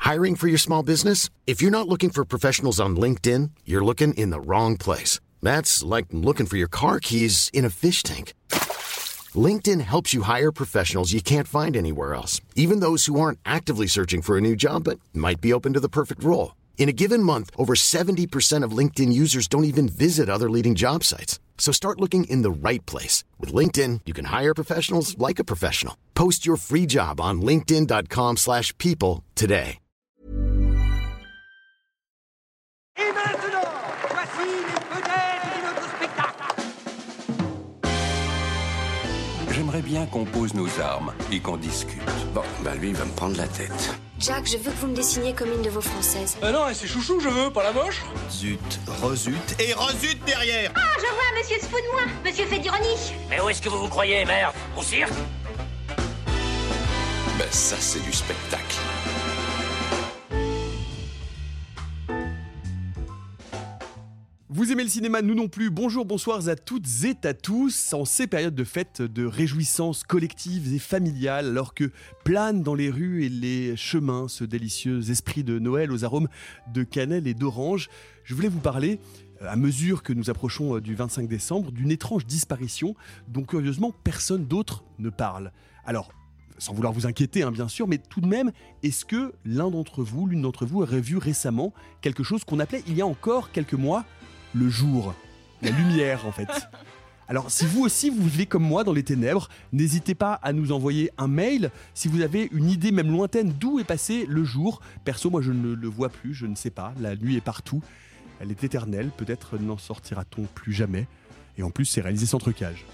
Hiring for your small business? If you're not looking for professionals on LinkedIn, you're looking in the wrong place. That's like looking for your car keys in a fish tank. LinkedIn helps you hire professionals you can't find anywhere else, even those who aren't actively searching for a new job but might be open to the perfect role. In a given month, over 70% of LinkedIn users don't even visit other leading job sites. So start looking in the right place. With LinkedIn, you can hire professionals like a professional. Post your free job on linkedin.com/people today. Et maintenant, voici les vedettes de notre spectacle. J'aimerais bien qu'on pose nos armes et qu'on discute. Bon, lui, il va me prendre la tête. Jack, je veux que vous me dessiniez comme une de vos françaises. Non, c'est chouchou, je veux, pas la moche. Zut, rezut et rezut derrière. Ah, je vois, monsieur se fout de moi. Monsieur fait d'ironie. Mais où est-ce que vous croyez, merde? Au cirque? Ben ça, c'est du spectacle. Vous aimez le cinéma, nous non plus. Bonjour, bonsoir à toutes et à tous. En ces périodes de fêtes, de réjouissances collectives et familiales, alors que planent dans les rues et les chemins ce délicieux esprit de Noël aux arômes de cannelle et d'orange, je voulais vous parler, à mesure que nous approchons du 25 décembre, d'une étrange disparition dont curieusement personne d'autre ne parle. Alors, sans vouloir vous inquiéter, bien sûr, mais tout de même, est-ce que l'une d'entre vous aurait vu récemment quelque chose qu'on appelait, il y a encore quelques mois, le jour, la lumière en fait. Alors si vous aussi vous vivez comme moi dans les ténèbres, n'hésitez pas à nous envoyer un mail si vous avez une idée même lointaine d'où est passé le jour. Perso, moi je ne le vois plus, je ne sais pas, la nuit est partout, elle est éternelle, peut-être n'en sortira-t-on plus jamais. Et en plus c'est réalisé sans trucage.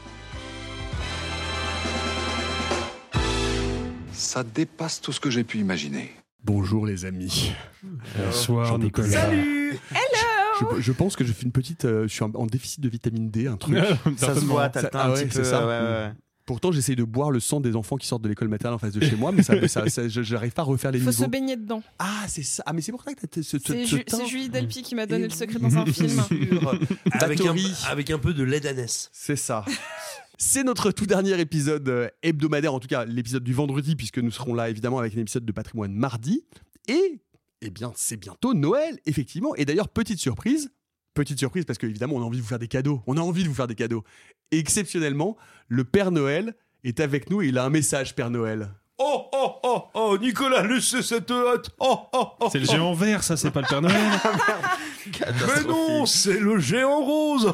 Ça dépasse tout ce que j'ai pu imaginer. Bonjour les amis. Bonsoir Nicolas. Salut. Hello. Je pense que je fais une petite... je suis en déficit de vitamine D, un truc. Ça se voit, t'as le teint un petit peu. C'est ça. Ouais. Pourtant, j'essaye de boire le sang des enfants qui sortent de l'école maternelle en face de chez moi, mais je n'arrive pas à refaire les niveaux. Faut se baigner dedans. Ah, c'est ça. Ah, mais c'est pour ça que t'as ce teint. C'est Julie Delpy qui m'a donné le secret dans un film. avec un peu de lait d'ânesse. C'est ça. C'est notre tout dernier épisode hebdomadaire, en tout cas l'épisode du vendredi, puisque nous serons là évidemment avec un épisode de Patrimoine mardi. Et, eh bien, c'est bientôt Noël, effectivement. Et d'ailleurs, petite surprise parce qu'évidemment, on a envie de vous faire des cadeaux. Et exceptionnellement, le Père Noël est avec nous et il a un message, Père Noël. Oh, Nicolas, laissez cette hâte. C'est le géant vert, ça, c'est pas le Père Noël. Mais non, c'est le géant rose.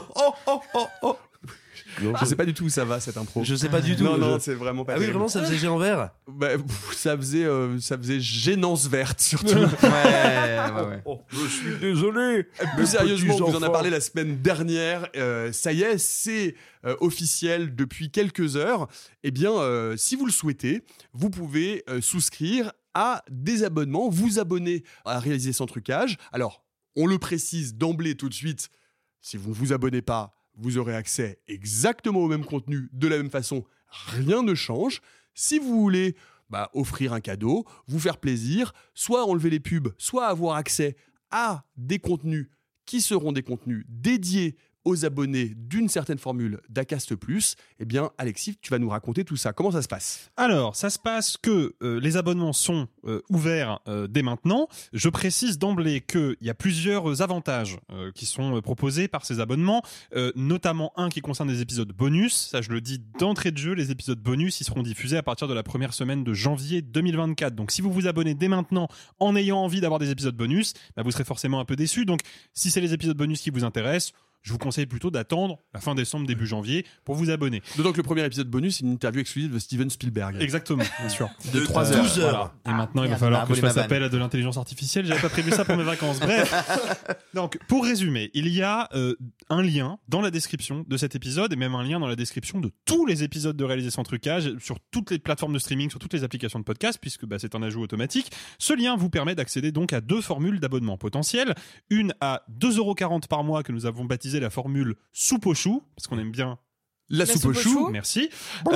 Non, je sais pas du tout où ça va cette impro. Je sais pas du tout. Non, c'est vraiment pas. Ah oui, vraiment, ça faisait géant vert. Ça faisait gênance verte surtout. Ouais. Je suis désolé. Plus sérieusement, on vous en a parlé la semaine dernière. Ça y est, c'est officiel depuis quelques heures. Eh bien, si vous le souhaitez, vous pouvez souscrire à des abonnements, vous abonner à Réaliser sans trucage. Alors, on le précise d'emblée tout de suite. Si vous ne vous abonnez pas, vous aurez accès exactement au même contenu, de la même façon, rien ne change. Si vous voulez offrir un cadeau, vous faire plaisir, soit enlever les pubs, soit avoir accès à des contenus qui seront des contenus dédiés aux abonnés d'une certaine formule d'Acast+, eh bien, Alexis, tu vas nous raconter tout ça. Comment ça se passe ? Alors, ça se passe que les abonnements sont ouverts dès maintenant. Je précise d'emblée qu'il y a plusieurs avantages qui sont proposés par ces abonnements, notamment un qui concerne des épisodes bonus. Ça, je le dis d'entrée de jeu, les épisodes bonus, ils seront diffusés à partir de la première semaine de janvier 2024. Donc, si vous vous abonnez dès maintenant en ayant envie d'avoir des épisodes bonus, vous serez forcément un peu déçus. Donc, si c'est les épisodes bonus qui vous intéressent, je vous conseille plutôt d'attendre la fin décembre, début janvier pour vous abonner. D'autant que le premier épisode bonus, c'est une interview exclusive de Steven Spielberg. Exactement, bien sûr. De 3 heures. 12 heures. Voilà. Et maintenant, il va falloir que je fasse appel à de l'intelligence artificielle. J'avais pas prévu ça pour mes vacances. Bref. Donc, pour résumer, il y a un lien dans la description de cet épisode et même un lien dans la description de tous les épisodes de Réaliser sans trucage sur toutes les plateformes de streaming, sur toutes les applications de podcast, puisque c'est un ajout automatique. Ce lien vous permet d'accéder donc à 2 formules d'abonnement potentielles. Une à 2,40€ par mois que nous avons baptisée la formule soupe aux choux, parce qu'on aime bien la soupe aux choux. Merci.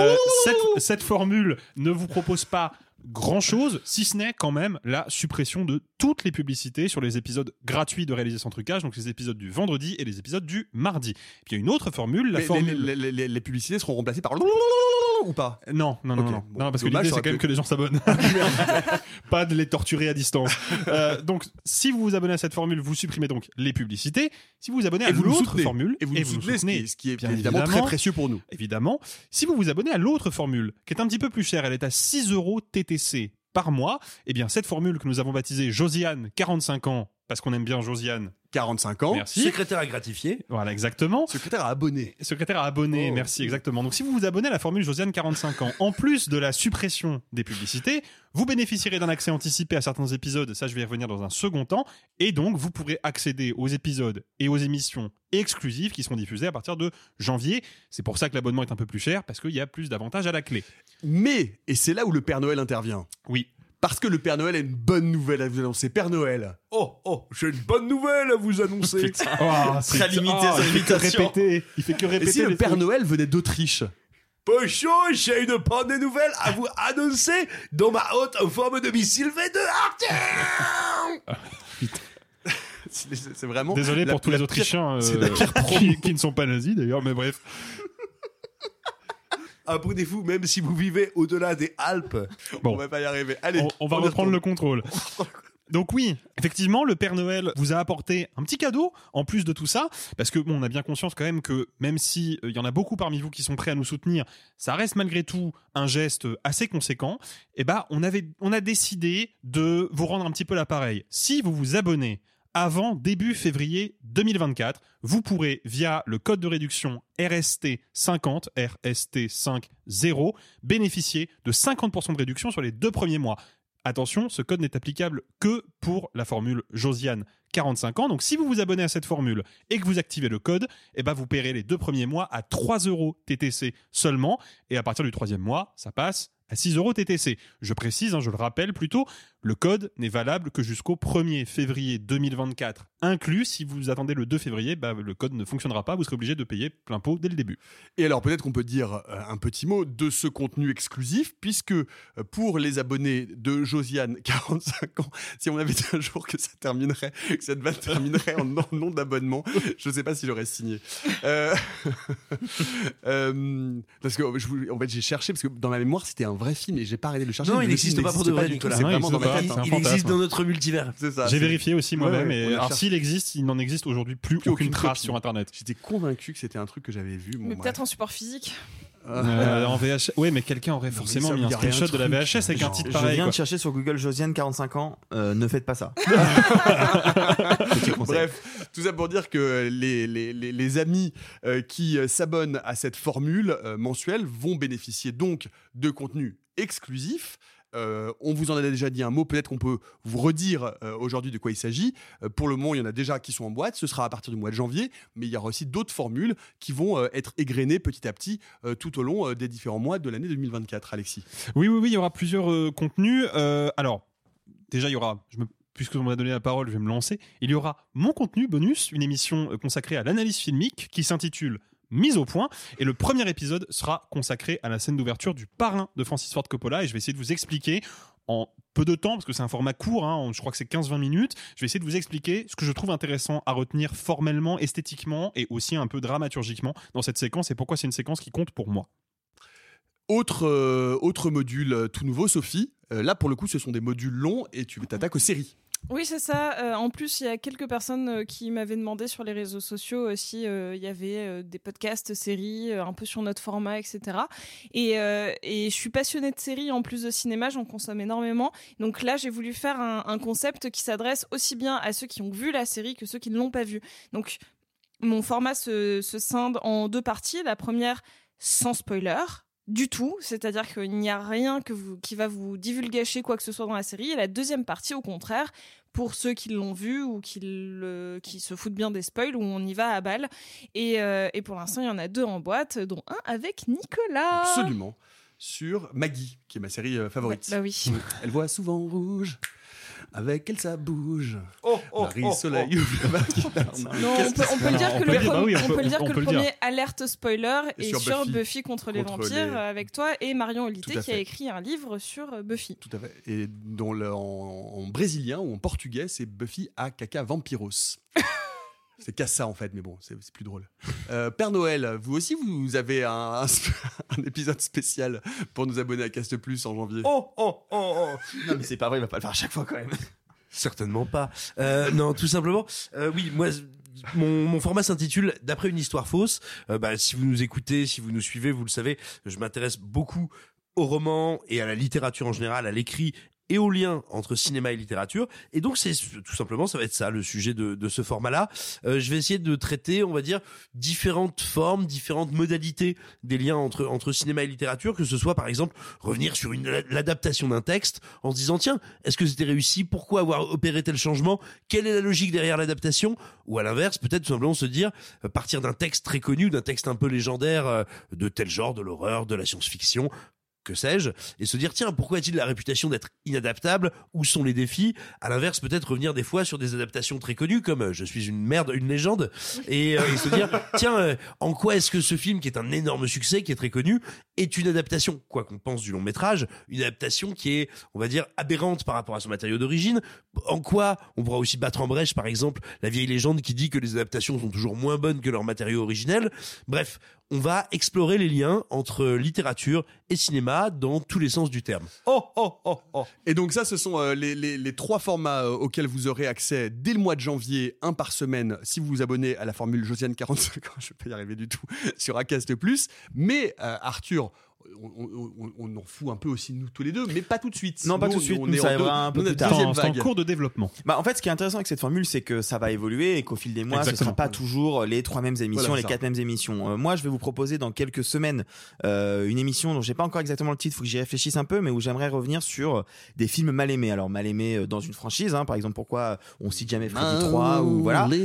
Cette formule ne vous propose pas grand-chose, si ce n'est quand même la suppression de toutes les publicités sur les épisodes gratuits de Réaliser sans trucage, donc les épisodes du vendredi et les épisodes du mardi. Puis il y a une autre formule, les publicités seront remplacées par ou pas ? Non, Bon, parce que dommage, l'idée ça c'est aurait quand même pu- que les gens s'abonnent. Pas de les torturer à distance. Donc, si vous vous abonnez à cette formule, vous supprimez donc les publicités. Si vous vous abonnez à vous nous l'autre soutenez. formule, Et vous nous soutenez, ce qui est bien évidemment très précieux pour nous. Évidemment. Si vous vous abonnez à l'autre formule, qui est un petit peu plus chère, elle est à 6 € TTC par mois, eh bien, cette formule que nous avons baptisée Josiane, 45 ans, parce qu'on aime bien Josiane. 45 ans. Merci. Secrétaire à gratifier. Voilà, exactement. Secrétaire à abonner. Secrétaire à abonner, merci, exactement. Donc, si vous vous abonnez à la formule Josiane 45 ans, en plus de la suppression des publicités, vous bénéficierez d'un accès anticipé à certains épisodes, ça je vais y revenir dans un second temps, et donc vous pourrez accéder aux épisodes et aux émissions exclusives qui seront diffusées à partir de janvier. C'est pour ça que l'abonnement est un peu plus cher, parce qu'il y a plus d'avantages à la clé. Mais, et c'est là où le Père Noël intervient. Oui. Parce que le Père Noël a une bonne nouvelle à vous annoncer. Père Noël. Oh, j'ai une bonne nouvelle à vous annoncer. Très limité, ça il fait que répéter. Il fait que Et répéter. si le les Père trucs. Noël venait d'Autriche ? Pochon, j'ai une bonne nouvelle à vous annoncer dans ma haute forme de missile V2 C'est vraiment. Désolé la- pour tous la les pire- Autrichiens c'est la pire qui ne sont pas nazis d'ailleurs, mais bref. Abonnez-vous même si vous vivez au-delà des Alpes. Bon. On va pas y arriver. Allez, On va reprendre le contrôle. Donc oui, effectivement, le Père Noël vous a apporté un petit cadeau en plus de tout ça, parce que on a bien conscience quand même que même si il y en a beaucoup parmi vous qui sont prêts à nous soutenir, ça reste malgré tout un geste assez conséquent. Et on a décidé de vous rendre un petit peu l'appareil. Si vous vous abonnez avant début février 2024, vous pourrez, via le code de réduction RST50, RST50, bénéficier de 50% de réduction sur les 2 premiers mois. Attention, ce code n'est applicable que pour la formule Josiane 45 ans. Donc si vous vous abonnez à cette formule et que vous activez le code, vous paierez les 2 premiers mois à 3 € TTC seulement. Et à partir du 3e mois, ça passe à 6 € TTC. Je précise, je le rappelle plutôt, le code n'est valable que jusqu'au 1er février 2024 inclus. Si vous attendez le 2 février, le code ne fonctionnera pas, vous serez obligé de payer plein pot dès le début. Et alors peut-être qu'on peut dire un petit mot de ce contenu exclusif, puisque pour les abonnés de Josiane 45 ans, si on avait dit un jour que ça terminerait, que cette vanne terminerait en nom d'abonnement, je ne sais pas si j'aurais signé. Parce que en fait j'ai cherché, parce que dans ma mémoire c'était un vrai film et j'ai pas arrêté de le chercher. Non, il n'existe pas pour de vrai, Nicolas. C'est vraiment dans ma tête. Il existe dans notre multivers. C'est ça. J'ai vérifié aussi moi-même. Ouais, et alors s'il existe, il n'en existe aujourd'hui plus aucune trace copie sur Internet. J'étais convaincu que c'était un truc que j'avais vu. Mais peut-être en support physique. En VHS. Oui, mais quelqu'un aurait forcément mis un screenshot de la VHS avec un titre pareil. Je viens quoi. de chercher sur Google Josiane 45 ans. Ne faites pas ça. Bref, tout ça pour dire que les amis qui s'abonnent à cette formule mensuelle vont bénéficier donc de contenu exclusif. On vous en a déjà dit un mot, peut-être qu'on peut vous redire aujourd'hui de quoi il s'agit. Pour le moment, il y en a déjà qui sont en boîte, ce sera à partir du mois de janvier, mais il y aura aussi d'autres formules qui vont être égrenées petit à petit tout au long des différents mois de l'année 2024, Alexis. Oui, il y aura plusieurs contenus. Alors, déjà, il y aura... Puisque on m'a donné la parole, je vais me lancer. Il y aura mon contenu bonus, une émission consacrée à l'analyse filmique qui s'intitule Mise au point, et le premier épisode sera consacré à la scène d'ouverture du Parrain de Francis Ford Coppola, et je vais essayer de vous expliquer en peu de temps, parce que c'est un format court, je crois que c'est 15-20 minutes, je vais essayer de vous expliquer ce que je trouve intéressant à retenir formellement, esthétiquement, et aussi un peu dramaturgiquement dans cette séquence, et pourquoi c'est une séquence qui compte pour moi. Autre module tout nouveau, Sophie, là pour le coup ce sont des modules longs, et tu t'attaques aux séries. Oui, c'est ça. En plus, il y a quelques personnes qui m'avaient demandé sur les réseaux sociaux si il y avait des podcasts, séries, un peu sur notre format, etc. Et je suis passionnée de séries en plus de cinéma, j'en consomme énormément. Donc là, j'ai voulu faire un concept qui s'adresse aussi bien à ceux qui ont vu la série que ceux qui ne l'ont pas vue. Donc, mon format se scinde en 2 parties. La première, sans spoiler. Du tout, c'est-à-dire qu'il n'y a rien qui va vous divulgacher quoi que ce soit dans la série. Et la deuxième partie, au contraire, pour ceux qui l'ont vu ou qui se foutent bien des spoils, où on y va à balle. Et pour l'instant, il y en a 2 en boîte, dont un avec Nicolas. Absolument. Sur Maggie, qui est ma série favorite. Ouais, bah oui. Elle voit souvent rouge. Avec elle, ça bouge. Marie Soleil. Non, on peut le dire que le premier alerte spoiler est sur Buffy contre les vampires avec toi et Marion Olité qui a écrit un livre sur Buffy. Tout à fait. Et dont en brésilien ou en portugais, c'est Buffy a caca vampiros. C'est Cassa en fait, mais bon, c'est plus drôle. Père Noël, vous aussi, vous avez un épisode spécial pour nous abonner à Cast Plus en janvier. Oh. Non, mais c'est pas vrai, il va pas le faire à chaque fois quand même. Certainement pas. Non, tout simplement. Oui, moi, mon format s'intitule D'après une histoire fausse. Si vous nous écoutez, si vous nous suivez, vous le savez, je m'intéresse beaucoup au roman et à la littérature en général, à l'écrit et au lien entre cinéma et littérature. Et donc, c'est tout simplement, ça va être ça, le sujet de ce format-là. Je vais essayer de traiter, on va dire, différentes formes, différentes modalités des liens entre cinéma et littérature, que ce soit, par exemple, revenir sur l'adaptation d'un texte en se disant, tiens, est-ce que c'était réussi? Pourquoi avoir opéré tel changement? Quelle est la logique derrière l'adaptation? Ou à l'inverse, peut-être tout simplement se dire, partir d'un texte très connu, d'un texte un peu légendaire, de tel genre, de l'horreur, de la science-fiction, que sais-je, et se dire tiens, pourquoi a-t-il la réputation d'être inadaptable? Où sont les défis? À l'inverse, peut-être revenir des fois sur des adaptations très connues comme Je suis une merde, une légende, et se dire tiens, en quoi est-ce que ce film qui est un énorme succès, qui est très connu, est une adaptation, quoi qu'on pense du long métrage, une adaptation qui est, on va dire, aberrante par rapport à son matériau d'origine? En quoi on pourra aussi battre en brèche, par exemple, la vieille légende qui dit que les adaptations sont toujours moins bonnes que leur matériau originel? Bref, on va explorer les liens entre littérature et cinéma dans tous les sens du terme. Et donc ça, ce sont les 3 formats auxquels vous aurez accès dès le mois de janvier, un par semaine, si vous vous abonnez à la formule Josiane 45 ans, je vais pas y arriver du tout, sur Acast+. Mais Arthur, on en fout un peu aussi nous tous les deux, mais pas tout de suite. Non, pas tout de suite, ça arrivera un peu plus tard. C'est en cours de développement. En fait, ce qui est intéressant avec cette formule, c'est que ça va évoluer et qu'au fil des mois, ce ne sera pas toujours les 3 mêmes émissions, les 4 mêmes émissions. Moi, je vais vous proposer dans quelques semaines une émission dont j'ai pas encore exactement le titre, faut que j'y réfléchisse un peu, mais où j'aimerais revenir sur des films mal aimés. Alors, mal aimés dans une franchise, par exemple, pourquoi on cite jamais Freddy 3 ou voilà. Mal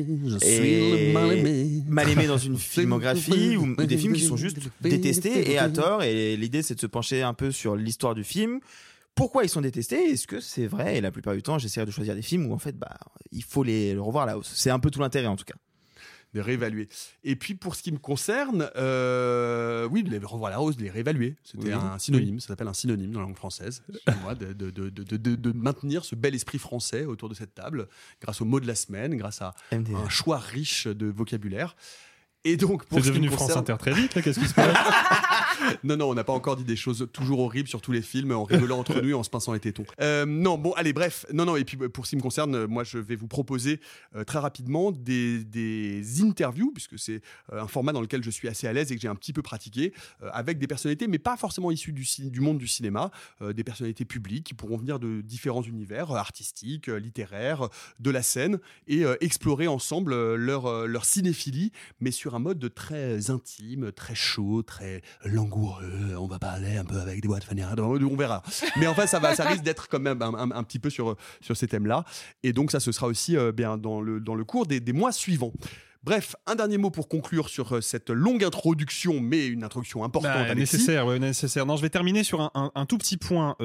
aimé dans une filmographie ou des films qui sont juste détestés et à tort. Et l'idée, c'est de se pencher un peu sur l'histoire du film. Pourquoi ils sont détestés? Est-ce que c'est vrai? Et la plupart du temps, j'essaierai de choisir des films où en fait, il faut le revoir à la hausse. C'est un peu tout l'intérêt en tout cas. De réévaluer. Et puis pour ce qui me concerne, oui, de les revoir à la hausse, de les réévaluer. C'était un synonyme, ça s'appelle un synonyme dans la langue française. Moi, de maintenir ce bel esprit français autour de cette table, grâce aux mots de la semaine, grâce à un choix riche de vocabulaire. Et donc, pour c'est devenu France Inter très vite, là, qu'est-ce qui se passe? Non, on n'a pas encore dit des choses toujours horribles sur tous les films, en rigolant entre nous et en se pinçant les tétons. Non, bon, allez, bref. Non, et puis pour ce qui me concerne, moi, je vais vous proposer très rapidement des interviews, puisque c'est un format dans lequel je suis assez à l'aise et que j'ai un petit peu pratiqué, avec des personnalités, mais pas forcément issues du monde du cinéma, des personnalités publiques qui pourront venir de différents univers artistiques, littéraires, de la scène, et explorer ensemble leur cinéphilie, mais sur un mode très intime, très chaud, très langoureux. On va parler un peu avec des voix de Fanny Ardant, on verra. Mais enfin, ça risque d'être quand même un petit peu sur ces thèmes-là. Et donc, ça, ce sera aussi bien dans le cours des mois suivants. Bref, un dernier mot pour conclure sur cette longue introduction, mais une introduction importante. Nécessaire. Non, je vais terminer sur un tout petit point.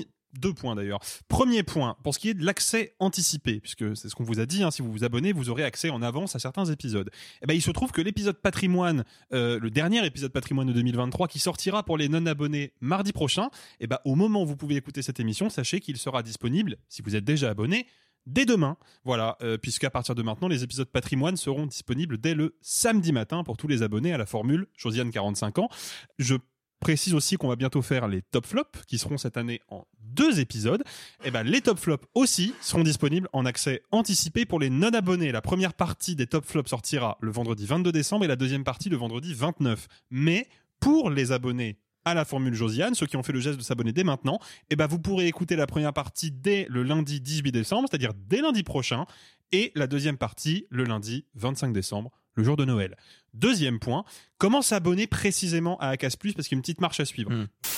2 points d'ailleurs. Premier point, pour ce qui est de l'accès anticipé, puisque c'est ce qu'on vous a dit, si vous vous abonnez, vous aurez accès en avance à certains épisodes. Il se trouve que l'épisode patrimoine, le dernier épisode patrimoine de 2023, qui sortira pour les non-abonnés mardi prochain, au moment où vous pouvez écouter cette émission, sachez qu'il sera disponible, si vous êtes déjà abonné, dès demain. Voilà, puisqu'à partir de maintenant, les épisodes patrimoine seront disponibles dès le samedi matin pour tous les abonnés à la formule Josiane 45 ans. Je précise aussi qu'on va bientôt faire les top flops qui seront cette année en 2 épisodes. Les top flops aussi seront disponibles en accès anticipé pour les non-abonnés. La première partie des top flops sortira le vendredi 22 décembre et la deuxième partie le vendredi 29. Mais pour les abonnés à la formule Josiane, ceux qui ont fait le geste de s'abonner dès maintenant, vous pourrez écouter la première partie dès le lundi 18 décembre, c'est-à-dire dès lundi prochain, et la deuxième partie le lundi 25 décembre, le jour de Noël. Deuxième point, comment s'abonner précisément à Acast+, parce qu'il y a une petite marche à suivre.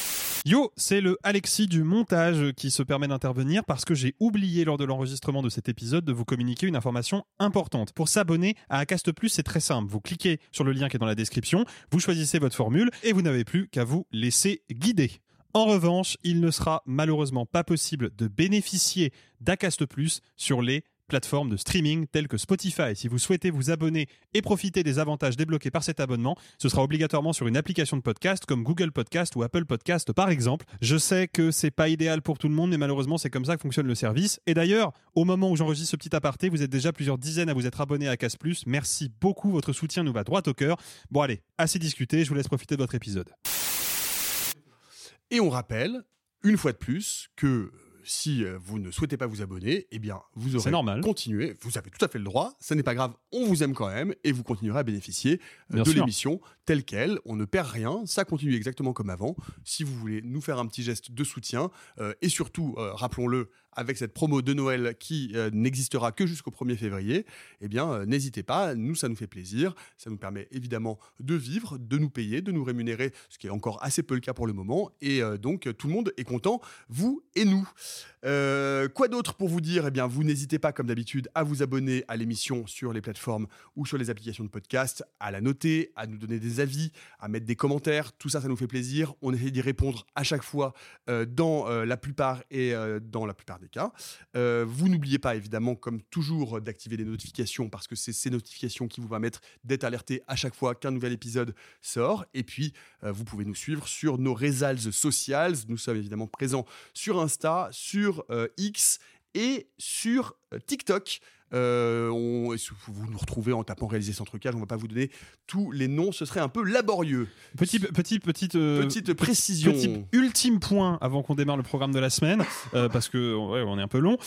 Yo, c'est le Alexis du montage qui se permet d'intervenir parce que j'ai oublié lors de l'enregistrement de cet épisode de vous communiquer une information importante. Pour s'abonner à Acast+, c'est très simple. Vous cliquez sur le lien qui est dans la description, vous choisissez votre formule et vous n'avez plus qu'à vous laisser guider. En revanche, il ne sera malheureusement pas possible de bénéficier d'Acast+ sur les plateformes de streaming telles que Spotify. Si vous souhaitez vous abonner et profiter des avantages débloqués par cet abonnement, ce sera obligatoirement sur une application de podcast comme Google Podcast ou Apple Podcast par exemple. Je sais que c'est pas idéal pour tout le monde, mais malheureusement c'est comme ça que fonctionne le service. Et d'ailleurs, au moment où j'enregistre ce petit aparté, vous êtes déjà plusieurs dizaines à vous être abonnés à Casse Plus. Merci beaucoup, votre soutien nous va droit au cœur. Bon allez, assez discuté, je vous laisse profiter de votre épisode. Et on rappelle, une fois de plus, que si vous ne souhaitez pas vous abonner, eh bien, vous aurez continué. Vous avez tout à fait le droit. Ça n'est pas grave. On vous aime quand même et vous continuerez à bénéficier de l'émission telle qu'elle. On ne perd rien. Ça continue exactement comme avant. Si vous voulez nous faire un petit geste de soutien et surtout, rappelons-le, avec cette promo de Noël qui n'existera que jusqu'au 1er février, eh bien, n'hésitez pas. Nous, ça nous fait plaisir. Ça nous permet évidemment de vivre, de nous payer, de nous rémunérer, ce qui est encore assez peu le cas pour le moment. Et donc, tout le monde est content, vous et nous. Quoi d'autre pour vous dire ? Eh bien, vous n'hésitez pas, comme d'habitude, à vous abonner à l'émission sur les plateformes ou sur les applications de podcast, à la noter, à nous donner des avis, à mettre des commentaires. Tout ça, ça nous fait plaisir. On essaie d'y répondre à chaque fois dans la plupart des cas. Vous n'oubliez pas, évidemment, comme toujours, d'activer les notifications parce que c'est ces notifications qui vous permettent d'être alerté à chaque fois qu'un nouvel épisode sort. Et puis, vous pouvez nous suivre sur nos réseaux sociaux. Nous sommes évidemment présents sur Insta, sur X et sur TikTok. Vous nous retrouvez en tapant Réaliser sans trucage. On ne va pas vous donner tous les noms, ce serait un peu laborieux. Petite précision. Petit ultime point avant qu'on démarre le programme de la semaine, parce que on est un peu long.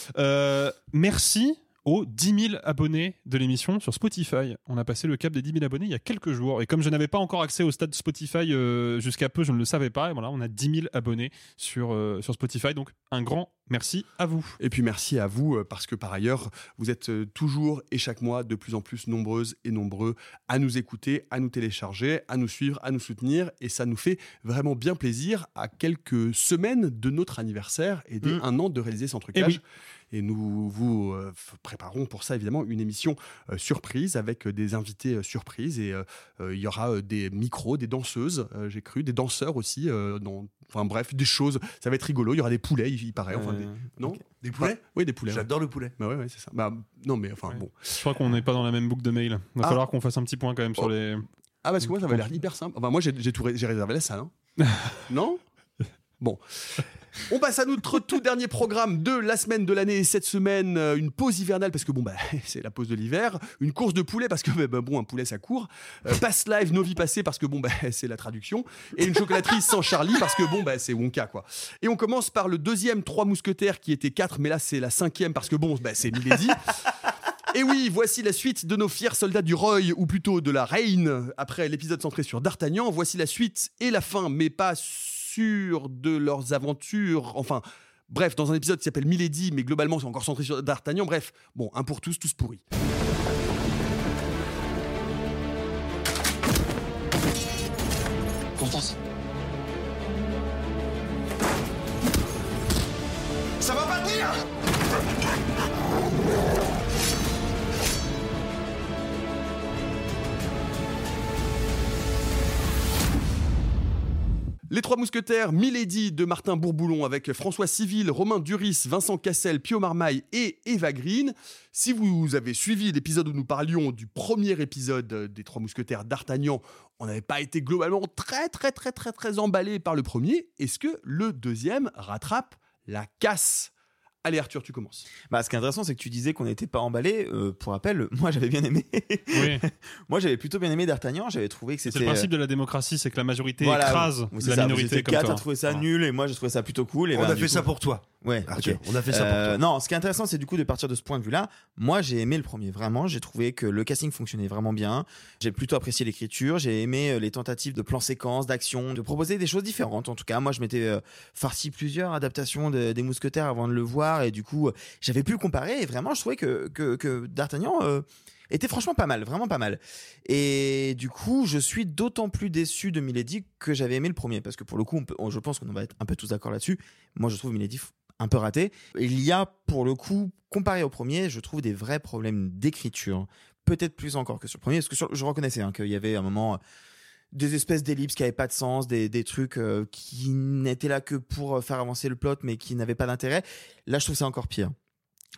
Merci aux 10 000 abonnés de l'émission sur Spotify. On a passé le cap des 10 000 abonnés il y a quelques jours. Et comme je n'avais pas encore accès au stade Spotify jusqu'à peu, je ne le savais pas. Et voilà, on a 10 000 abonnés sur Spotify. Donc, un grand merci à vous. Et puis, merci à vous parce que par ailleurs, vous êtes toujours et chaque mois de plus en plus nombreuses et nombreux à nous écouter, à nous télécharger, à nous suivre, à nous soutenir. Et ça nous fait vraiment bien plaisir à quelques semaines de notre anniversaire et des 1 an de Réaliser sans trucage. Et oui. Et nous vous préparons pour ça, évidemment, une émission surprise avec des invités surprises. Et il y aura des micros, des danseuses, j'ai cru, des danseurs aussi. Enfin bref, des choses. Ça va être rigolo. Il y aura des poulets, il paraît. Enfin, non okay. Des poulets ? Oui, des poulets. J'adore le poulet. Bah ouais, c'est ça. Bah, non, mais enfin, bon. Je crois qu'on n'est pas dans la même boucle de mail. Il va falloir qu'on fasse un petit point quand même sur les... Ah, parce que moi, ça va l'air hyper simple. Enfin, moi, j'ai réservé la salle. Hein. Non ? Bon. On passe à notre tout dernier programme de la semaine de l'année. Cette semaine, une pause hivernale parce que c'est la pause de l'hiver. Une course de poulet parce que un poulet ça court. Pass live nos vies passées parce que c'est la traduction. Et une chocolaterie sans Charlie parce que c'est Wonka quoi. Et on commence par le deuxième 3 mousquetaires qui était 4, mais là c'est la 5e parce que c'est Milady. Et oui, voici la suite de nos fiers soldats du Roy, ou plutôt de la Reine. Après l'épisode centré sur D'Artagnan, voici la suite et la fin, mais pas sûr de leurs aventures. Enfin, bref, dans un épisode qui s'appelle Milady, mais globalement c'est encore centré sur D'Artagnan. Bref, un pour tous pourris. Constance. Ça va pas tenir. Les 3 mousquetaires, Milady de Martin Bourboulon avec François Civil, Romain Duris, Vincent Cassel, Pio Marmaille et Eva Green. Si vous avez suivi l'épisode où nous parlions du premier épisode des 3 mousquetaires d'Artagnan, on n'avait pas été globalement très emballé par le premier. Est-ce que le deuxième rattrape la casse ? Allez Arthur, tu commences. Ce qui est intéressant, c'est que tu disais qu'on n'était pas emballé. Pour rappel, moi j'avais bien aimé. Oui. Moi j'avais plutôt bien aimé D'Artagnan. J'avais trouvé que c'était. C'est le principe de la démocratie, c'est que la majorité écrase la minorité. Comme 4 a trouvé ça nul et moi j'ai trouvé ça plutôt cool. Et on a fait ça pour toi. Ouais, Arthur, okay. On a fait ça pour toi. Non, ce qui est intéressant, c'est du coup de partir de ce point de vue-là. Moi, j'ai aimé le premier, vraiment. J'ai trouvé que le casting fonctionnait vraiment bien. J'ai plutôt apprécié l'écriture. J'ai aimé les tentatives de plans-séquences, d'action, de proposer des choses différentes. En tout cas, moi, je m'étais farci plusieurs adaptations des Mousquetaires avant de le voir. Et du coup, j'avais pu le comparer. Et vraiment, je trouvais que D'Artagnan était franchement pas mal, vraiment pas mal. Et du coup, je suis d'autant plus déçu de Milady que j'avais aimé le premier. Parce que pour le coup, je pense qu'on va être un peu tous d'accord là-dessus. Moi, je trouve Milady un peu raté. Il y a, pour le coup, comparé au premier, je trouve des vrais problèmes d'écriture. Peut-être plus encore que sur le premier, parce que je reconnaissais qu'il y avait à un moment des espèces d'ellipses qui n'avaient pas de sens, des trucs qui n'étaient là que pour faire avancer le plot, mais qui n'avaient pas d'intérêt. Là, je trouve ça encore pire.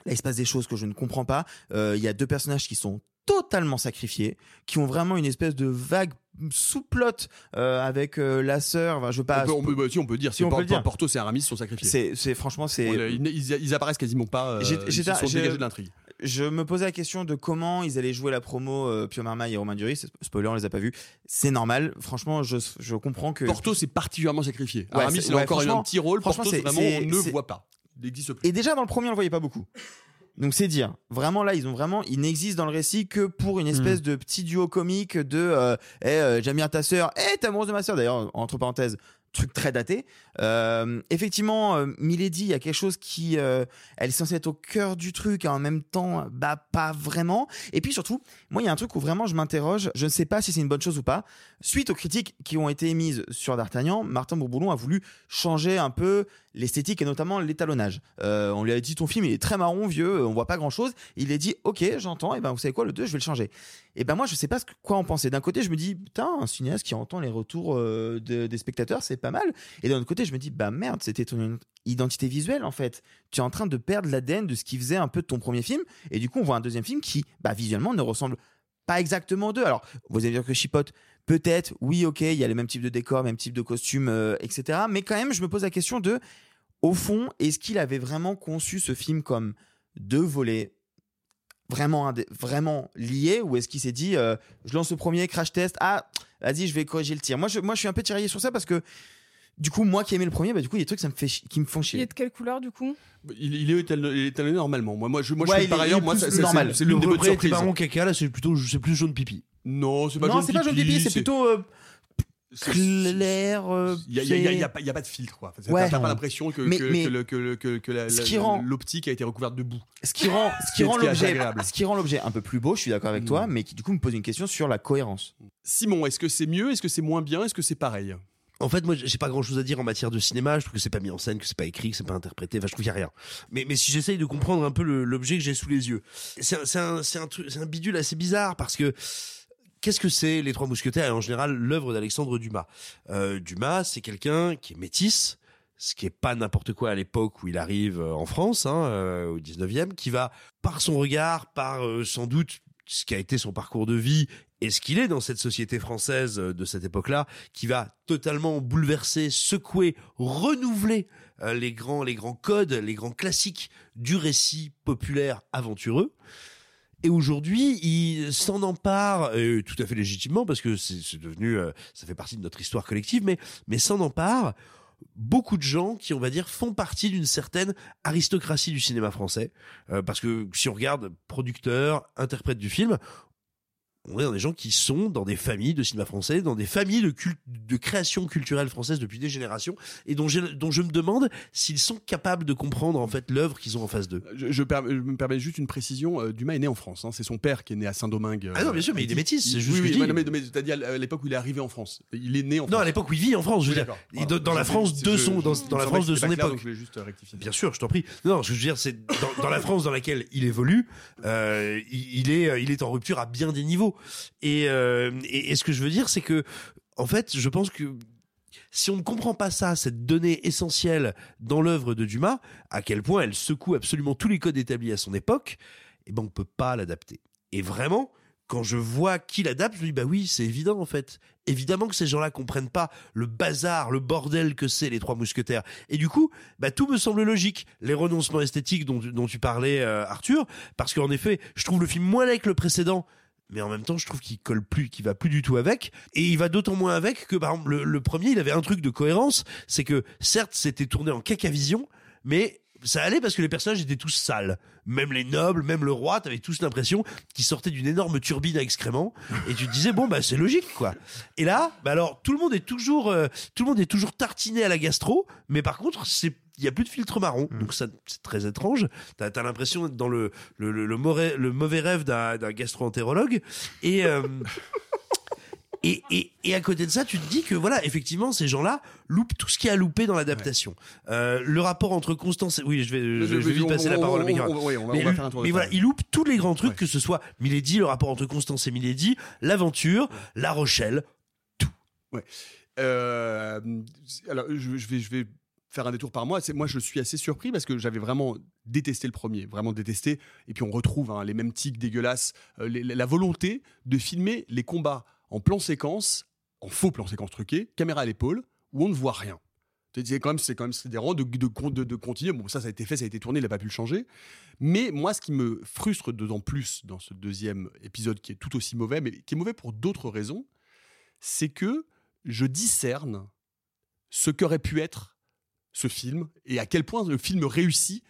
Là, il se passe des choses que je ne comprends pas. Il y a 2 personnages qui sont totalement sacrifiés, qui ont vraiment une espèce de vague sous-plot avec la sœur. Enfin, je veux pas. On peut dire. Si Porthos et Aramis sont sacrifiés. Franchement, ils apparaissent quasiment pas. Ils sont dégagés de l'intrigue. Je me posais la question de comment ils allaient jouer la promo Pio Marmaille et Romain Duris. Spoiler, on les a pas vus. C'est normal. Franchement, je comprends que. Porthos est particulièrement sacrifié. Aramis, il a encore eu un petit rôle. Porthos, vraiment, on ne voit pas. Il n'existe plus. Et déjà dans le premier, on le voyait pas beaucoup. Donc c'est dire, vraiment là, ils n'existent dans le récit que pour une espèce de petit duo comique de j'aime bien ta sœur, t'es amoureuse de ma sœur, d'ailleurs, entre parenthèses, truc très daté. Effectivement, Milady, il y a quelque chose qui elle est censée être au cœur du truc, et en même temps pas vraiment. Et puis surtout, moi il y a un truc où vraiment je m'interroge, je ne sais pas si c'est une bonne chose ou pas. Suite aux critiques qui ont été émises sur D'Artagnan, Martin Bourboulon a voulu changer un peu l'esthétique et notamment l'étalonnage. On lui a dit ton film il est très marron, vieux, on voit pas grand chose. Il a dit ok, j'entends, et ben vous savez quoi, le 2 je vais le changer. Et ben moi je sais pas quoi en penser. D'un côté je me dis putain, un cinéaste qui entend les retours des spectateurs, c'est pas mal. Et d'un autre côté je me dis bah merde, c'était ton identité visuelle en fait. Tu es en train de perdre l'ADN de ce qui faisait un peu de ton premier film, et du coup on voit un deuxième film qui visuellement ne ressemble pas exactement aux deux. Alors vous allez dire que chipote, peut-être, oui ok, il y a le même type de décor, même type de costume, etc. Mais quand même je me pose la question de, au fond, est-ce qu'il avait vraiment conçu ce film comme 2 volets vraiment liés, ou est-ce qu'il s'est dit je lance le premier, crash test, vas-y je vais corriger le tir. Moi je suis un peu tiraillé sur ça, parce que du coup moi qui aimais le premier, du coup il y a des trucs qui me font chier. Il est de quelle couleur du coup? Il est étalonné normalement. Moi je suis par ailleurs, moi c'est normal. C'est l'une des bonnes surprises. C'est marron caca, là c'est plus jaune pipi. Non, c'est pas jaune pipi, c'est plutôt clair. Il y a pas de filtre, quoi. T'as pas l'impression que l'optique a été recouverte de boue. Ce qui rend l'objet un peu plus beau, je suis d'accord avec toi, mais qui du coup me pose une question sur la cohérence. Simon, est-ce que c'est mieux, est-ce que c'est moins bien, est-ce que c'est pareil? En fait, moi, j'ai pas grand-chose à dire en matière de cinéma. Je trouve que c'est pas mis en scène, que c'est pas écrit, que c'est pas interprété. Enfin, je trouve qu'il y a rien. Mais si j'essaye de comprendre un peu l'objet que j'ai sous les yeux, c'est un bidule assez bizarre, parce que qu'est-ce que c'est Les Trois Mousquetaires, et en général l'œuvre d'Alexandre Dumas. Dumas, c'est quelqu'un qui est métis, ce qui est pas n'importe quoi à l'époque où il arrive en France, au 19e, qui va, par son regard, par sans doute ce qui a été son parcours de vie et ce qu'il est dans cette société française de cette époque-là, qui va totalement bouleverser, secouer, renouveler les grands codes, les grands classiques du récit populaire aventureux. Et aujourd'hui, il s'en empare, tout à fait légitimement, parce que c'est devenu, ça fait partie de notre histoire collective, mais s'en empare beaucoup de gens qui, on va dire, font partie d'une certaine aristocratie du cinéma français. Parce que si on regarde producteurs, interprètes du film, on est dans des gens qui sont dans des familles de cinéma français, dans des familles de création culturelle française depuis des générations, et dont je me demande s'ils sont capables de comprendre en fait l'œuvre qu'ils ont en face d'eux. Je me permets juste une précision. Dumas est né en France. C'est son père qui est né à Saint-Domingue. Ah non, bien sûr, mais il est métis. C'est juste mais c'est-à-dire à l'époque où il est arrivé en France. Il est né en France. Non, à l'époque où il vit en France. Je veux dire, dans la France de son époque. Je voulais juste rectifier. Bien sûr, je t'en prie. Non, ce que je veux dire, c'est dans la France dans laquelle il évolue, il est en rupture à bien des niveaux. Et ce que je veux dire, c'est que, en fait, je pense que si on ne comprend pas ça, cette donnée essentielle dans l'œuvre de Dumas, à quel point elle secoue absolument tous les codes établis à son époque, on peut pas l'adapter. Et vraiment, quand je vois qui l'adapte, je me dis oui, c'est évident en fait. Évidemment que ces gens-là comprennent pas le bazar, le bordel que c'est Les Trois Mousquetaires. Et du coup, tout me semble logique. Les renoncements esthétiques dont tu parlais, Arthur, parce qu'en effet, je trouve le film moins laid que le précédent. Mais en même temps, je trouve qu'il va plus du tout avec. Et il va d'autant moins avec que, par exemple, le premier, il avait un truc de cohérence. C'est que, certes, c'était tourné en cacavision, mais ça allait parce que les personnages étaient tous sales. Même les nobles, même le roi, t'avais tous l'impression qu'ils sortaient d'une énorme turbine à excréments. Et tu te disais, c'est logique, quoi. Et là, alors, tout le monde est toujours tartiné à la gastro, mais par contre, il y a plus de filtre marron, donc ça c'est très étrange. T'as l'impression d'être dans le mauvais rêve d'un gastro-entérologue, et à côté de ça, tu te dis que voilà, effectivement, ces gens-là loupent tout ce qu'il y a à louper dans l'adaptation. Le rapport entre Constance, oui, je vais vite passer la parole à Miguel. Mais voilà, ils loupent tous les grands trucs, que ce soit Milady, le rapport entre Constance et Milady, l'aventure, La Rochelle, tout. Ouais. Alors je vais faire un détour par moi, moi je suis assez surpris parce que j'avais vraiment détesté le premier, vraiment détesté, et puis on retrouve les mêmes tics dégueulasses, la volonté de filmer les combats en plan séquence, en faux plan séquence truqué, caméra à l'épaule, où on ne voit rien. C'est quand même sidérant de continuer. Bon, ça a été fait, ça a été tourné, il n'a pas pu le changer. Mais moi, ce qui me frustre d'autant plus dans ce deuxième épisode, qui est tout aussi mauvais, mais qui est mauvais pour d'autres raisons, c'est que je discerne ce qu'aurait pu être ce film et à quel point le film réussit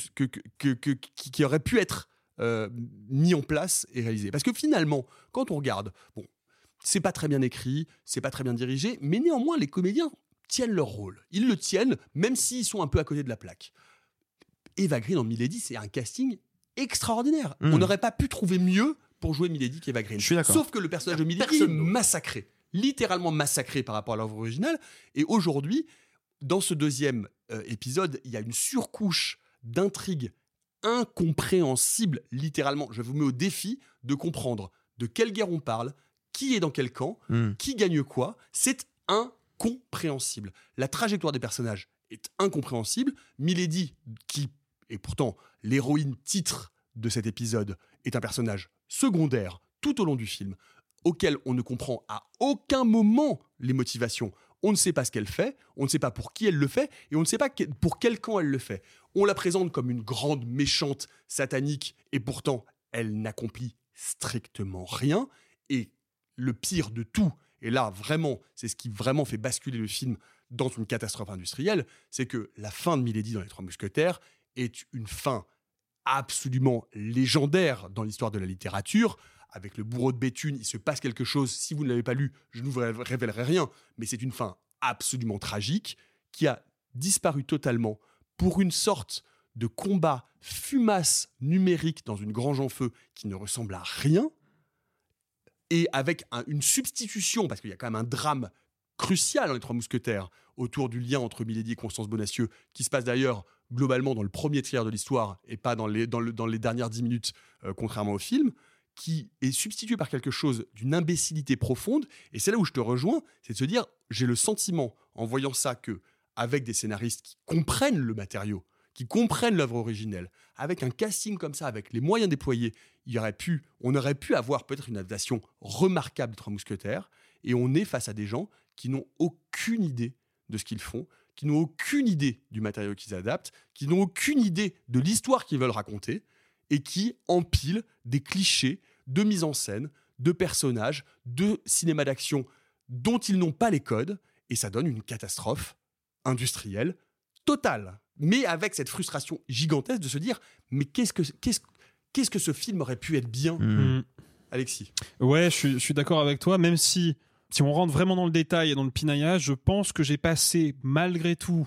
qui aurait pu être mis en place et réalisé. Parce que finalement, quand on regarde, bon, c'est pas très bien écrit, c'est pas très bien dirigé, mais néanmoins, les comédiens tiennent leur rôle. Ils le tiennent, même s'ils sont un peu à côté de la plaque. Eva Green en Milady, c'est un casting extraordinaire. On n'aurait pas pu trouver mieux pour jouer Milady qu'Eva Green. Je suis d'accord. Sauf que le personnage de Milady est massacré, littéralement massacré par rapport à l'œuvre originale. Et aujourd'hui, dans ce deuxième épisode, il y a une surcouche d'intrigue incompréhensible, littéralement. Je vous mets au défi de comprendre de quelle guerre on parle, qui est dans quel camp, qui gagne quoi. C'est incompréhensible. La trajectoire des personnages est incompréhensible. Milady, qui est pourtant l'héroïne titre de cet épisode, est un personnage secondaire tout au long du film, auquel on ne comprend à aucun moment les motivations. On ne sait pas ce qu'elle fait, on ne sait pas pour qui elle le fait, et on ne sait pas pour quel camp elle le fait. On la présente comme une grande méchante satanique, et pourtant, elle n'accomplit strictement rien. Et le pire de tout, et là, vraiment, c'est ce qui vraiment fait basculer le film dans une catastrophe industrielle, c'est que la fin de Milady dans Les Trois Mousquetaires est une fin absolument légendaire dans l'histoire de la littérature. Avec le bourreau de Béthune, il se passe quelque chose. Si vous ne l'avez pas lu, je ne vous révélerai rien, mais c'est une fin absolument tragique qui a disparu totalement pour une sorte de combat fumasse numérique dans une grange en feu qui ne ressemble à rien, et avec une substitution, parce qu'il y a quand même un drame crucial dans Les Trois Mousquetaires autour du lien entre Milady et Constance Bonacieux, qui se passe d'ailleurs globalement dans le premier tiers de l'histoire et pas dans les dernières 10 minutes, contrairement au film, qui est substitué par quelque chose d'une imbécilité profonde. Et c'est là où je te rejoins, c'est de se dire, j'ai le sentiment, en voyant ça, que avec des scénaristes qui comprennent le matériau, qui comprennent l'œuvre originelle, avec un casting comme ça, avec les moyens déployés, on aurait pu avoir peut-être une adaptation remarquable des Trois Mousquetaires, et on est face à des gens qui n'ont aucune idée de ce qu'ils font, qui n'ont aucune idée du matériau qu'ils adaptent, qui n'ont aucune idée de l'histoire qu'ils veulent raconter, et qui empilent des clichés de mise en scène, de personnages, de cinéma d'action dont ils n'ont pas les codes, et ça donne une catastrophe industrielle totale. Mais avec cette frustration gigantesque de se dire, mais qu'est-ce que ce film aurait pu être bien, Alexis? Ouais, je suis d'accord avec toi, même si on rentre vraiment dans le détail et dans le pinaillage, je pense que j'ai passé malgré tout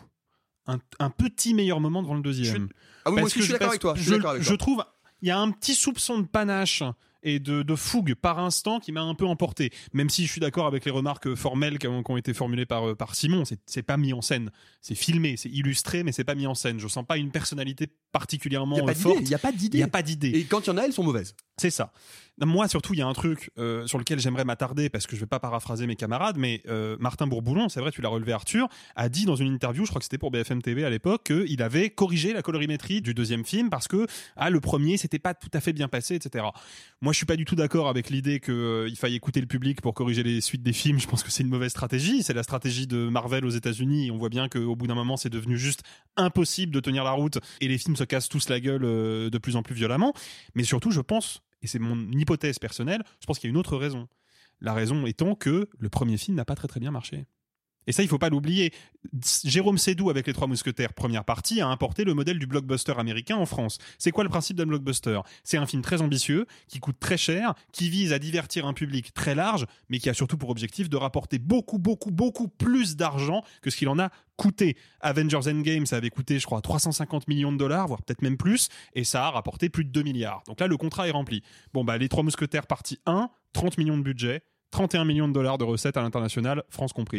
un petit meilleur moment devant le deuxième. Moi aussi, je suis d'accord avec toi. Je trouve il y a un petit soupçon de panache et de fougue par instant qui m'a un peu emporté. Même si je suis d'accord avec les remarques formelles qui ont été formulées par Simon, c'est pas mis en scène. C'est filmé, c'est illustré, mais c'est pas mis en scène. Je sens pas une personnalité particulièrement forte. Il n'y a pas d'idée. Et quand il y en a, elles sont mauvaises. C'est ça. Moi, surtout, il y a un truc sur lequel j'aimerais m'attarder, parce que je vais pas paraphraser mes camarades, mais Martin Bourboulon, c'est vrai, tu l'as relevé, Arthur, a dit dans une interview, je crois que c'était pour BFM TV à l'époque, qu'il avait corrigé la colorimétrie du deuxième film parce que le premier, c'était pas tout à fait bien passé, etc. Moi, je suis pas du tout d'accord avec l'idée qu'il faille écouter le public pour corriger les suites des films. Je pense que c'est une mauvaise stratégie. C'est la stratégie de Marvel aux États-Unis. On voit bien qu'au bout d'un moment, c'est devenu juste impossible de tenir la route et les films se cassent tous la gueule de plus en plus violemment. Mais surtout, je pense, et c'est mon hypothèse personnelle, je pense qu'il y a une autre raison. La raison étant que le premier film n'a pas très très bien marché. Et ça, il faut pas l'oublier. Jérôme Sédou, avec Les Trois Mousquetaires, première partie, a importé le modèle du blockbuster américain en France. C'est quoi le principe d'un blockbuster? C'est un film très ambitieux, qui coûte très cher, qui vise à divertir un public très large, mais qui a surtout pour objectif de rapporter beaucoup, beaucoup, beaucoup plus d'argent que ce qu'il en a coûté. Avengers Endgame, ça avait coûté, je crois, 350 millions de dollars, voire peut-être même plus, et ça a rapporté plus de 2 milliards. Donc là, le contrat est rempli. Bon, Les Trois Mousquetaires, partie 1, 30 millions de budget, 31 millions de dollars de recettes à l'international, France comprise.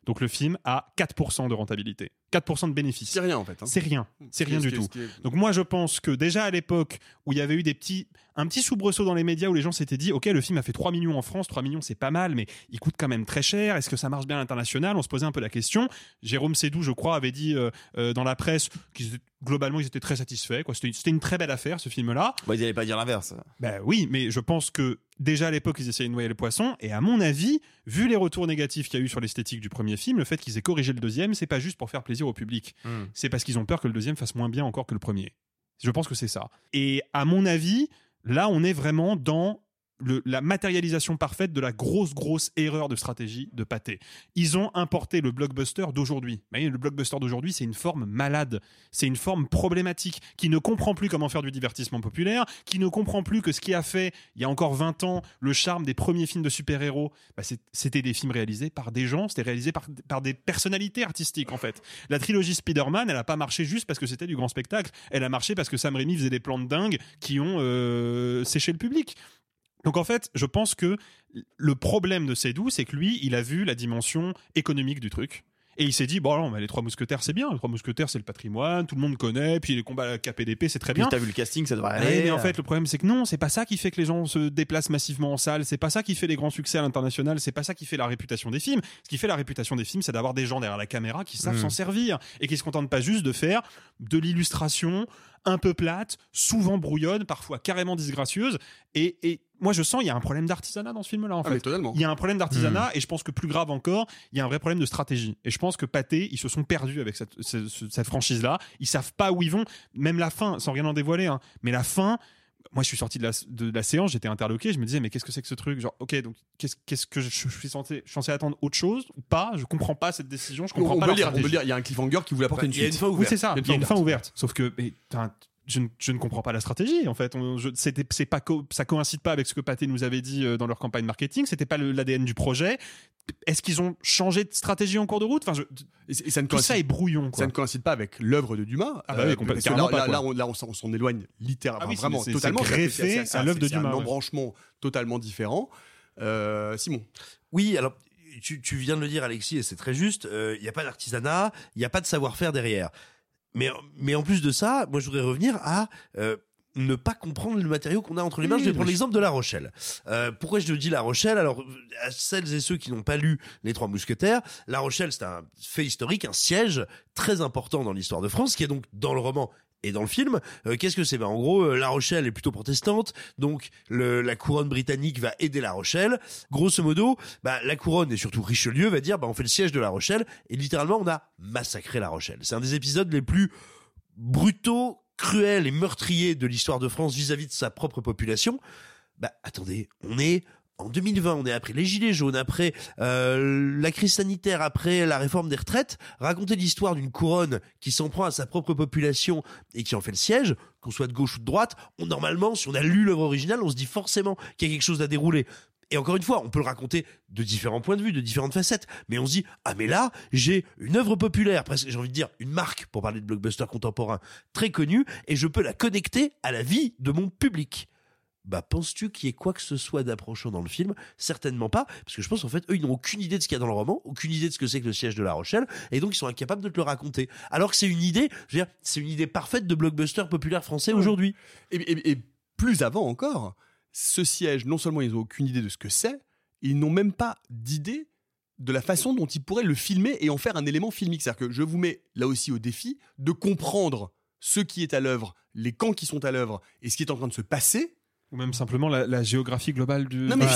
Donc le film a 4% de rentabilité, 4% de bénéfices. C'est rien en fait. C'est rien du tout. Donc moi je pense que déjà à l'époque où il y avait eu un petit soubresaut dans les médias où les gens s'étaient dit ok, le film a fait 3 millions en France, 3 millions c'est pas mal, mais il coûte quand même très cher, est-ce que ça marche bien à l'international? On se posait un peu la question. Jérôme Sédou, je crois, avait dit dans la presse globalement ils étaient très satisfaits, quoi. C'était une très belle affaire ce film-là. Ils n'allaient pas dire l'inverse. Oui, mais je pense que déjà à l'époque ils essayaient de noyer le poisson, et à mon avis, vu les retours négatifs qu'il y a eu sur l'esthétique du premier film, le fait qu'ils aient corrigé le deuxième, c'est pas juste pour faire plaisir au public, c'est parce qu'ils ont peur que le deuxième fasse moins bien encore que le premier. Je pense que c'est ça. Et à mon avis, là on est vraiment dans la matérialisation parfaite de la grosse erreur de stratégie de Pathé. Ils ont importé le blockbuster d'aujourd'hui. Le blockbuster d'aujourd'hui, c'est une forme malade, c'est une forme problématique, qui ne comprend plus comment faire du divertissement populaire, qui ne comprend plus que ce qui a fait, il y a encore 20 ans, le charme des premiers films de super-héros, c'était des films réalisés par des gens, c'était réalisé par des personnalités artistiques, en fait. La trilogie Spider-Man, elle n'a pas marché juste parce que c'était du grand spectacle, elle a marché parce que Sam Raimi faisait des plans de dingue qui ont séché le public. Donc en fait, je pense que le problème de Seydoux, c'est que lui, il a vu la dimension économique du truc. Et il s'est dit, bon, non, mais les 3 mousquetaires, c'est bien. Les 3 mousquetaires, c'est le patrimoine, tout le monde connaît, puis les combats à la KPDP, c'est très bien. Puis t'as vu le casting, ça devrait aller. Mais en fait, le problème, c'est que non, c'est pas ça qui fait que les gens se déplacent massivement en salle, c'est pas ça qui fait les grands succès à l'international, c'est pas ça qui fait la réputation des films. Ce qui fait la réputation des films, c'est d'avoir des gens derrière la caméra qui savent s'en servir, et qui se contentent pas juste de faire de l'illustration un peu plate, souvent brouillonne, parfois carrément disgracieuse, et moi je sens il y a un problème d'artisanat dans ce film-là, en fait. Totalement. Il y a un problème d'artisanat, et je pense que plus grave encore, il y a un vrai problème de stratégie. Et je pense que Pathé, ils se sont perdus avec cette franchise-là. Ils savent pas où ils vont. Même la fin, sans rien en dévoiler, hein, mais la fin. Moi, je suis sorti de la séance, j'étais interloqué, je me disais, mais qu'est-ce que c'est que ce truc? Genre, ok, donc qu'est-ce que je suis censé attendre autre chose ou pas? Je comprends pas cette décision, je comprends pas. On peut dire, il y a un cliffhanger qui voulait apporter une suite. Il y a une fin ouverte. Oui, c'est ça, il y a une fin ouverte. Sauf que, je ne comprends pas la stratégie, en fait. Ça coïncide pas avec ce que Pathé nous avait dit dans leur campagne marketing, c'était pas l'ADN du projet. Est-ce qu'ils ont changé de stratégie en cours de route? Tout ça est brouillon, quoi. Ça ne coïncide pas avec l'œuvre de Dumas. Oui, complètement. Là, on s'en éloigne littéralement, vraiment, totalement. C'est greffé à l'œuvre de Dumas. C'est un embranchement totalement différent. Simon. Oui, alors tu viens de le dire, Alexis, et c'est très juste. Il n'y a pas d'artisanat, il n'y a pas de savoir-faire derrière. Mais en plus de ça, moi je voudrais revenir à ne pas comprendre le matériau qu'on a entre les mains. Je vais prendre l'exemple de La Rochelle. Pourquoi je dis La Rochelle? Alors, à celles et ceux qui n'ont pas lu Les Trois Mousquetaires, La Rochelle, c'est un fait historique, un siège très important dans l'histoire de France, qui est donc dans le roman et dans le film. Qu'est-ce que c'est? En gros, La Rochelle est plutôt protestante, donc la couronne britannique va aider La Rochelle. Grosso modo, la couronne et surtout Richelieu va dire, on fait le siège de La Rochelle, et littéralement on a massacré La Rochelle. C'est un des épisodes les plus brutaux, cruels et meurtriers de l'histoire de France vis-à-vis de sa propre population. Attendez, on est en 2020, on est après les gilets jaunes, après la crise sanitaire, après la réforme des retraites. Raconter l'histoire d'une couronne qui s'en prend à sa propre population et qui en fait le siège, qu'on soit de gauche ou de droite, normalement, si on a lu l'œuvre originale, on se dit forcément qu'il y a quelque chose à dérouler. Et encore une fois, on peut le raconter de différents points de vue, de différentes facettes, mais on se dit, mais là, j'ai une œuvre populaire, presque, j'ai envie de dire, une marque, pour parler de blockbuster contemporain, très connue, et je peux la connecter à la vie de mon public. Penses-tu qu'il y ait quoi que ce soit d'approchant dans le film? Certainement pas, parce que je pense qu'en fait, eux, ils n'ont aucune idée de ce qu'il y a dans le roman, aucune idée de ce que c'est que le siège de La Rochelle, et donc ils sont incapables de te le raconter. Alors que c'est une idée, je veux dire, c'est une idée parfaite de blockbuster populaire français aujourd'hui. Et plus avant encore, ce siège, non seulement ils n'ont aucune idée de ce que c'est, ils n'ont même pas d'idée de la façon dont ils pourraient le filmer et en faire un élément filmique. C'est-à-dire que je vous mets là aussi au défi de comprendre ce qui est à l'œuvre, les camps qui sont à l'œuvre et ce qui est en train de se passer. Ou même simplement la géographie globale du... Non mais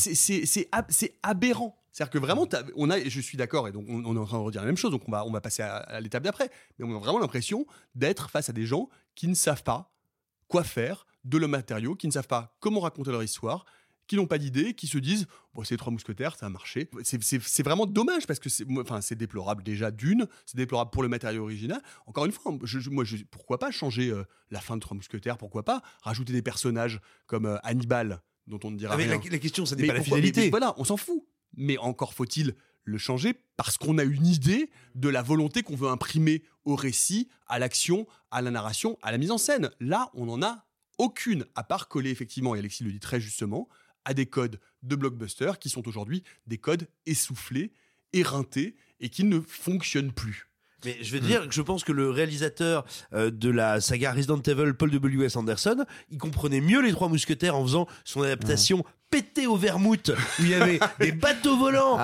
c'est aberrant. C'est-à-dire que vraiment, je suis d'accord, et donc on est en train de redire la même chose, donc on va passer à l'étape d'après, mais on a vraiment l'impression d'être face à des gens qui ne savent pas quoi faire de le matériau, qui ne savent pas comment raconter leur histoire, qui n'ont pas d'idée, qui se disent c'est les Trois Mousquetaires, ça a marché. C'est vraiment dommage parce que c'est déplorable déjà c'est déplorable pour le matériau original. Encore une fois, pourquoi pas changer la fin de Trois Mousquetaires, pourquoi pas rajouter des personnages comme Hannibal dont on ne dira rien. La question, ça n'est pas la fidélité. Mais voilà, on s'en fout. Mais encore faut-il le changer parce qu'on a une idée de la volonté qu'on veut imprimer au récit, à l'action, à la narration, à la mise en scène. Là, on n'en a aucune, à part coller effectivement, et Alexis le dit très justement, à des codes de blockbuster qui sont aujourd'hui des codes essoufflés, éreintés, et qui ne fonctionne plus. Mais je vais te dire que je pense que le réalisateur de la saga Resident Evil, Paul W.S. Anderson, il comprenait mieux les Trois Mousquetaires en faisant son adaptation pété au vermouth, où il y avait des bateaux volants,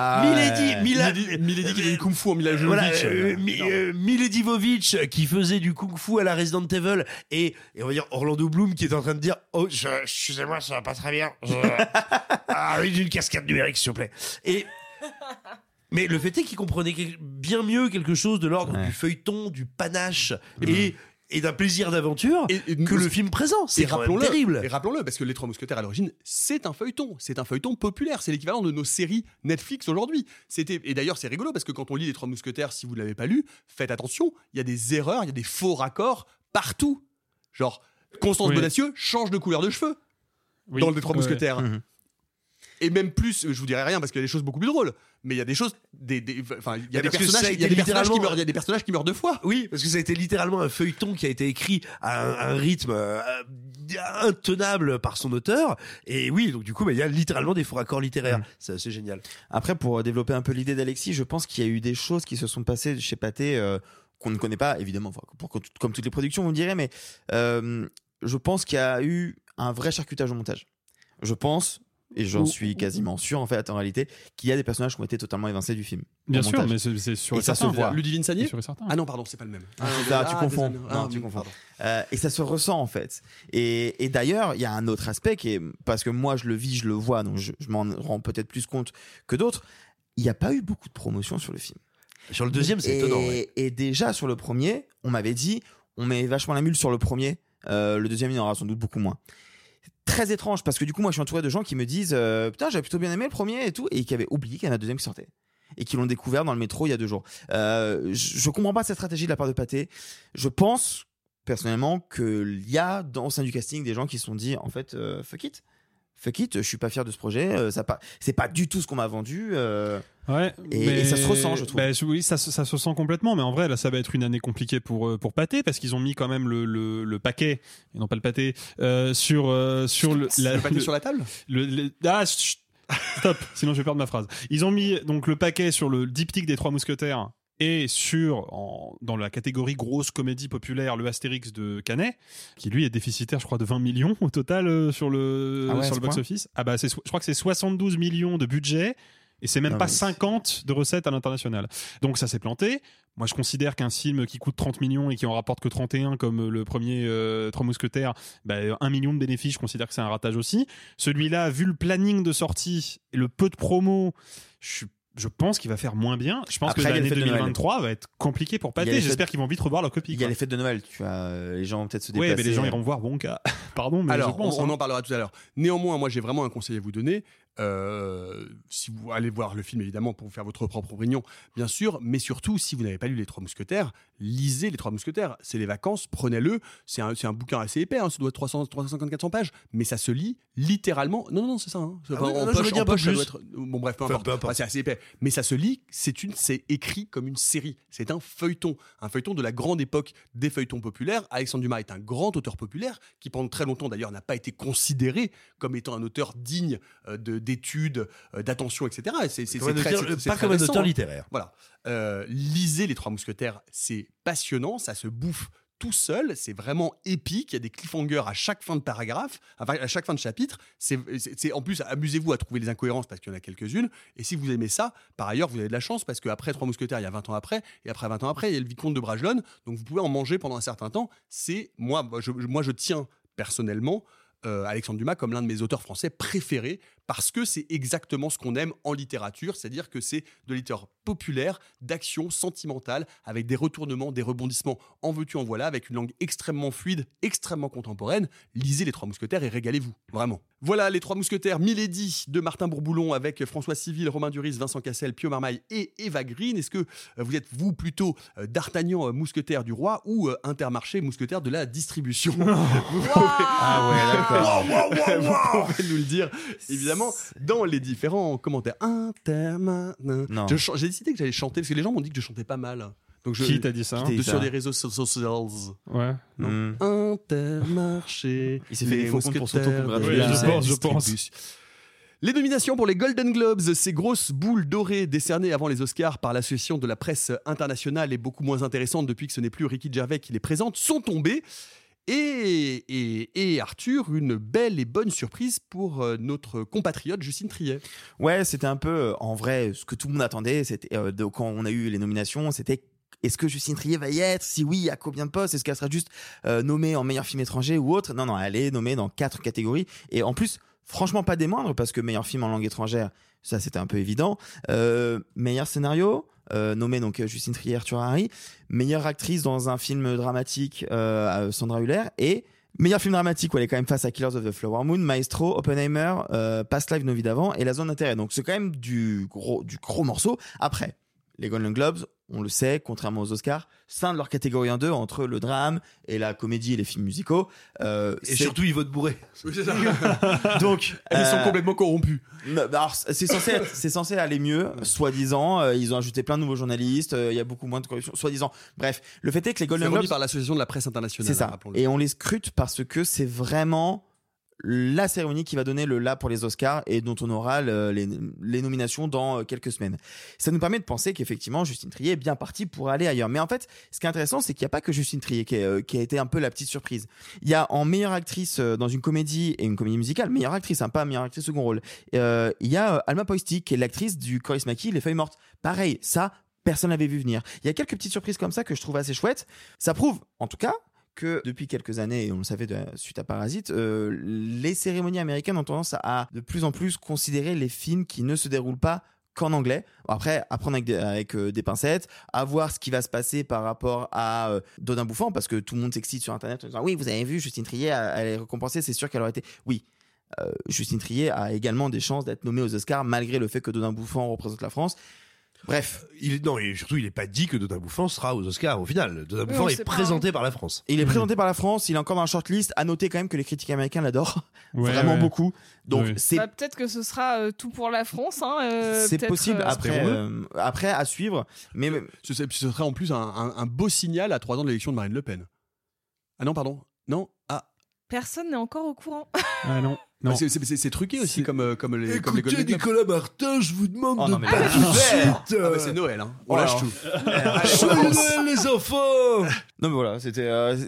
Milady qui faisait du kung-fu en Mila Jovovich. Milady Jovovich qui faisait du kung-fu à la Resident Evil, et on va dire Orlando Bloom qui est en train de dire « Oh, excusez-moi, ça va pas très bien. Ah oui, d'une cascade numérique, s'il vous plaît. » Mais le fait est qu'il comprenait bien mieux quelque chose de l'ordre du feuilleton, du panache et d'un plaisir d'aventure que le film présent. C'est quand même terrible. Et rappelons-le, parce que Les Trois Mousquetaires à l'origine, c'est un feuilleton. C'est un feuilleton populaire. C'est l'équivalent de nos séries Netflix aujourd'hui. Et d'ailleurs, c'est rigolo parce que quand on lit Les Trois Mousquetaires, si vous ne l'avez pas lu, faites attention. Il y a des erreurs, il y a des faux raccords partout. Genre, Constance Bonacieux change de couleur de cheveux dans Les Trois Mousquetaires. Et même plus, je vous dirai rien parce qu'il y a des choses beaucoup plus drôles. Mais il y a des choses, il y a des personnages qui meurent deux fois. Oui, parce que ça a été littéralement un feuilleton qui a été écrit à un rythme intenable par son auteur. Et oui, donc du coup, il y a littéralement des faux raccords littéraires. C'est assez génial. Après, pour développer un peu l'idée d'Alexis, je pense qu'il y a eu des choses qui se sont passées chez Pathé qu'on ne connaît pas, évidemment, comme toutes les productions, vous me direz, mais je pense qu'il y a eu un vrai charcutage au montage. Je pense... Et j'en suis quasiment sûr, en fait, en réalité, qu'il y a des personnages qui ont été totalement évincés du film. Bien sûr, mais c'est sûr et ça se voit. Ludivine Sagnier ? Ah non, pardon, c'est pas le même. Tu confonds. Tu confonds. Et ça se ressent, en fait. Et d'ailleurs, il y a un autre aspect qui est, parce que moi, je le vis, je le vois, donc je m'en rends peut-être plus compte que d'autres. Il n'y a pas eu beaucoup de promotion sur le film. Sur le deuxième, c'est étonnant. Et déjà, sur le premier, on m'avait dit, on met vachement la mule sur le premier. Le deuxième, il y en aura sans doute beaucoup moins. Très étrange parce que du coup moi je suis entouré de gens qui me disent putain j'avais plutôt bien aimé le premier et tout et qui avaient oublié qu'il y en a un deuxième qui sortait et qui l'ont découvert dans le métro il y a 2 jours. Je comprends pas cette stratégie de la part de Pathé. Je pense personnellement qu'il y a au sein du casting des gens qui se sont dit en fait fuck it, je suis pas fier de ce projet, c'est pas du tout ce qu'on m'a vendu. Et ça se ressent, je trouve. Oui, ça se sent complètement, mais en vrai, là, ça va être une année compliquée pour Pathé parce qu'ils ont mis quand même le paquet, et non pas le pâté, sur le paquet sur la table. Stop, sinon je vais perdre ma phrase. Ils ont mis donc le paquet sur le diptyque des Trois Mousquetaires et dans la catégorie grosse comédie populaire, le Astérix de Canet, qui lui est déficitaire, je crois, de 20 millions au total sur le box-office. Je crois que c'est 72 millions de budget et c'est même pas 50 de recettes à l'international. Donc ça s'est planté. Moi, je considère qu'un film qui coûte 30 millions et qui en rapporte que 31, comme le premier Trois Mousquetaires, 1 million de bénéfices, je considère que c'est un ratage aussi. Celui-là, vu le planning de sortie et le peu de promo, je pense qu'il va faire moins bien. Je pense que l'année 2023 va être compliquée pour Pathé. J'espère qu'ils vont vite revoir leur copie. Il y a les fêtes de Noël. Les gens vont peut-être se déplacer. Oui, mais les gens iront voir Wonka. Pardon, mais alors, je pense. On en parlera tout à l'heure. Néanmoins, moi, j'ai vraiment un conseil à vous donner. Si vous allez voir le film, évidemment, pour vous faire votre propre opinion, bien sûr, mais surtout, si vous n'avez pas lu Les Trois Mousquetaires, lisez Les Trois Mousquetaires. C'est les vacances, prenez-le. C'est un bouquin assez épais, ça doit être 350-400 pages, mais ça se lit littéralement. Non, c'est ça. Bon, bref, peu importe. C'est assez épais, mais ça se lit. C'est écrit comme une série. C'est un feuilleton de la grande époque des feuilletons populaires. Alexandre Dumas est un grand auteur populaire qui, pendant très longtemps, d'ailleurs, n'a pas été considéré comme étant un auteur digne d'études, d'attention, etc. Pas comme un auteur littéraire. Voilà. Lisez Les Trois Mousquetaires, c'est passionnant, ça se bouffe tout seul, c'est vraiment épique, il y a des cliffhangers à chaque fin de paragraphe, à chaque fin de chapitre. En plus, amusez-vous à trouver les incohérences parce qu'il y en a quelques-unes. Et si vous aimez ça, par ailleurs, vous avez de la chance parce qu'après Trois Mousquetaires, il y a 20 ans après, et après 20 ans après, il y a le Vicomte de Bragelonne, donc vous pouvez en manger pendant un certain temps. Moi, je tiens personnellement Alexandre Dumas comme l'un de mes auteurs français préférés parce que c'est exactement ce qu'on aime en littérature, c'est-à-dire que c'est de littérature populaire, d'action sentimentale, avec des retournements, des rebondissements, en veux-tu, en voilà, avec une langue extrêmement fluide, extrêmement contemporaine. Lisez Les Trois Mousquetaires et régalez-vous, vraiment. Voilà, Les Trois Mousquetaires, Milady de Martin Bourboulon avec François Civil, Romain Duris, Vincent Cassel, Pio Marmaille et Eva Green. Est-ce que vous êtes, vous, plutôt d'Artagnan, mousquetaire du roi ou Intermarché, mousquetaire de la distribution? Vous pouvez nous le dire, évidemment, dans les différents commentaires. J'ai décidé que j'allais chanter parce que les gens m'ont dit que je chantais pas mal. Donc Qui t'a dit ça sur des réseaux sociaux. Ouais. Non. Intermarché. Il s'est fait des faux comptes pour s'auto-congratuler. Je pense. Les nominations pour les Golden Globes, ces grosses boules dorées décernées avant les Oscars par l'association de la presse internationale et beaucoup moins intéressantes depuis que ce n'est plus Ricky Gervais qui les présente, sont tombées. Et Arthur, une belle et bonne surprise pour notre compatriote Justine Triet. Ouais, c'était un peu, en vrai, ce que tout le monde attendait. C'était quand on a eu les nominations, c'était est-ce que Justine Triet va y être ? Si oui, à combien de postes ? Est-ce qu'elle sera juste nommée en meilleur film étranger ou autre ? Non, elle est nommée dans 4 catégories. Et en plus, franchement, pas des moindres, parce que meilleur film en langue étrangère, ça c'était un peu évident. Meilleur scénario, nommé donc Justine Triet, Arthur Harry. Meilleure actrice dans un film dramatique, Sandra Hüller. Et meilleur film dramatique où elle est quand même face à Killers of the Flower Moon, Maestro, Oppenheimer, Past Lives, Nos vies d'avant et La zone d'intérêt. Donc c'est quand même du gros morceau. Après, les Golden Globes, on le sait, contrairement aux Oscars, scindent leur catégorie en deux entre le drame et la comédie et les films musicaux. Et surtout, ils votent bourrés. Oui, c'est ça. Donc, ils sont complètement corrompus. Alors, c'est censé aller mieux, soi-disant. Ils ont ajouté plein de nouveaux journalistes. Il y a beaucoup moins de corruption, soi-disant. Bref, le fait est que les Golden Globes, par l'association de la presse internationale. C'est ça. Et on les scrute parce que c'est vraiment la cérémonie qui va donner le là pour les Oscars et dont on aura les nominations dans quelques semaines. Ça nous permet de penser qu'effectivement Justine Triet est bien partie pour aller ailleurs. Mais en fait, ce qui est intéressant, c'est qu'il n'y a pas que Justine Triet qui a été un peu la petite surprise. Il y a en meilleure actrice dans une comédie et une comédie musicale, meilleure actrice, pas meilleure actrice second rôle. Il y a Alma Poisty qui est l'actrice du Coris Maki, Les Feuilles Mortes. Pareil, ça, personne l'avait vu venir. Il y a quelques petites surprises comme ça que je trouve assez chouettes. Ça prouve, en tout cas, que depuis quelques années, et on le savait suite à Parasite, les cérémonies américaines ont tendance à de plus en plus considérer les films qui ne se déroulent pas qu'en anglais. Après, à prendre avec des pincettes, à voir ce qui va se passer par rapport à Dodin Bouffant, parce que tout le monde s'excite sur Internet en disant « Oui, vous avez vu, Justine Triet, elle est récompensée, c'est sûr qu'elle aurait été... » Oui, Justine Triet a également des chances d'être nommée aux Oscars, malgré le fait que Dodin Bouffant représente la France. Bref. Il n'est pas dit que Dodin Bouffant sera aux Oscars au final. Dodin Bouffant est présenté par la France. Il est présenté par la France, il est encore dans la shortlist. À noter quand même que les critiques américains l'adorent vraiment beaucoup. Donc c'est peut-être que ce sera tout pour la France. C'est possible. Après à suivre. Mais ce serait en plus un beau signal à 3 ans de l'élection de Marine Le Pen. Ah non, pardon. Non. Ah. Personne n'est encore au courant. Ah non. Non. C'est truqué aussi comme les Écoutez, Golden Globes. Nicolas Martin, je vous demande de pas tout de suite. Ah bah c'est Noël, hein. On lâche tout. Joyeux Noël les enfants. Non mais voilà, c'était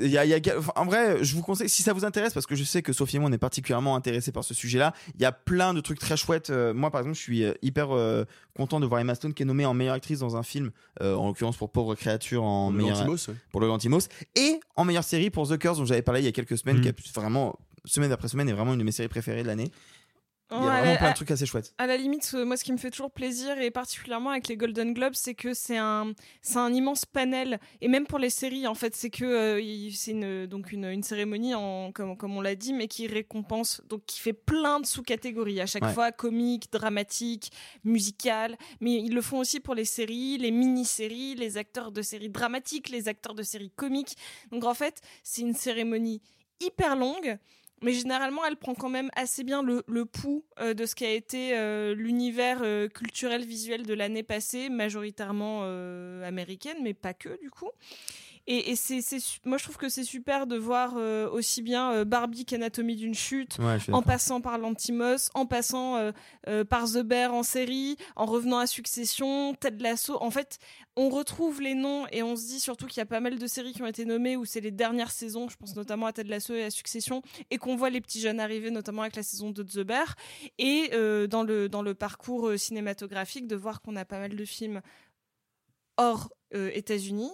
en vrai, je vous conseille si ça vous intéresse, parce que je sais que Sophie et moi on est particulièrement intéressés par ce sujet-là. Il y a plein de trucs très chouettes. Moi par exemple, je suis hyper content de voir Emma Stone qui est nommée en meilleure actrice dans un film, en l'occurrence pour Pauvre créature pour le Lantimos, et en meilleure série pour The Curse dont j'avais parlé il y a quelques semaines, qui a vraiment semaine après semaine est vraiment une de mes séries préférées de l'année. Il y a vraiment plein de trucs assez chouettes. À la limite, moi, ce qui me fait toujours plaisir, et particulièrement avec les Golden Globes, c'est que c'est un immense panel. Et même pour les séries, en fait, c'est que c'est une cérémonie, comme on l'a dit, mais qui récompense, donc qui fait plein de sous-catégories à chaque fois, comique, dramatique, musical. Mais ils le font aussi pour les séries, les mini-séries, les acteurs de séries dramatiques, les acteurs de séries comiques. Donc en fait, c'est une cérémonie hyper longue. Mais généralement, elle prend quand même assez bien le pouls de ce qui a été l'univers culturel visuel de l'année passée, majoritairement américaine, mais pas que du coup. Et moi, je trouve que c'est super de voir aussi bien Barbie qu'Anatomie d'une chute, en passant par Lantimos, en passant par The Bear en série, en revenant à Succession, Ted Lasso. En fait, on retrouve les noms et on se dit surtout qu'il y a pas mal de séries qui ont été nommées où c'est les dernières saisons, je pense notamment à Ted Lasso et à Succession, et qu'on voit les petits jeunes arriver, notamment avec la saison de The Bear. Et dans le parcours cinématographique, de voir qu'on a pas mal de films hors États-Unis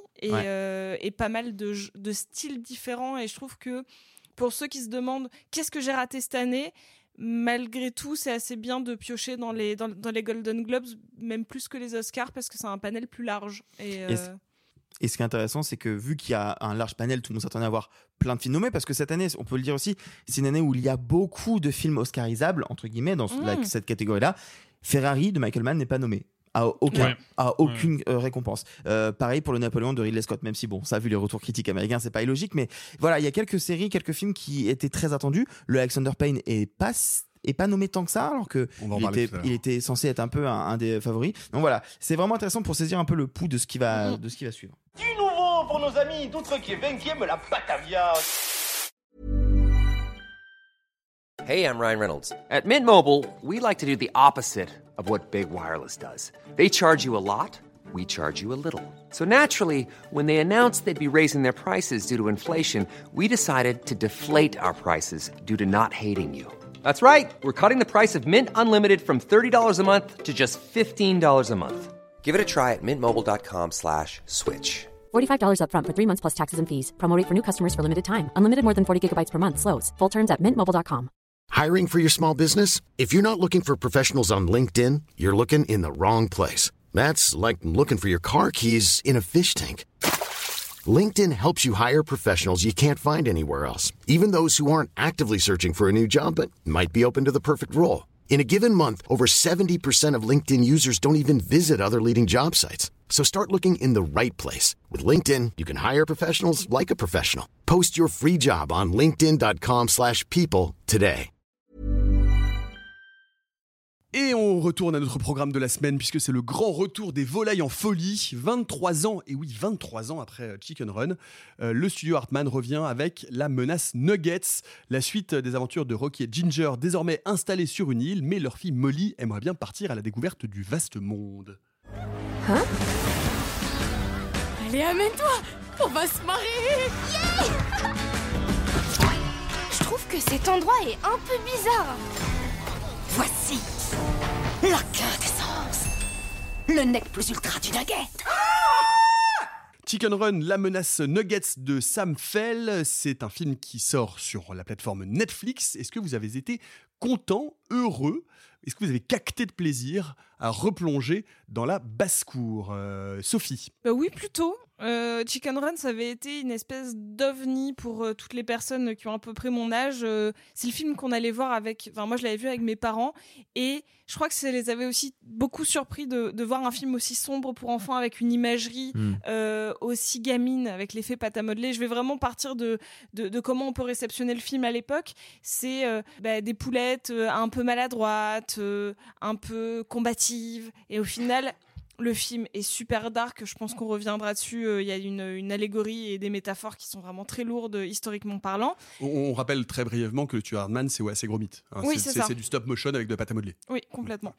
et pas mal de styles différents. Et je trouve que pour ceux qui se demandent qu'est-ce que j'ai raté cette année, malgré tout, c'est assez bien de piocher dans les Golden Globes, même plus que les Oscars, parce que c'est un panel plus large. Et ce qui est intéressant, c'est que vu qu'il y a un large panel, tout le monde s'attendait à avoir plein de films nommés, parce que cette année, on peut le dire aussi, c'est une année où il y a beaucoup de films oscarisables, entre guillemets, dans cette catégorie-là. Ferrari de Michael Mann n'est pas nommé. À aucune récompense. Pareil pour le Napoléon de Ridley Scott, même si ça, vu les retours critiques américains, c'est pas illogique, mais voilà, il y a quelques séries, quelques films qui étaient très attendus. Le Alexander Payne est pas nommé tant que ça, alors que il était censé être un peu un des favoris. Donc voilà, c'est vraiment intéressant pour saisir un peu le pouls de ce qui va suivre. Du nouveau pour nos amis d'outre qui est 20e la Batavia. Hey, I'm Ryan Reynolds. At Mint Mobile, we like to do the opposite of what Big Wireless does. They charge you a lot, we charge you a little. So naturally, when they announced they'd be raising their prices due to inflation, we decided to deflate our prices due to not hating you. That's right. We're cutting the price of Mint Unlimited from $30 a month to just $15 a month. Give it a try at mintmobile.com/switch. $45 up front for 3 months plus taxes and fees. Promo rate for new customers for limited time. Unlimited more than 40 gigabytes per month. Slows full terms at mintmobile.com. Hiring for your small business? If you're not looking for professionals on LinkedIn, you're looking in the wrong place. That's like looking for your car keys in a fish tank. LinkedIn helps you hire professionals you can't find anywhere else, even those who aren't actively searching for a new job but might be open to the perfect role. In a given month, over 70% of LinkedIn users don't even visit other leading job sites. So start looking in the right place. With LinkedIn, you can hire professionals like a professional. Post your free job on linkedin.com/people today. Et on retourne à notre programme de la semaine puisque c'est le grand retour des volailles en folie. 23 ans, et oui 23 ans après Chicken Run, le studio Hartman revient avec La Menace Nuggets, la suite des aventures de Rocky et Ginger, désormais installés sur une île, mais leur fille Molly aimerait bien partir à la découverte du vaste monde. Hein? Allez, amène-toi! On va se marrer! Yeah! Je trouve que cet endroit est un peu bizarre. Voici la quintessence, le nec plus ultra du nugget. Chicken Run, La Menace Nuggets de Sam Fell, c'est un film qui sort sur la plateforme Netflix. Est-ce que vous avez été content, heureux? Est-ce que vous avez cacté de plaisir à replonger dans la basse-cour? Sophie? Oui, plutôt. Chicken Run, ça avait été une espèce d'ovni pour toutes les personnes qui ont à peu près mon âge. C'est le film qu'on allait voir avec... Enfin, moi, je l'avais vu avec mes parents. Et je crois que ça les avait aussi beaucoup surpris de voir un film aussi sombre pour enfants avec une imagerie aussi gamine, avec l'effet pâte à modeler. Je vais vraiment partir de comment on peut réceptionner le film à l'époque. C'est des poulettes un peu maladroites, un peu combatives. Et au final... Le film est super dark, je pense qu'on reviendra dessus. Il y a une allégorie et des métaphores qui sont vraiment très lourdes, historiquement parlant. On rappelle très brièvement que le tueur Hardman, c'est Gros Mythe. Oui, c'est ça. C'est du stop motion avec de la pâte à modeler. Oui, complètement.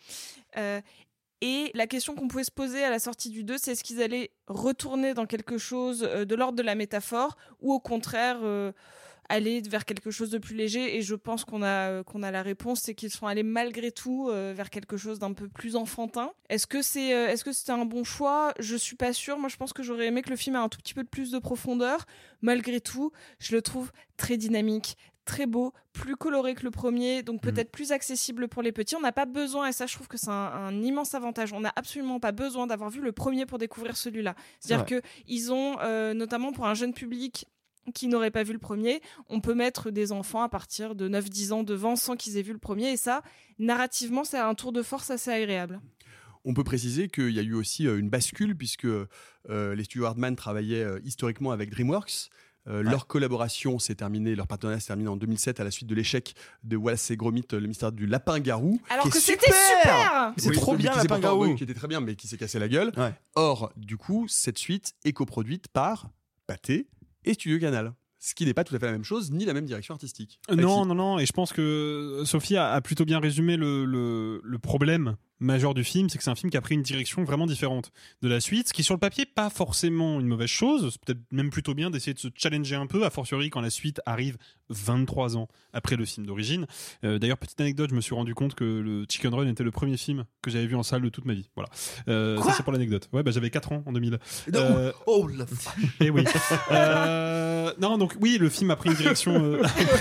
Et la question qu'on pouvait se poser à la sortie du 2, c'est est-ce qu'ils allaient retourner dans quelque chose de l'ordre de la métaphore ou au contraire... aller vers quelque chose de plus léger, et je pense qu'on a la réponse, c'est qu'ils sont allés malgré tout vers quelque chose d'un peu plus enfantin. Est-ce que c'était un bon choix? Je suis pas sûre. Moi, je pense que j'aurais aimé que le film ait un tout petit peu plus de profondeur. Malgré tout, je le trouve très dynamique, très beau, plus coloré que le premier, donc peut-être plus accessible pour les petits. On n'a pas besoin, et ça je trouve que c'est un immense avantage, on n'a absolument pas besoin d'avoir vu le premier pour découvrir celui-là. C'est-à-dire qu'ils ont, notamment pour un jeune public qui n'aurait pas vu le premier, on peut mettre des enfants à partir de 9-10 ans devant sans qu'ils aient vu le premier, et ça, narrativement, c'est un tour de force assez agréable. On peut préciser qu'il y a eu aussi une bascule, puisque les studios Hardman travaillaient historiquement avec DreamWorks. Leur collaboration s'est terminée, leur partenariat s'est terminé en 2007 à la suite de l'échec de Wallace et Gromit, le mystère du lapin-garou. Alors que c'était super. C'est trop bien, Lapin-garou. Qui était très bien, mais qui s'est cassé la gueule. Ouais. Or, du coup, cette suite est coproduite par Pathé et Studio Canal. Ce qui n'est pas tout à fait la même chose, ni la même direction artistique. Non, et je pense que Sophie a plutôt bien résumé le problème majeur du film, c'est que c'est un film qui a pris une direction vraiment différente de la suite, ce qui sur le papier pas forcément une mauvaise chose, c'est peut-être même plutôt bien d'essayer de se challenger un peu, a fortiori quand la suite arrive 23 ans après le film d'origine. D'ailleurs, petite anecdote, je me suis rendu compte que le Chicken Run était le premier film que j'avais vu en salle de toute ma vie. Voilà. Ça c'est pour l'anecdote. Ouais, j'avais 4 ans en 2000. Oh la vache. Et oui. Non, donc oui, le film a pris une direction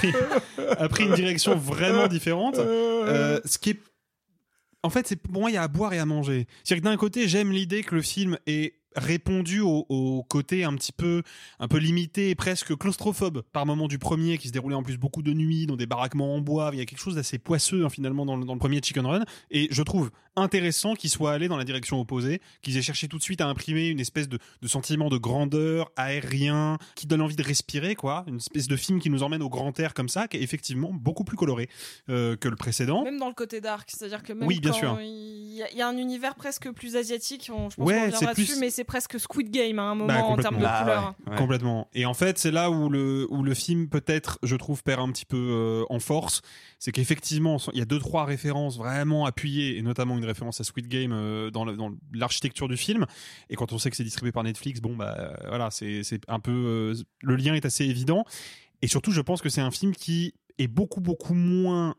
a pris une direction vraiment différente. Ce qui est en fait, pour moi, il y a à boire et à manger. C'est-à-dire que d'un côté, j'aime l'idée que le film ait répondu au côté un peu limité et presque claustrophobe par moment du premier, qui se déroulait en plus beaucoup de nuit dans des baraquements en bois. Il y a quelque chose d'assez poisseux finalement dans le premier Chicken Run, et je trouve intéressant qu'ils soient allés dans la direction opposée, qu'ils aient cherché tout de suite à imprimer une espèce de sentiment de grandeur aérien qui donne envie de respirer, quoi, une espèce de film qui nous emmène au grand air comme ça, qui est effectivement beaucoup plus coloré que le précédent. Même dans le côté dark, c'est-à-dire que même oui, bien quand sûr. il y a un univers presque plus asiatique, je pense qu'on ouais, reviendra dessus, mais c'est presque Squid Game à un moment en termes de couleurs. Ouais. Complètement. Et en fait, c'est là où le film peut-être, je trouve, perd un petit peu en force. C'est qu'effectivement, il y a 2-3 références vraiment appuyées, et notamment une référence à Squid Game dans l'architecture du film. Et quand on sait que c'est distribué par Netflix, voilà, c'est un peu le lien est assez évident. Et surtout, je pense que c'est un film qui est beaucoup moins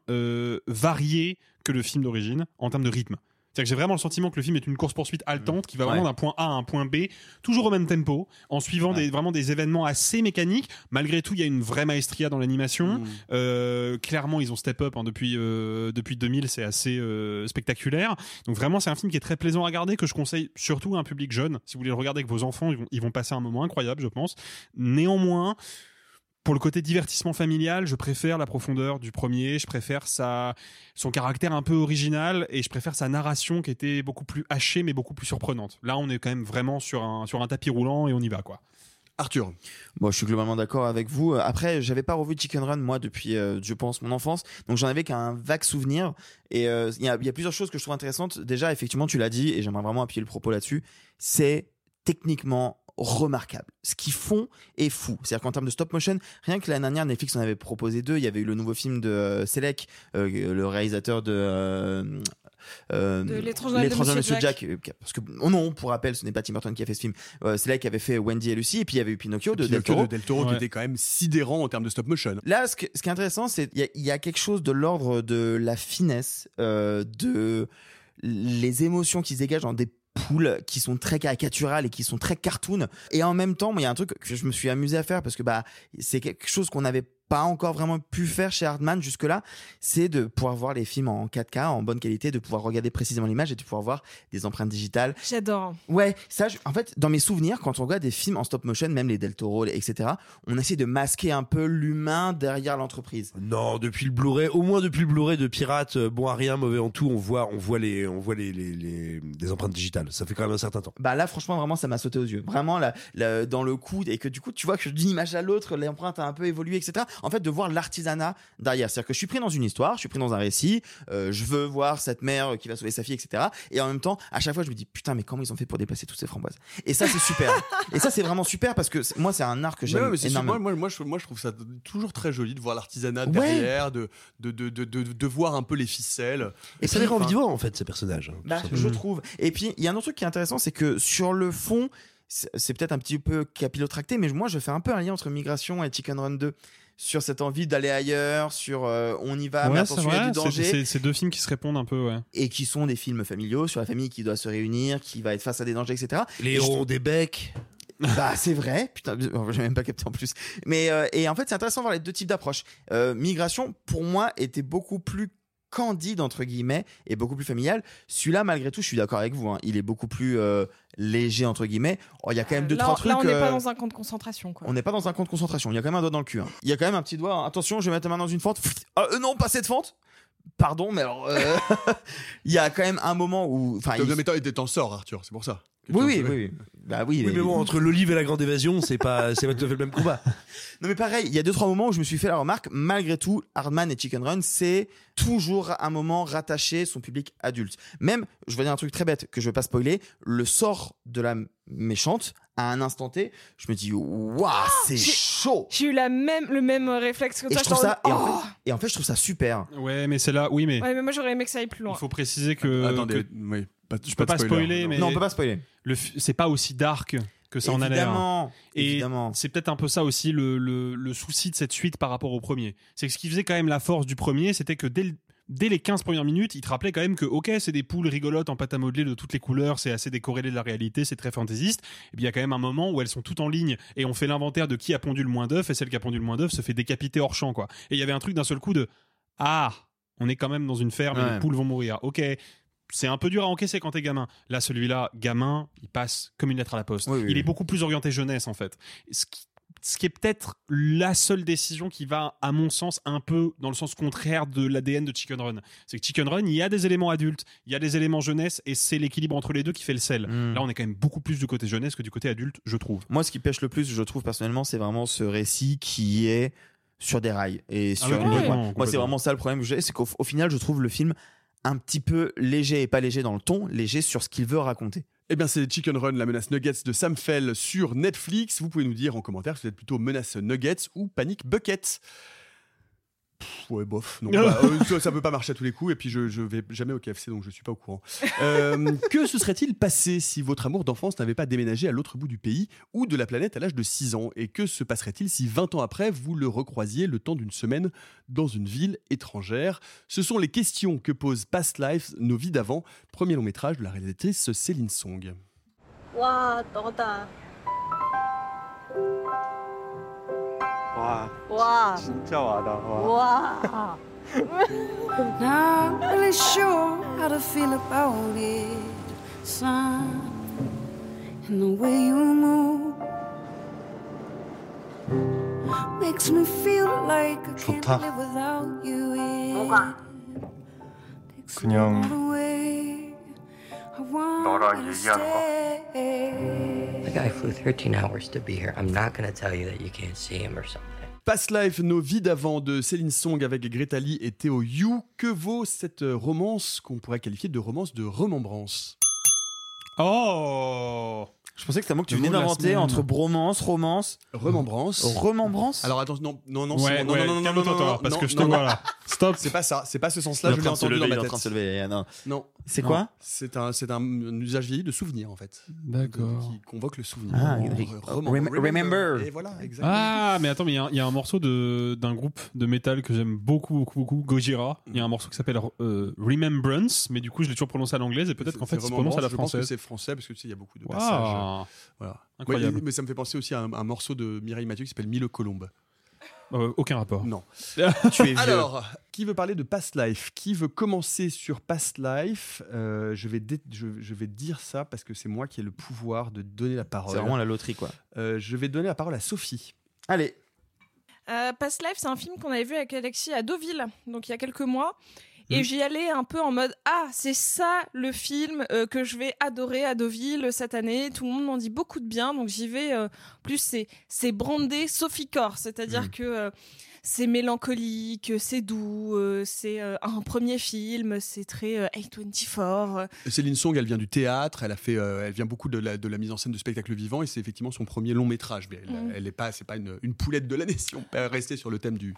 varié que le film d'origine en termes de rythme. C'est-à-dire que j'ai vraiment le sentiment que le film est une course-poursuite haletante qui va vraiment d'un point A à un point B, toujours au même tempo, en suivant vraiment des événements assez mécaniques. Malgré tout, il y a une vraie maestria dans l'animation. Clairement, ils ont step up depuis 2000, c'est assez spectaculaire. Donc vraiment, c'est un film qui est très plaisant à regarder, que je conseille surtout à un public jeune. Si vous voulez le regarder avec vos enfants, ils vont passer un moment incroyable, je pense. Néanmoins, pour le côté divertissement familial, je préfère la profondeur du premier, je préfère son caractère un peu original, et je préfère sa narration qui était beaucoup plus hachée mais beaucoup plus surprenante. Là, on est quand même vraiment sur un tapis roulant et on y va, quoi. Arthur. Bon, je suis globalement d'accord avec vous. Après, j'avais pas revu Chicken Run moi depuis, je pense, mon enfance, donc j'en avais qu'un vague souvenir. Et il y a plusieurs choses que je trouve intéressantes. Déjà, effectivement, tu l'as dit, et j'aimerais vraiment appuyer le propos là-dessus. C'est techniquement remarquable. Ce qu'ils font est fou. C'est-à-dire qu'en termes de stop motion, rien que l'année dernière, Netflix en avait proposé 2. Il y avait eu le nouveau film de Selleck, le réalisateur de L'étrange Noël de Monsieur Jack. Parce que, non, pour rappel, ce n'est pas Tim Burton qui a fait ce film. Selleck avait fait Wendy et Lucy, et puis il y avait eu Pinocchio de Del Toro. Qui était quand même sidérant en termes de stop motion. Là, ce qui est intéressant, c'est qu'il y a quelque chose de l'ordre de la finesse, de les émotions qui se dégagent dans des poules qui sont très caricaturales et qui sont très cartoon. Et en même temps, il y a un truc que je me suis amusé à faire parce que c'est quelque chose qu'on n'avait pas encore vraiment pu faire chez Hardman jusque-là, c'est de pouvoir voir les films en 4K, en bonne qualité, de pouvoir regarder précisément l'image et de pouvoir voir des empreintes digitales. J'adore. Ouais, ça, en fait, dans mes souvenirs, quand on regarde des films en stop motion, même les Del Toro, etc., on essaie de masquer un peu l'humain derrière l'entreprise. Non, depuis le Blu-ray, au moins depuis le Blu-ray de Pirate, bon à rien, mauvais en tout, on voit des empreintes digitales. Ça fait quand même un certain temps. Là, franchement, vraiment, ça m'a sauté aux yeux. Vraiment, dans le coup, et que du coup, tu vois que d'une image à l'autre, l'empreinte a un peu évolué, etc. En fait, de voir l'artisanat derrière. C'est-à-dire que je suis pris dans une histoire, je suis pris dans un récit, je veux voir cette mère qui va sauver sa fille, etc. Et en même temps, à chaque fois, je me dis, putain, mais comment ils ont fait pour déplacer toutes ces framboises? Et ça, c'est super. Et ça, c'est vraiment super parce que moi, c'est un art que j'aime énormément. Moi, je trouve ça toujours très joli de voir l'artisanat derrière, de voir un peu les ficelles. Et ça les rend vivants, en fait, ces personnages. Je trouve. Et puis, il y a un autre truc qui est intéressant, c'est que sur le fond, c'est peut-être un petit peu capillotracté, mais moi, je fais un peu un lien entre Migration et Chicken Run 2. Sur cette envie d'aller ailleurs, sur on y va, mais attention, il y a du danger. C'est deux films qui se répondent un peu, ouais. Et qui sont des films familiaux, sur la famille qui doit se réunir, qui va être face à des dangers, etc. Les héros ont des becs. C'est vrai, putain, j'ai même pas capté en plus. Mais et en fait, c'est intéressant de voir les deux types d'approches. Migration, pour moi, était beaucoup plus candide entre guillemets et beaucoup plus familial. Celui-là, malgré tout, je suis d'accord avec vous, hein, il est beaucoup plus léger entre guillemets. Il y a quand même 2-3 trucs. Là, on n'est pas dans un camp de concentration, quoi. On n'est pas dans un camp de concentration. Il y a quand même un doigt dans le cul. Hein. Il y a quand même un petit doigt. Hein. Attention, je vais mettre la main dans une fente. Non, pas cette fente. Pardon, mais alors, il y a quand même un moment où, mais t'en sors, Arthur. C'est pour ça. Oui. Oui, mais bon, entre l'olive et la grande évasion, c'est pas tout à fait le même combat. Non, mais pareil, il y a 2-3 moments où je me suis fait la remarque, malgré tout, Hardman et Chicken Run, c'est toujours un moment rattaché son public adulte. Même, je vais dire un truc très bête que je vais pas spoiler, le sort de la méchante, à un instant T, je me dis, waouh, c'est chaud. J'ai eu le même réflexe que toi. Et je trouve ça, et en fait, je trouve ça super. Ouais, mais c'est là, oui, mais. Ouais, mais moi, j'aurais aimé que ça aille plus loin. Il faut préciser que. Attendez, oui. Je peux pas spoiler, mais. Non, on peut pas spoiler. C'est pas aussi dark que ça en a l'air. Et évidemment. C'est peut-être un peu ça aussi le souci de cette suite par rapport au premier. C'est que ce qui faisait quand même la force du premier, c'était que dès les 15 premières minutes, il te rappelait quand même que, ok, c'est des poules rigolotes en pâte à modeler de toutes les couleurs, c'est assez décorrélé de la réalité, c'est très fantaisiste. Et puis il y a quand même un moment où elles sont toutes en ligne et on fait l'inventaire de qui a pondu le moins d'œufs et celle qui a pondu le moins d'œufs se fait décapiter hors champ, quoi. Et il y avait un truc d'un seul coup de, on est quand même dans une ferme et les poules vont mourir. Ok. C'est un peu dur à encaisser quand t'es gamin. Là, celui-là, gamin, il passe comme une lettre à la poste. Il est beaucoup plus orienté jeunesse, en fait. Ce qui est peut-être la seule décision qui va, à mon sens, un peu dans le sens contraire de l'ADN de Chicken Run. C'est que Chicken Run, il y a des éléments adultes, il y a des éléments jeunesse, et c'est l'équilibre entre les deux qui fait le sel. Là, on est quand même beaucoup plus du côté jeunesse que du côté adulte, je trouve. Moi, ce qui pêche le plus, je trouve personnellement, c'est vraiment ce récit qui est sur des rails. Et sur moi, c'est vraiment ça le problème que j'ai, c'est qu'au final, je trouve le film un petit peu léger et pas léger dans le ton, léger sur ce qu'il veut raconter. Eh bien, c'est Chicken Run, la menace Nuggets de Sam Fell sur Netflix. Vous pouvez nous dire en commentaire si vous êtes plutôt menace Nuggets ou Panic Bucket. Ouais, bof. Non, ça peut pas marcher à tous les coups. Et puis, je vais jamais au KFC, donc je suis pas au courant. Que se serait-il passé si votre amour d'enfance n'avait pas déménagé à l'autre bout du pays ou de la planète à l'âge de 6 ans? Et que se passerait-il si 20 ans après, vous le recroisiez le temps d'une semaine dans une ville étrangère? Ce sont les questions que pose Past Lives, nos vies d'avant, premier long métrage de la réalisatrice Céline Song. Wow, 너다. 와, 진짜 와다. 와. Not really sure how to feel about it, son. And the way you move makes me feel like I can't live without you. 그냥 너랑 얘기하는 거. The guy flew 13 hours to be here. I'm not gonna tell you that you can't see him or something. Past Life, nos vies d'avant de Céline Song avec Greta Lee et Theo Yu. Que vaut cette romance qu'on pourrait qualifier de romance de remembrance? Oh, je pensais que c'était un mot que tu venais d'inventer entre bromance, romance, remembrance. Alors attends, non, parce que je te vois là. Stop. C'est pas ça, c'est pas ce sens-là. Je l'ai entendu dans ma tête. Non. C'est quoi? C'est un usage vieilli de souvenir en fait. D'accord. Qui convoque le souvenir. Remember. Et voilà, exactement. Ah, mais attends, mais il y a un morceau d'un groupe de métal que j'aime beaucoup, Gojira. Il y a un morceau qui s'appelle Remembrance, mais du coup je l'ai toujours prononcé à l'anglaise et peut-être qu'en fait il se prononce à la française. Je pense que c'est français parce que tu sais il y a beaucoup de passages. Voilà. Incroyable. Ouais, mais ça me fait penser aussi à un morceau de Mireille Mathieu qui s'appelle Mille Colombes. Aucun rapport. Non. Tu es vieux. Alors, qui veut parler de Past Life? Qui veut commencer sur Past Life? Je vais dire ça parce que c'est moi qui ai le pouvoir de donner la parole. C'est vraiment la loterie, quoi. Je vais donner la parole à Sophie. Allez. Past Life, c'est un film qu'on avait vu avec Alexis à Deauville, donc il y a quelques mois. Et j'y allais un peu en mode c'est ça le film que je vais adorer à Deauville cette année. Tout le monde m'en dit beaucoup de bien, donc j'y vais. Plus c'est brandé Sophie Corps, c'est-à-dire que c'est mélancolique, c'est doux, c'est un premier film, c'est très A24. Céline Song, elle vient du théâtre, elle vient beaucoup de la mise en scène de spectacle vivant et c'est effectivement son premier long métrage. Mais c'est pas une poulette de l'année si on peut rester sur le thème du.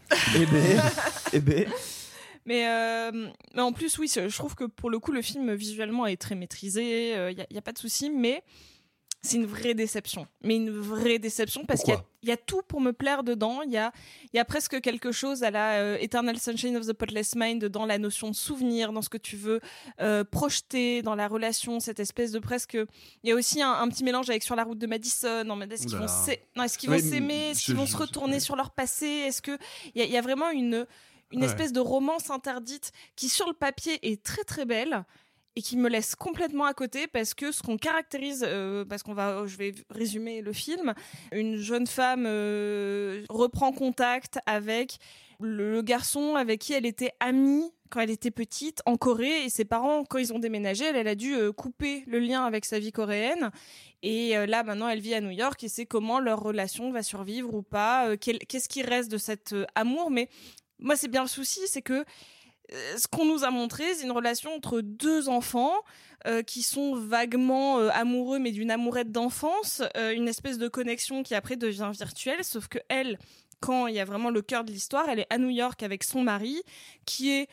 Mais en plus, oui, je trouve que pour le coup, le film visuellement est très maîtrisé, il n'y a pas de souci, mais c'est une vraie déception. Mais une vraie déception parce qu'il y a tout pour me plaire dedans. Il y a presque quelque chose à la Eternal Sunshine of the Spotless Mind dans la notion de souvenir, dans ce que tu veux projeter, dans la relation, cette espèce de presque... Il y a aussi un petit mélange avec Sur la route de Madison. Est-ce qu'ils vont s'aimer? Est-ce qu'ils vont se retourner sur leur passé? Est-ce que... Il y a vraiment une espèce de romance interdite qui, sur le papier, est très très belle et qui me laisse complètement à côté parce que ce qu'on caractérise, je vais résumer le film, une jeune femme reprend contact avec le garçon avec qui elle était amie quand elle était petite en Corée et ses parents, quand ils ont déménagé, elle a dû couper le lien avec sa vie coréenne. Et là, maintenant, elle vit à New York et sait comment leur relation va survivre ou pas, qu'est-ce qui reste de cet amour. Mais moi, c'est bien le souci, c'est que ce qu'on nous a montré, c'est une relation entre deux enfants qui sont vaguement amoureux, mais d'une amourette d'enfance, une espèce de connexion qui après devient virtuelle, sauf que elle, quand il y a vraiment le cœur de l'histoire, elle est à New York avec son mari, qui est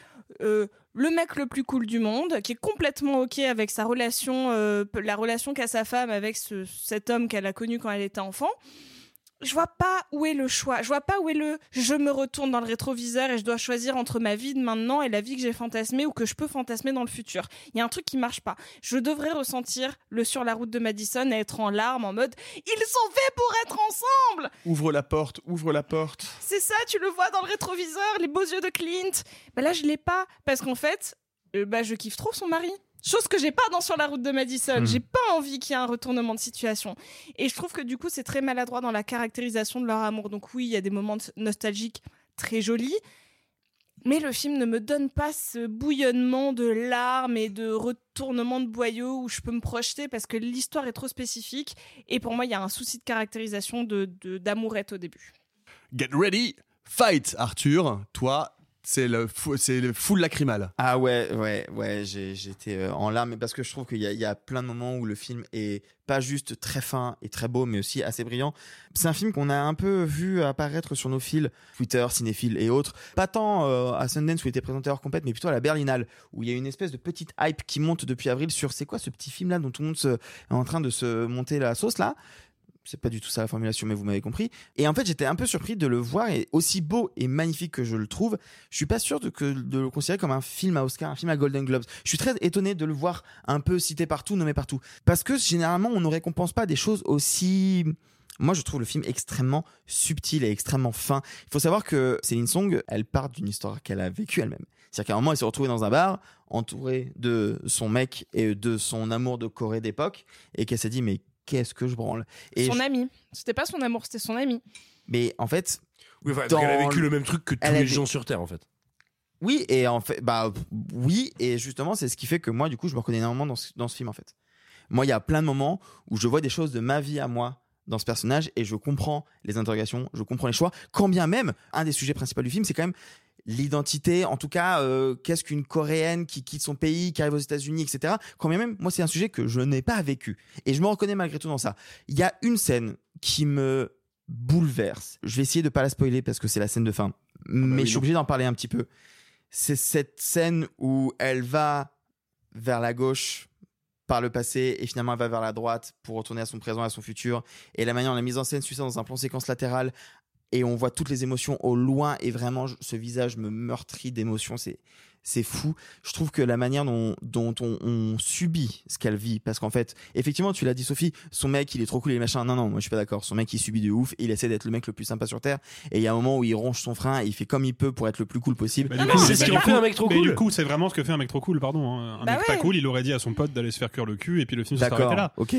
le mec le plus cool du monde, qui est complètement ok avec sa relation, la relation qu'a sa femme avec cet homme qu'elle a connu quand elle était enfant. Je vois pas où est le choix. Je vois pas où est je me retourne dans le rétroviseur et je dois choisir entre ma vie de maintenant et la vie que j'ai fantasmée ou que je peux fantasmer dans le futur. Il y a un truc qui marche pas. Je devrais ressentir le Sur la route de Madison et être en larmes en mode ils sont faits pour être ensemble. Ouvre la porte. C'est ça, tu le vois dans le rétroviseur, les beaux yeux de Clint. Là, je l'ai pas parce qu'en fait, je kiffe trop son mari. Chose que j'ai pas dans Sur la route de Madison. J'ai pas envie qu'il y ait un retournement de situation. Et je trouve que du coup, c'est très maladroit dans la caractérisation de leur amour. Donc oui, il y a des moments nostalgiques très jolis. Mais le film ne me donne pas ce bouillonnement de larmes et de retournements de boyaux où je peux me projeter parce que l'histoire est trop spécifique. Et pour moi, il y a un souci de caractérisation d'amourette au début. Get ready, fight, Arthur. Toi, c'est le full lacrymal. Ah ouais, j'étais en larmes parce que je trouve qu'il y a plein de moments où le film est pas juste très fin et très beau, mais aussi assez brillant. C'est un film qu'on a un peu vu apparaître sur nos fils, Twitter, Cinéphile et autres. Pas tant à Sundance où il était présenté hors compète, mais plutôt à la Berlinale, où il y a une espèce de petite hype qui monte depuis avril sur c'est quoi ce petit film là dont tout le monde est en train de se monter la sauce là. C'est pas du tout ça la formulation, mais vous m'avez compris. Et en fait, j'étais un peu surpris de le voir, et aussi beau et magnifique que je le trouve, je suis pas sûr de le considérer comme un film à Oscar, un film à Golden Globes. Je suis très étonné de le voir un peu cité partout, nommé partout. Parce que généralement, on ne récompense pas des choses aussi... Moi, je trouve le film extrêmement subtil et extrêmement fin. Il faut savoir que Céline Song, elle part d'une histoire qu'elle a vécue elle-même. C'est-à-dire qu'à un moment, elle s'est retrouvée dans un bar, entourée de son mec et de son amour de Corée d'époque, et qu'elle s'est dit, mais qu'est-ce que je branle. Son ami. C'était pas son amour, c'était son ami. Mais en fait... Oui, parce qu'elle a vécu le même truc que tous les gens sur Terre, en fait. Oui, et en fait... oui, et justement, c'est ce qui fait que moi, du coup, je me reconnais énormément dans ce film, en fait. Moi, il y a plein de moments où je vois des choses de ma vie à moi dans ce personnage, et je comprends les interrogations, je comprends les choix, quand bien même, un des sujets principaux du film, c'est quand même l'identité, en tout cas, qu'est-ce qu'une Coréenne qui quitte son pays, qui arrive aux États-Unis, etc. Quand bien même, moi, c'est un sujet que je n'ai pas vécu. Et je me reconnais malgré tout dans ça. Il y a une scène qui me bouleverse. Je vais essayer de ne pas la spoiler parce que c'est la scène de fin. Mais je suis obligé d'en parler un petit peu. C'est cette scène où elle va vers la gauche par le passé et finalement elle va vers la droite pour retourner à son présent, à son futur. Et la manière dont la mise en scène suit ça dans un plan séquence latéral, et on voit toutes les émotions au loin, et vraiment ce visage me meurtrit d'émotions, c'est fou. Je trouve que la manière dont on subit ce qu'elle vit, parce qu'en fait, effectivement, tu l'as dit Sophie, son mec il est trop cool et machin. Non, moi je suis pas d'accord. Son mec il subit de ouf, il essaie d'être le mec le plus sympa sur Terre, et il y a un moment où il ronge son frein et il fait comme il peut pour être le plus cool possible. C'est ce qu'il fait un mec trop cool. Mais du coup, c'est vraiment ce que fait un mec trop cool, pardon. Un mec pas cool, il aurait dit à son pote d'aller se faire cuire le cul, et puis le film se s'arrêtait là. Ok,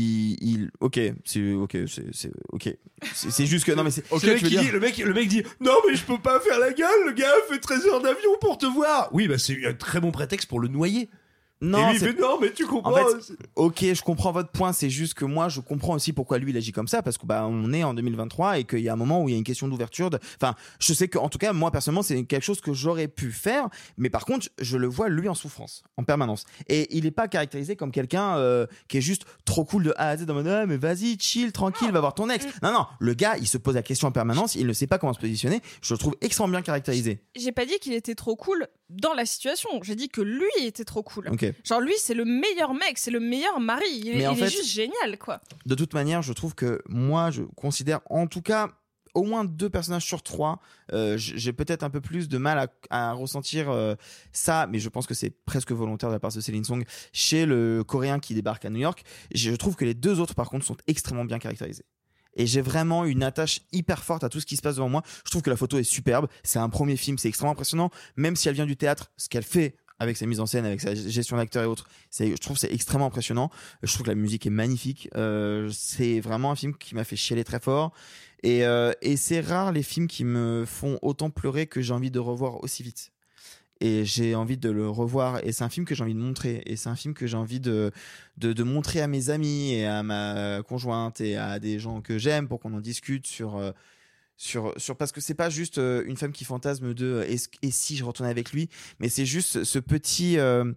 c'est juste que non mais c'est le mec dit non mais je peux pas faire la gueule, le gars fait 13 heures d'avion pour te voir. Oui, bah c'est un très bon prétexte pour le noyer. Non, et lui, il fait, non, mais tu comprends. En fait, ok, je comprends votre point. C'est juste que moi, je comprends aussi pourquoi lui, il agit comme ça, parce que on est en 2023 et qu'il y a un moment où il y a une question d'ouverture. Enfin, je sais qu'en tout cas, moi personnellement, c'est quelque chose que j'aurais pu faire, mais par contre, je le vois lui en souffrance en permanence. Et il est pas caractérisé comme quelqu'un qui est juste trop cool de A à Z, dans mode ah, mais vas-y, chill, tranquille, va voir ton ex. Non, le gars, il se pose la question en permanence, il ne sait pas comment se positionner. Je le trouve extrêmement bien caractérisé. J'ai pas dit qu'il était trop cool dans la situation. J'ai dit que lui était trop cool. Okay. Genre lui, c'est le meilleur mec, c'est le meilleur mari. Il est juste génial, quoi. De toute manière, je trouve que moi, je considère en tout cas au moins 2 personnages sur 3. J'ai peut-être un peu plus de mal à ressentir ça, mais je pense que c'est presque volontaire de la part de Céline Song chez le Coréen qui débarque à New York. Je trouve que les 2 autres, par contre, sont extrêmement bien caractérisés. Et j'ai vraiment une attache hyper forte à tout ce qui se passe devant moi. Je trouve que la photo est superbe. C'est un premier film, c'est extrêmement impressionnant. Même si elle vient du théâtre, ce qu'elle fait avec sa mise en scène, avec sa gestion d'acteurs et autres, je trouve que c'est extrêmement impressionnant. Je trouve que la musique est magnifique. C'est vraiment un film qui m'a fait chialer très fort. Et c'est rare les films qui me font autant pleurer que j'ai envie de revoir aussi vite. Et j'ai envie de le revoir, et c'est un film que j'ai envie de montrer, et c'est un film que j'ai envie de montrer à mes amis et à ma conjointe et à des gens que j'aime pour qu'on en discute sur parce que c'est pas juste une femme qui fantasme de et si je retournais avec lui, mais c'est juste ce petit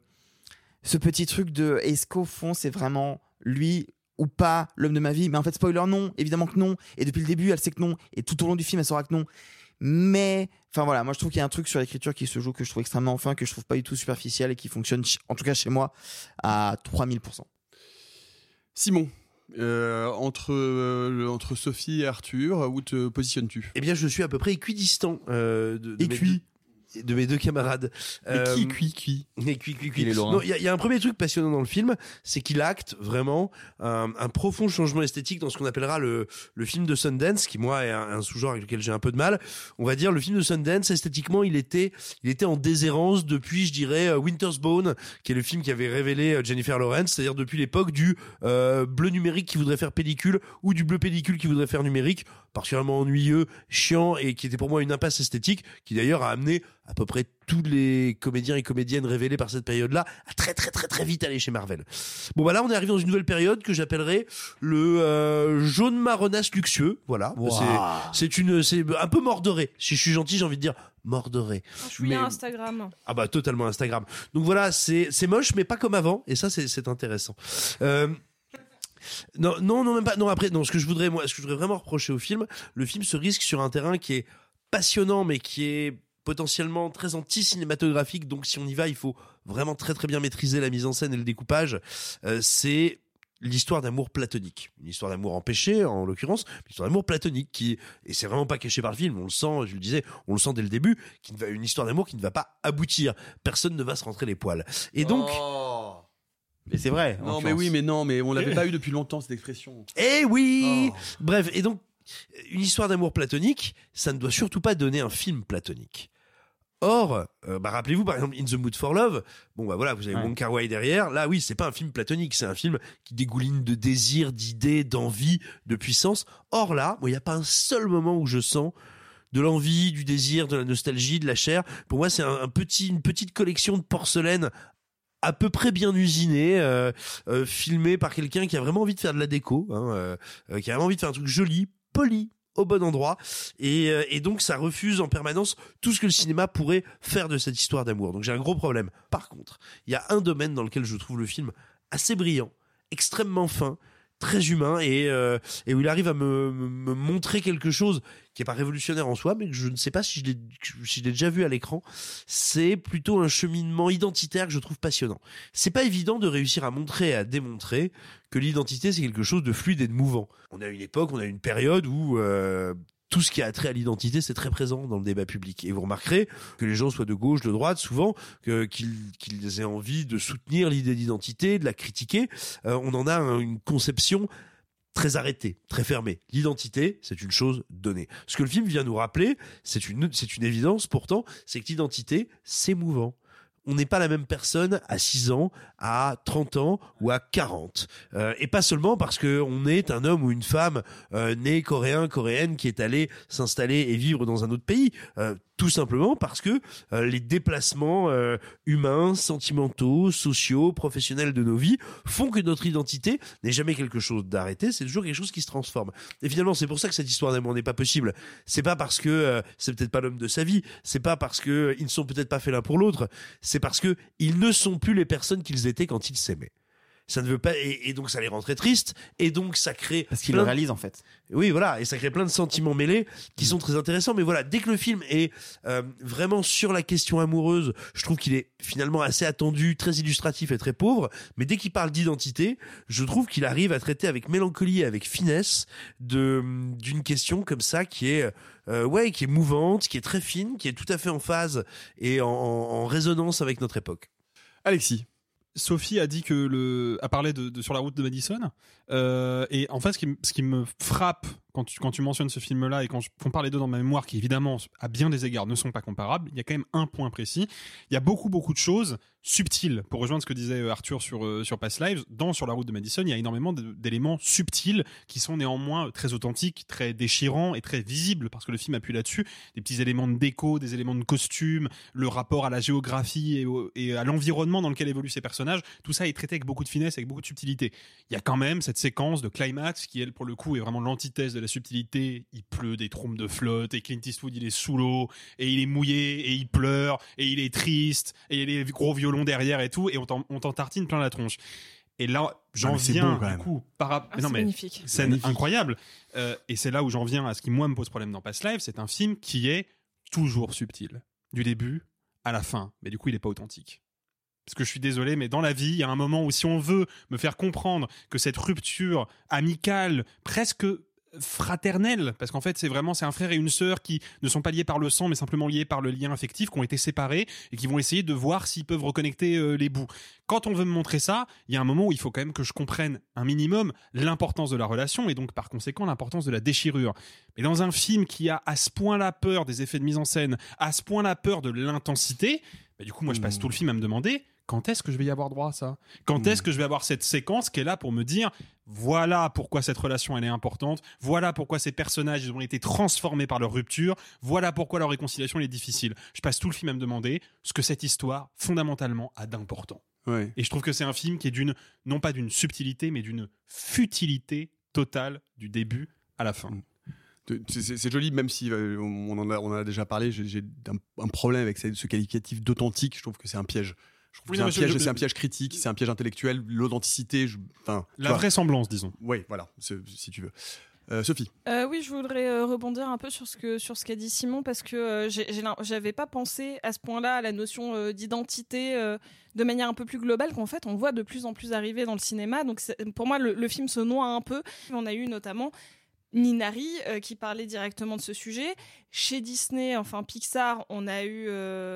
truc de est-ce qu'au fond c'est vraiment lui ou pas l'homme de ma vie. Mais en fait, spoiler, non, évidemment que non, et depuis le début elle sait que non, et tout au long du film elle saura que non. Mais enfin voilà, moi je trouve qu'il y a un truc sur l'écriture qui se joue que je trouve extrêmement fin, que je trouve pas du tout superficiel et qui fonctionne, en tout cas chez moi, à 3000%. Simon, entre Sophie et Arthur, où te positionnes-tu ? Eh bien, je suis à peu près équidistant de mes 2 camarades. Qui Il est Laurent. Non, il y a un premier truc passionnant dans le film, c'est qu'il acte vraiment un profond changement esthétique dans ce qu'on appellera le film de Sundance, qui moi est un sous-genre avec lequel j'ai un peu de mal. On va dire le film de Sundance, esthétiquement, il était en déshérence depuis, je dirais, Winter's Bone, qui est le film qui avait révélé Jennifer Lawrence, c'est-à-dire depuis l'époque du bleu numérique qui voudrait faire pellicule, ou du bleu pellicule qui voudrait faire numérique, particulièrement ennuyeux, chiant, et qui était pour moi une impasse esthétique, qui d'ailleurs a amené à peu près tous les comédiens et comédiennes révélés par cette période-là à très très très très vite aller chez Marvel. Bon bah là on est arrivé dans une nouvelle période que j'appellerais le jaune marronasse luxueux. Voilà, wow. c'est un peu mordoré. Si je suis gentil, j'ai envie de dire mordoré. Je suis Instagram. Ah bah totalement Instagram. Donc voilà, c'est moche mais pas comme avant et ça c'est intéressant. Non, même pas. Non, après, non. Ce que je voudrais vraiment reprocher au film, le film se risque sur un terrain qui est passionnant, mais qui est potentiellement très anti-cinématographique. Donc, si on y va, il faut vraiment très très bien maîtriser la mise en scène et le découpage. C'est l'histoire d'amour platonique, une histoire d'amour empêchée en l'occurrence, une histoire d'amour platonique et c'est vraiment pas caché par le film. On le sent, je le disais, on le sent dès le début, une histoire d'amour qui ne va pas aboutir. Personne ne va se rentrer les poils. Et donc. Mais c'est vrai. Non, mais oui, mais non, mais on l'avait pas eu depuis longtemps cette expression. Eh oui. Bref, et donc une histoire d'amour platonique, ça ne doit surtout pas donner un film platonique. Or, rappelez-vous par exemple In the Mood for Love. Bon bah voilà, vous avez Wong Kar-wai derrière. Là, oui, c'est pas un film platonique, c'est un film qui dégouline de désir, d'idées, d'envie, de puissance. Or là, il y a pas un seul moment où je sens de l'envie, du désir, de la nostalgie, de la chair. Pour moi, c'est une petite collection de porcelaine à peu près bien usiné, filmé par quelqu'un qui a vraiment envie de faire de la déco, qui a vraiment envie de faire un truc joli, poli, au bon endroit, et donc ça refuse en permanence tout ce que le cinéma pourrait faire de cette histoire d'amour. Donc j'ai un gros problème. Par contre, il y a un domaine dans lequel je trouve le film assez brillant, extrêmement fin, très humain et où il arrive à me montrer quelque chose qui est pas révolutionnaire en soi, mais que je ne sais pas si je l'ai déjà vu à l'écran. C'est plutôt un cheminement identitaire que je trouve passionnant. C'est pas évident de réussir à montrer et à démontrer que l'identité c'est quelque chose de fluide et de mouvant. On a une époque, on a une période où tout ce qui a trait à l'identité, c'est très présent dans le débat public. Et vous remarquerez que les gens soient de gauche, de droite, souvent, qu'ils aient envie de soutenir l'idée d'identité, de la critiquer. On en a une conception très arrêtée, très fermée. L'identité, c'est une chose donnée. Ce que le film vient nous rappeler, c'est une évidence pourtant, c'est que l'identité, c'est mouvant. On n'est pas la même personne à 6 ans, à 30 ans ou à 40. Et pas seulement parce que on est un homme ou une femme né coréen, coréenne qui est allé s'installer et vivre dans un autre pays. Tout simplement parce que les déplacements humains, sentimentaux, sociaux, professionnels de nos vies font que notre identité n'est jamais quelque chose d'arrêté, c'est toujours quelque chose qui se transforme. Et finalement, c'est pour ça que cette histoire d'amour n'est pas possible. C'est pas parce que c'est peut-être pas l'homme de sa vie, c'est pas parce que ils ne sont peut-être pas faits l'un pour l'autre, c'est parce que ils ne sont plus les personnes qu'ils étaient quand ils s'aimaient. Ça ne veut pas, et donc ça les rend très tristes, et donc ça crée. Parce qu'ils le réalisent en fait. Oui, voilà, et ça crée plein de sentiments mêlés qui sont très intéressants. Mais voilà, dès que le film est vraiment sur la question amoureuse, je trouve qu'il est finalement assez attendu, très illustratif et très pauvre. Mais dès qu'il parle d'identité, je trouve qu'il arrive à traiter avec mélancolie et avec finesse d'une question comme ça qui est qui est mouvante, qui est très fine, qui est tout à fait en phase et en résonance avec notre époque. Alexis. Sophie a dit a parlé de Sur la route de Madison, et en fait ce qui me frappe quand tu mentionnes ce film-là et qu'on parle les deux dans ma mémoire, qui évidemment à bien des égards ne sont pas comparables, il y a quand même un point précis. Il y a beaucoup de choses subtiles. Pour rejoindre ce que disait Arthur sur Past Lives, Sur la route de Madison, il y a énormément d'éléments subtils qui sont néanmoins très authentiques, très déchirants et très visibles, parce que le film appuie là-dessus. Des petits éléments de déco, des éléments de costume, le rapport à la géographie et à l'environnement dans lequel évoluent ces personnages. Tout ça est traité avec beaucoup de finesse, avec beaucoup de subtilité. Il y a quand même cette séquence de climax qui, elle, pour le coup, est vraiment l'antithèse de la subtilité. Il pleut des trompes de flotte et Clint Eastwood, il est sous l'eau et il est mouillé et il pleure et il est triste et il y a les gros violons derrière et tout, et on t'en tartine plein la tronche. Et là, j'en viens du coup c'est magnifique. Scène magnifique. Incroyable. Et c'est là où j'en viens à ce qui moi me pose problème dans Past Lives. C'est un film qui est toujours subtil, du début à la fin, mais du coup il est pas authentique. Parce que je suis désolé, mais dans la vie, il y a un moment où si on veut me faire comprendre que cette rupture amicale, presque fraternelle, parce qu'en fait c'est un frère et une sœur qui ne sont pas liés par le sang mais simplement liés par le lien affectif, qui ont été séparés et qui vont essayer de voir s'ils peuvent reconnecter les bouts. Quand on veut me montrer ça, il y a un moment où il faut quand même que je comprenne un minimum l'importance de la relation et donc par conséquent l'importance de la déchirure. Mais dans un film qui a à ce point-là peur des effets de mise en scène, à ce point-là peur de l'intensité, du coup moi je passe tout le film à me demander quand est-ce que je vais y avoir droit à ça ? Quand est-ce que je vais avoir cette séquence qui est là pour me dire voilà pourquoi cette relation elle est importante, voilà pourquoi ces personnages ils ont été transformés par leur rupture, voilà pourquoi leur réconciliation elle est difficile. Je passe tout le film à me demander ce que cette histoire fondamentalement a d'important. Ouais. Et je trouve que c'est un film qui est non pas d'une subtilité mais d'une futilité totale du début à la fin. C'est joli, même si on en a déjà parlé. J'ai un problème avec ce qualificatif d'authentique. Je trouve que c'est un piège. Je trouve que c'est un piège critique, c'est un piège intellectuel. L'authenticité, la vraisemblance, disons. Oui, voilà, si tu veux. Sophie. Oui, je voudrais rebondir un peu sur ce qu'a dit Simon, parce que j'avais pas pensé à ce point-là à la notion d'identité de manière un peu plus globale, qu'en fait on voit de plus en plus arriver dans le cinéma. Donc pour moi le film se noie un peu. On a eu notamment Minari qui parlait directement de ce sujet. Chez Disney, enfin Pixar, on a eu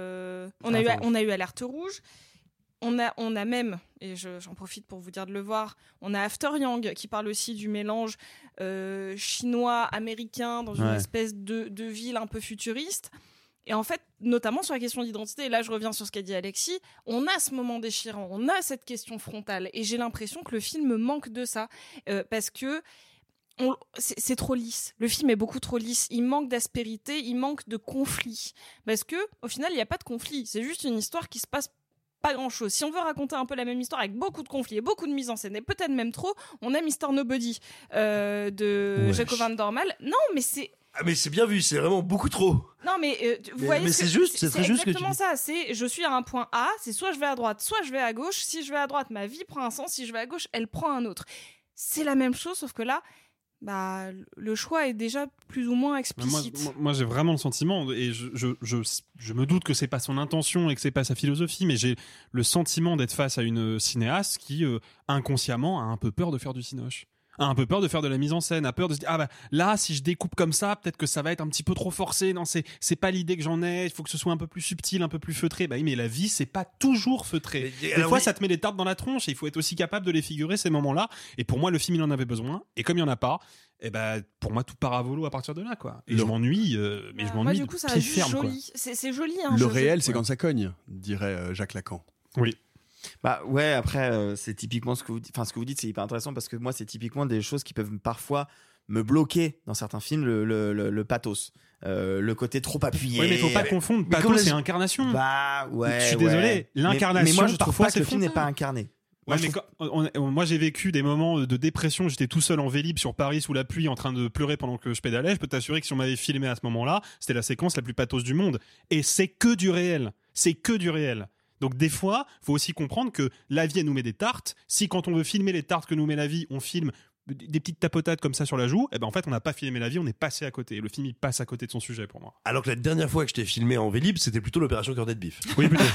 Alerte Rouge. On a même, et j'en profite pour vous dire de le voir, on a After Yang qui parle aussi du mélange chinois-américain dans une espèce de ville un peu futuriste. Et en fait, notamment sur la question d'identité, et là je reviens sur ce qu'a dit Alexis, on a ce moment déchirant, on a cette question frontale, et j'ai l'impression que le film manque de ça, parce que c'est trop lisse. Le film est beaucoup trop lisse. Il manque d'aspérité, il manque de conflit. Parce que, au final, il n'y a pas de conflit. C'est juste une histoire qui se passe pas grand-chose. Si on veut raconter un peu la même histoire avec beaucoup de conflits et beaucoup de mise en scène, et peut-être même trop, on a Mr. Nobody de Jacob Van Dormal. Non, mais c'est... Ah mais c'est bien vu, c'est vraiment beaucoup trop. Non mais vous voyez, mais c'est juste, c'est très juste que tu dis. C'est exactement ça. C'est je suis à un point A, c'est soit je vais à droite, soit je vais à gauche. Si je vais à droite, ma vie prend un sens. Si je vais à gauche, elle prend un autre. C'est la même chose, sauf que là, le choix est déjà plus ou moins explicite. Moi j'ai vraiment le sentiment, et je me doute que c'est pas son intention et que c'est pas sa philosophie, mais j'ai le sentiment d'être face à une cinéaste qui inconsciemment a un peu peur de faire du cinoche, a un peu peur de faire de la mise en scène, a peur de se dire là si je découpe comme ça peut-être que ça va être un petit peu trop forcé, non c'est pas l'idée que j'en ai, il faut que ce soit un peu plus subtil, un peu plus feutré. Oui, mais la vie c'est pas toujours feutré, des fois ça te met des tartes dans la tronche et il faut être aussi capable de les figurer, ces moments-là, et pour moi le film il en avait besoin, et comme il y en a pas, pour moi tout part à volo à partir de là, quoi. Et je m'ennuie, mais je m'ennuie. Moi du coup ça reste juste joli, c'est joli, hein, le réel c'est quand ça cogne, dirait Jacques Lacan. Oui. Ouais, après c'est typiquement ce que vous dites, c'est hyper intéressant, parce que moi c'est typiquement des choses qui peuvent parfois me bloquer dans certains films, le pathos, le côté trop appuyé. Oui, mais faut pas confondre pathos et incarnation. Ouais. Je suis désolé, l'incarnation. Mais moi je trouve parfois pas que le film n'est pas incarné. Moi j'ai vécu des moments de dépression, j'étais tout seul en Vélib sur Paris sous la pluie en train de pleurer pendant que je pédalais. Je peux t'assurer que si on m'avait filmé à ce moment-là, c'était la séquence la plus pathos du monde. Et c'est que du réel. Donc des fois, faut aussi comprendre que la vie, elle nous met des tartes. Si quand on veut filmer les tartes que nous met la vie, on filme des petites tapotades comme ça sur la joue, en fait on n'a pas filmé la vie, on est passé à côté. Le film il passe à côté de son sujet pour moi. Alors que la dernière fois que je t'ai filmé en Vélib, c'était plutôt l'opération Cœur de Bif. Oui, plutôt.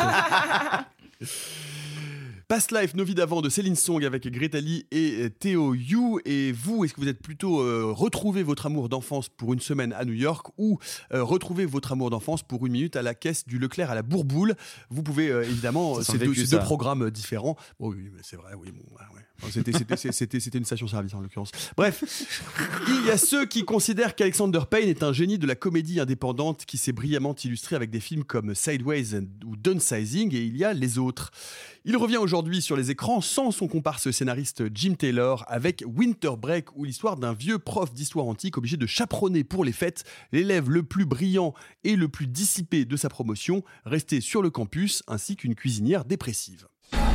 Past Life, Nos vies d'avant de Céline Song avec Greta Lee et Theo Yu. Et vous, est-ce que vous êtes plutôt retrouver votre amour d'enfance pour une semaine à New York, ou retrouver votre amour d'enfance pour une minute à la caisse du Leclerc à la Bourboule? Vous pouvez évidemment, c'est deux programmes différents. Oh, oui, mais c'est vrai, oui. Bon, ouais. C'était une station-service en l'occurrence. Bref, il y a ceux qui considèrent qu'Alexander Payne est un génie de la comédie indépendante qui s'est brillamment illustré avec des films comme Sideways ou Downsizing, et il y a les autres. Il revient aujourd'hui sur les écrans sans son comparse scénariste Jim Taylor avec Winter Break, où l'histoire d'un vieux prof d'histoire antique obligé de chaperonner pour les fêtes l'élève le plus brillant et le plus dissipé de sa promotion, resté sur le campus, ainsi qu'une cuisinière dépressive.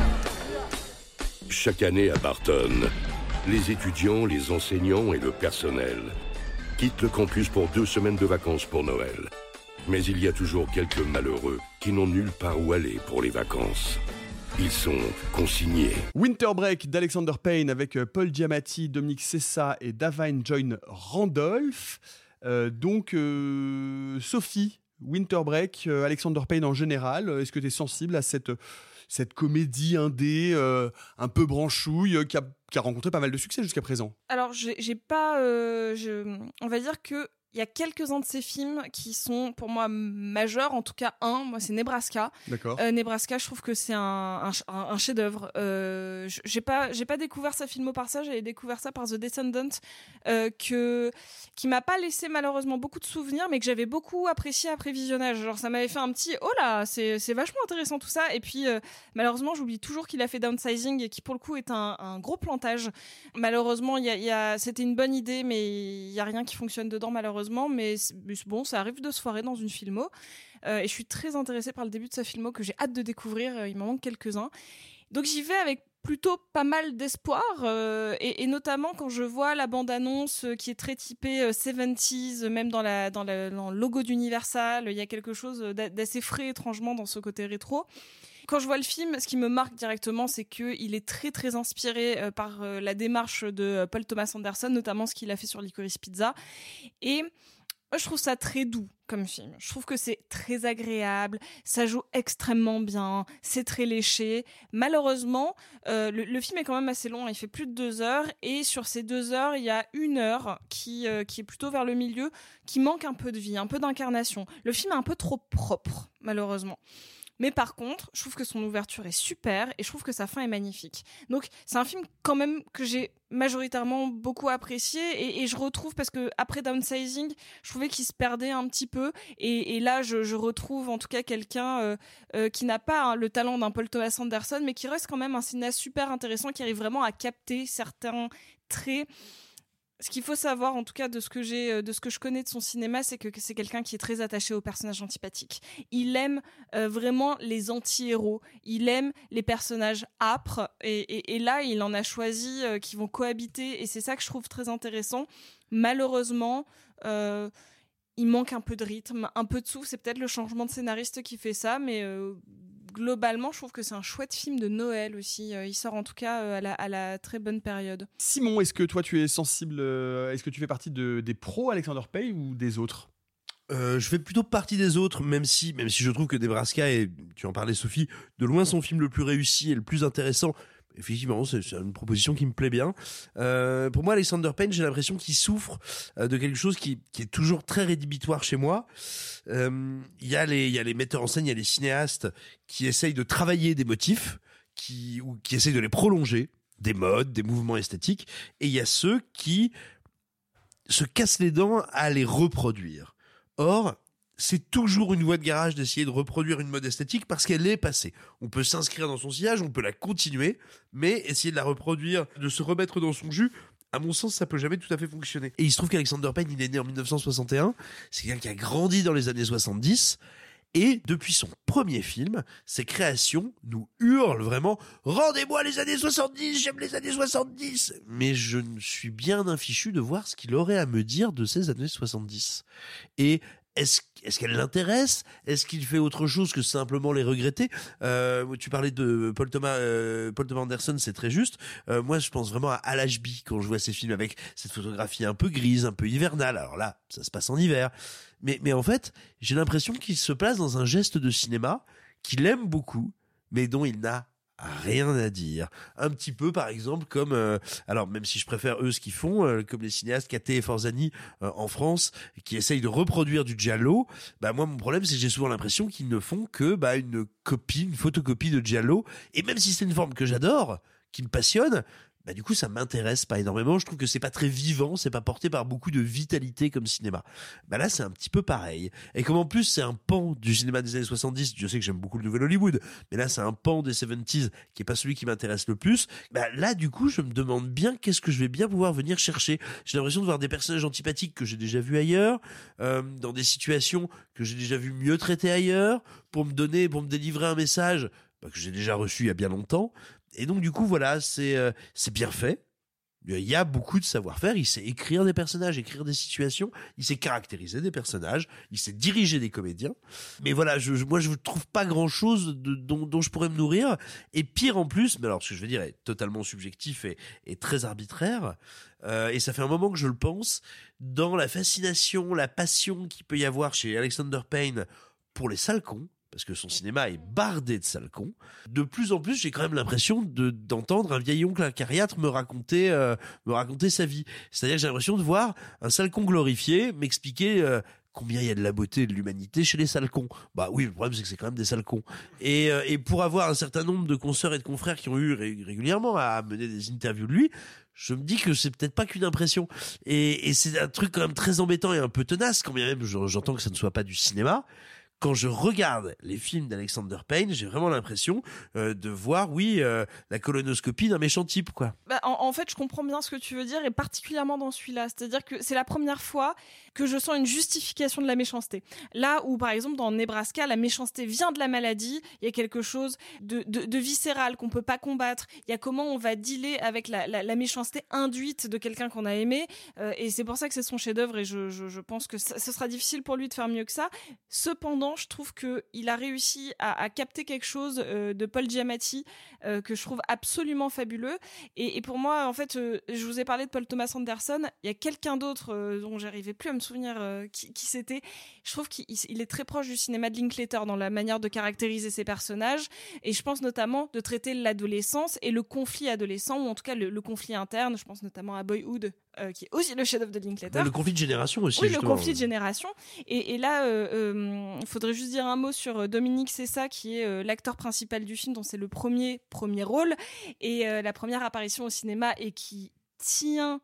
Chaque année à Barton, les étudiants, les enseignants et le personnel quittent le campus pour 2 semaines de vacances pour Noël. Mais il y a toujours quelques malheureux qui n'ont nulle part où aller pour les vacances. Ils sont consignés. Winter Break d'Alexander Payne avec Paul Giamatti, Dominique Sessa et Davine Joy Randolph. Sophie, Winter Break, Alexander Payne en général, est-ce que tu es sensible à cette comédie indé un peu branchouille qui a rencontré pas mal de succès jusqu'à présent? Alors j'ai pas, on va dire que il y a quelques-uns de ces films qui sont pour moi majeurs, en tout cas moi c'est Nebraska. D'accord. Nebraska, je trouve que c'est un chef-d'œuvre. J'ai pas découvert sa filmo par ça, j'avais découvert ça par The Descendant, qui m'a pas laissé malheureusement beaucoup de souvenirs, mais que j'avais beaucoup apprécié après visionnage. Genre ça m'avait fait un petit oh là, c'est vachement intéressant tout ça. Et puis malheureusement j'oublie toujours qu'il a fait Downsizing et qui pour le coup est un gros plantage. Malheureusement c'était une bonne idée, mais il y a rien qui fonctionne dedans malheureusement. Mais bon, ça arrive de se foirer dans une filmo. Et je suis très intéressée par le début de sa filmo que j'ai hâte de découvrir. Il m'en manque quelques-uns. Donc j'y vais avec plutôt pas mal d'espoir. Et notamment quand je vois la bande-annonce qui est très typée 70s, même dans le logo d'Universal, il y a quelque chose d'assez frais étrangement dans ce côté rétro. Quand je vois le film, ce qui me marque directement, c'est qu'il est très très inspiré par la démarche de Paul Thomas Anderson, notamment ce qu'il a fait sur Licorice Pizza. Et je trouve ça très doux comme film. Je trouve que c'est très agréable, ça joue extrêmement bien, c'est très léché. Malheureusement, le film est quand même assez long, il fait plus de 2 heures, et sur ces 2 heures, il y a 1 heure qui est plutôt vers le milieu, qui manque un peu de vie, un peu d'incarnation. Le film est un peu trop propre, malheureusement. Mais par contre, je trouve que son ouverture est super et je trouve que sa fin est magnifique. Donc, c'est un film quand même que j'ai majoritairement beaucoup apprécié et je retrouve, parce que après Downsizing, je trouvais qu'il se perdait un petit peu et là, je retrouve en tout cas quelqu'un qui n'a pas le talent d'un Paul Thomas Anderson, mais qui reste quand même un cinéaste super intéressant, qui arrive vraiment à capter certains traits. Ce qu'il faut savoir, en tout cas, de ce que je connais de son cinéma, c'est que c'est quelqu'un qui est très attaché aux personnages antipathiques. Il aime vraiment les anti-héros. Il aime les personnages âpres. Et là, il en a choisi qui vont cohabiter. Et c'est ça que je trouve très intéressant. Malheureusement, il manque un peu de rythme, un peu de souffle. C'est peut-être le changement de scénariste qui fait ça, mais globalement, je trouve que c'est un chouette film de Noël aussi. Il sort en tout cas à la très bonne période. Simon, est-ce que toi tu es sensible, est-ce que tu fais partie des pros Alexander Payne ou des autres ? Je fais plutôt partie des autres, même si je trouve que Nebraska est, tu en parlais Sophie, de loin son film le plus réussi et le plus intéressant. Effectivement, c'est une proposition qui me plaît bien. Pour moi, Alexander Payne, j'ai l'impression qu'il souffre de quelque chose qui est toujours très rédhibitoire chez moi. Il y a les metteurs en scène, il y a les cinéastes qui essayent de travailler des motifs, qui essayent de les prolonger, des modes, des mouvements esthétiques, et il y a ceux qui se cassent les dents à les reproduire. Or, c'est toujours une voie de garage d'essayer de reproduire une mode esthétique parce qu'elle est passée. On peut s'inscrire dans son sillage, on peut la continuer, mais essayer de la reproduire, de se remettre dans son jus, à mon sens, ça peut jamais tout à fait fonctionner. Et il se trouve qu'Alexander Payne, il est né en 1961, c'est quelqu'un qui a grandi dans les années 70, et depuis son premier film, ses créations nous hurlent vraiment « Rendez-moi les années 70, j'aime les années 70 !» Mais je ne suis bien infichu de voir ce qu'il aurait à me dire de ces années 70. Et est-ce qu'elle l'intéresse ? Est-ce qu'il fait autre chose que simplement les regretter ? Tu parlais de Paul Thomas Anderson, c'est très juste. Moi, je pense vraiment à Al Ashby quand je vois ces films avec cette photographie un peu grise, un peu hivernale. Alors là, ça se passe en hiver. Mais en fait, j'ai l'impression qu'il se place dans un geste de cinéma qu'il aime beaucoup, mais dont il n'a rien à dire. Un petit peu, par exemple, comme alors même si je préfère eux ce qu'ils font, comme les cinéastes Caté et Forzani en France, qui essayent de reproduire du giallo. Bah moi, mon problème, c'est que j'ai souvent l'impression qu'ils ne font que une photocopie de giallo. Et même si c'est une forme que j'adore, qui me passionne, bah du coup ça m'intéresse pas énormément. Je trouve que c'est pas très vivant, c'est pas porté par beaucoup de vitalité comme cinéma. Bah là c'est un petit peu pareil. Et comme en plus c'est un pan du cinéma des années 70, je sais que j'aime beaucoup le nouvel Hollywood, mais là c'est un pan des 70s qui est pas celui qui m'intéresse le plus. Bah là du coup je me demande bien qu'est-ce que je vais bien pouvoir venir chercher. J'ai l'impression de voir des personnages antipathiques que j'ai déjà vus ailleurs, dans des situations que j'ai déjà vu mieux traitées ailleurs, pour me délivrer un message que j'ai déjà reçu il y a bien longtemps. Et donc du coup voilà, c'est bien fait. Il y a beaucoup de savoir-faire. Il sait écrire des personnages, écrire des situations. Il sait caractériser des personnages. Il sait diriger des comédiens. Mais voilà, moi je trouve pas grand-chose dont je pourrais me nourrir. Et pire en plus, mais alors ce que je veux dire est totalement subjectif et très arbitraire. Et ça fait un moment que je le pense, dans la fascination, la passion qu'il peut y avoir chez Alexander Payne pour les sales cons. parce que son cinéma est bardé de sales cons. De plus en plus, j'ai quand même l'impression d'entendre un vieil oncle acariâtre me raconter sa vie. C'est-à-dire que j'ai l'impression de voir un sale con glorifié m'expliquer combien il y a de la beauté et de l'humanité chez les sales cons. Bah oui, le problème c'est que c'est quand même des sales cons. Et pour avoir un certain nombre de consoeurs et de confrères qui ont eu régulièrement à mener des interviews de lui, je me dis que c'est peut-être pas qu'une impression. Et c'est un truc quand même très embêtant et un peu tenace, quand bien même j'entends que ça ne soit pas du cinéma. Quand je regarde les films d'Alexander Payne, j'ai vraiment l'impression de voir, la colonoscopie d'un méchant type, quoi. Bah, en fait, je comprends bien ce que tu veux dire, et particulièrement dans celui-là. C'est-à-dire que c'est la première fois que je sens une justification de la méchanceté. Là où, par exemple, dans Nebraska, la méchanceté vient de la maladie, il y a quelque chose de viscéral qu'on peut pas combattre. Il y a comment on va dealer avec la méchanceté induite de quelqu'un qu'on a aimé, et c'est pour ça que c'est son chef-d'œuvre, et je pense que ce sera difficile pour lui de faire mieux que ça. Cependant, je trouve qu'il a réussi à capter quelque chose de Paul Giamatti que je trouve absolument fabuleux. Et pour moi, en fait, je vous ai parlé de Paul Thomas Anderson. Il y a quelqu'un d'autre dont j'arrivais plus à me souvenir qui c'était. Je trouve qu'il est très proche du cinéma de Linklater dans la manière de caractériser ses personnages. Et je pense notamment de traiter l'adolescence et le conflit adolescent, ou en tout cas le conflit interne. Je pense notamment à Boyhood, qui est aussi le chef-d'œuvre de Linklater. Le conflit de génération aussi. Oui, justement. le conflit de génération. Et là, faudrait juste dire un mot sur Dominique Sessa, qui est l'acteur principal du film, dont c'est le premier rôle et la première apparition au cinéma, et qui tient.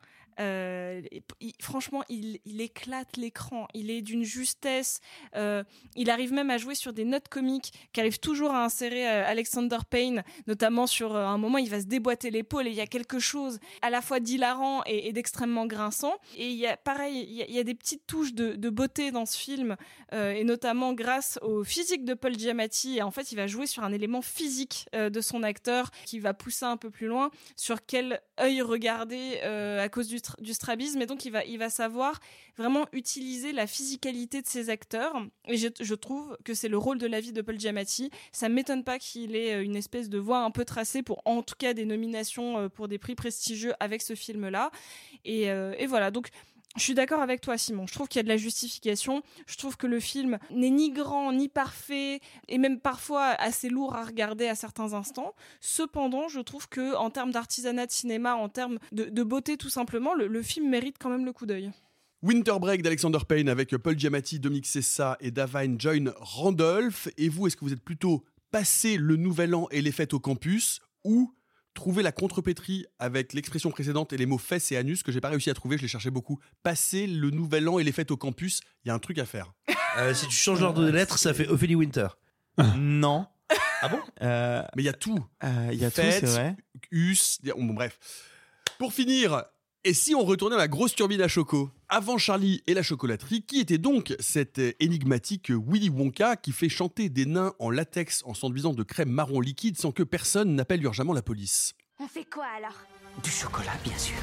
Franchement, il éclate l'écran. Il est d'une justesse. Il arrive même à jouer sur des notes comiques qu'arrive toujours à insérer Alexander Payne, notamment sur un moment il va se déboîter l'épaule et il y a quelque chose à la fois d'hilarant et d'extrêmement grinçant. Et il y a pareil, il y a des petites touches de beauté dans ce film, et notamment grâce au physique de Paul Giamatti. Et en fait, il va jouer sur un élément physique de son acteur qui va pousser un peu plus loin sur quel œil regarder à cause du strabisme, et donc il va savoir vraiment utiliser la physicalité de ses acteurs, et je trouve que c'est le rôle de la vie de Paul Giamatti. Ça m'étonne pas qu'il ait une espèce de voie un peu tracée pour en tout cas des nominations pour des prix prestigieux avec ce film-là, et voilà. Donc je suis d'accord avec toi, Simon. Je trouve qu'il y a de la justification. Je trouve que le film n'est ni grand, ni parfait, et même parfois assez lourd à regarder à certains instants. Cependant, je trouve que en termes d'artisanat de cinéma, en termes de beauté tout simplement, le film mérite quand même le coup d'œil. Winter Break d'Alexander Payne avec Paul Giamatti, Dominique Sessa et Da'Vine Joy Randolph. Et vous, est-ce que vous êtes plutôt passé le nouvel an et les fêtes au campus, ou trouver la contrepétrie avec l'expression précédente et les mots fesses et anus que j'ai pas réussi à trouver, je les cherchais beaucoup. Passer le nouvel an et les fêtes au campus, il y a un truc à faire. Si tu changes l'ordre de lettres, ça fait Ophélie Winter. Non. Ah bon Mais il y a tout. Il y a fêtes, tout, c'est vrai. Us, bon, bref. Pour finir, et si on retournait à la grosse turbine à choco? Avant Charlie et la chocolaterie, qui était donc cet énigmatique Willy Wonka qui fait chanter des nains en latex en s'enduisant de crème marron liquide sans que personne n'appelle urgemment la police? On fait quoi alors? Du chocolat, bien sûr.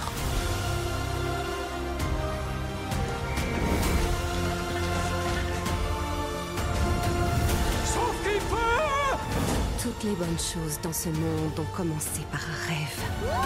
Sauf qu'il peut! Toutes les bonnes choses dans ce monde ont commencé par un rêve.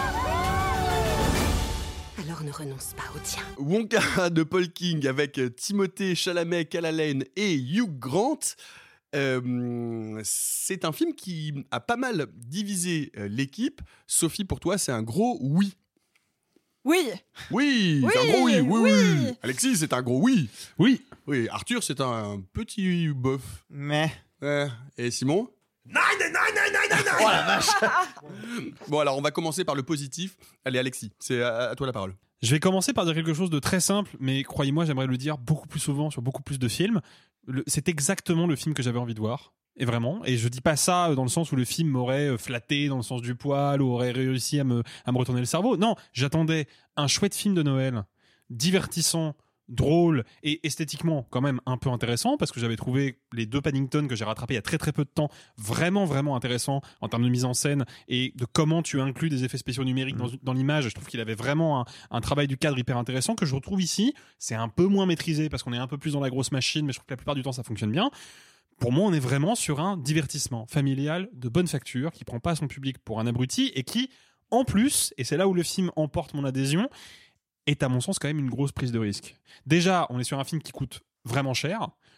Alors ne renonce pas au tien. Wonka de Paul King avec Timothée Chalamet, Calla Lane et Hugh Grant. C'est un film qui a pas mal divisé l'équipe. Sophie, pour toi, c'est un gros oui. Oui. Oui, c'est un gros oui. Oui. Alexis, c'est un gros oui. Oui. Oui. Arthur, c'est un petit bof. Mais. Et Simon? Non. Oh la vache. Bon, alors on va commencer par le positif. Allez, Alexis, c'est à toi la parole. Je vais commencer par dire quelque chose de très simple, mais croyez-moi, j'aimerais le dire beaucoup plus souvent sur beaucoup plus de films. C'est exactement le film que j'avais envie de voir. Et vraiment. Et je dis pas ça dans le sens où le film m'aurait flatté dans le sens du poil ou aurait réussi à me retourner le cerveau. Non, j'attendais un chouette film de Noël, divertissant, drôle et esthétiquement quand même un peu intéressant, parce que j'avais trouvé les deux Paddington que j'ai rattrapés il y a très très peu de temps vraiment vraiment intéressants en termes de mise en scène et de comment tu inclus des effets spéciaux numériques dans l'image. Je trouve qu'il avait vraiment un travail du cadre hyper intéressant que je retrouve ici. C'est un peu moins maîtrisé parce qu'on est un peu plus dans la grosse machine, mais je trouve que la plupart du temps ça fonctionne bien. Pour moi, on est vraiment sur un divertissement familial de bonne facture qui prend pas son public pour un abruti et qui, en plus, et c'est là où le film emporte mon adhésion, est à mon sens quand même une grosse prise de risque. Déjà, on est sur un film qui coûte vraiment cher,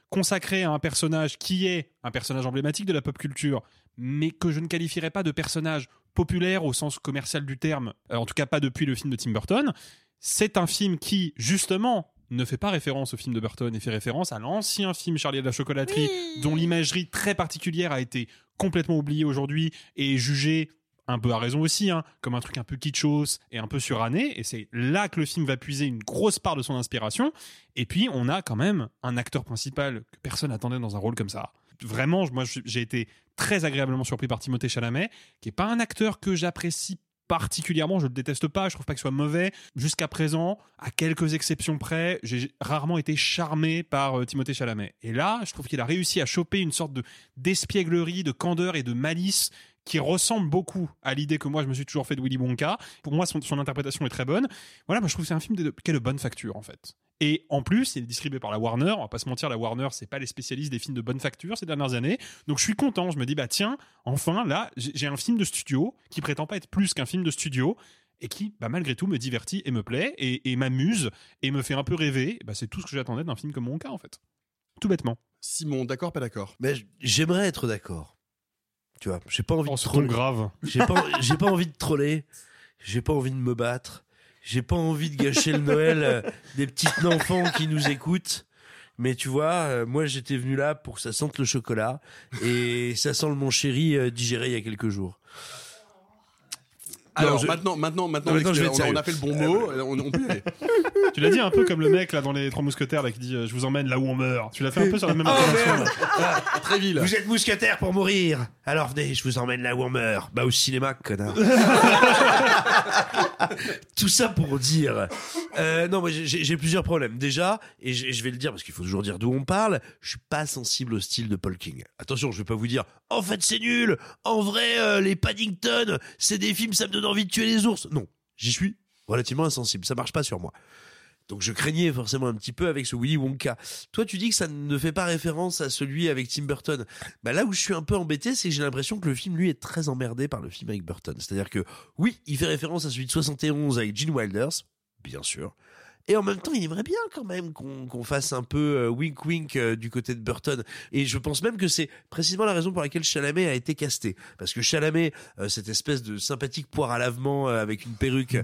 consacré à un personnage qui est un personnage emblématique de la pop culture, mais que je ne qualifierais pas de personnage populaire au sens commercial du terme, en tout cas pas depuis le film de Tim Burton. C'est un film qui, justement, ne fait pas référence au film de Burton et fait référence à l'ancien film Charlie et la chocolaterie, dont l'imagerie très particulière a été complètement oubliée aujourd'hui et jugée, un peu à raison aussi, comme un truc un peu kitschos et un peu suranné, et c'est là que le film va puiser une grosse part de son inspiration. Et puis on a quand même un acteur principal que personne n'attendait dans un rôle comme ça. Vraiment, moi j'ai été très agréablement surpris par Timothée Chalamet, qui est pas un acteur que j'apprécie particulièrement, je le déteste pas, je trouve pas qu'il soit mauvais. Jusqu'à présent, à quelques exceptions près, j'ai rarement été charmé par Timothée Chalamet. Et là, je trouve qu'il a réussi à choper une sorte d'espièglerie, de candeur et de malice qui ressemble beaucoup à l'idée que moi je me suis toujours fait de Willy Wonka. Pour moi, son interprétation est très bonne. Voilà, moi je trouve que c'est un film qui est de bonne facture en fait. Et en plus, il est distribué par la Warner. On va pas se mentir, la Warner, c'est pas les spécialistes des films de bonne facture ces dernières années. Donc je suis content. Je me dis, bah tiens, enfin là, j'ai un film de studio qui prétend pas être plus qu'un film de studio et qui, bah, malgré tout, me divertit et me plaît et m'amuse et me fait un peu rêver. Bah, c'est tout ce que j'attendais d'un film comme Wonka en fait. Tout bêtement. Simon, d'accord, pas d'accord? Mais j'aimerais être d'accord. Tu vois, j'ai pas envie de troller. Grave. J'ai pas envie de troller. J'ai pas envie de me battre. J'ai pas envie de gâcher le Noël des petits enfants qui nous écoutent. Mais tu vois, moi j'étais venu là pour que ça sente le chocolat et ça sent le mon chéri digéré il y a quelques jours. Alors maintenant, on a fait le bon mot, on peut y aller. Tu l'as dit un peu comme le mec là dans les Trois Mousquetaires là qui dit je vous emmène là où on meurt. Tu l'as fait un peu sur la même intonation. Très vil. Vous êtes mousquetaire pour mourir. Alors venez, je vous emmène là où on meurt. Bah au cinéma, connard. Tout ça pour dire. Non, moi j'ai plusieurs problèmes. Déjà, et je vais le dire parce qu'il faut toujours dire d'où on parle. Je suis pas sensible au style de Paul King. Attention, je vais pas vous dire. En fait, c'est nul. En vrai, les Paddington, c'est des films, ça me donne envie de tuer les ours. Non, j'y suis relativement insensible. Ça marche pas sur moi. Donc je craignais forcément un petit peu avec ce Willy Wonka. Toi, tu dis que ça ne fait pas référence à celui avec Tim Burton. Bah là où je suis un peu embêté, c'est que j'ai l'impression que le film, lui, est très emmerdé par le film avec Burton. C'est-à-dire que, oui, il fait référence à celui de 71 avec Gene Wilder, bien sûr. Et en même temps, il aimerait bien quand même qu'on fasse un peu wink-wink du côté de Burton. Et je pense même que c'est précisément la raison pour laquelle Chalamet a été casté. Parce que Chalamet, cette espèce de sympathique poire à lavement avec une perruque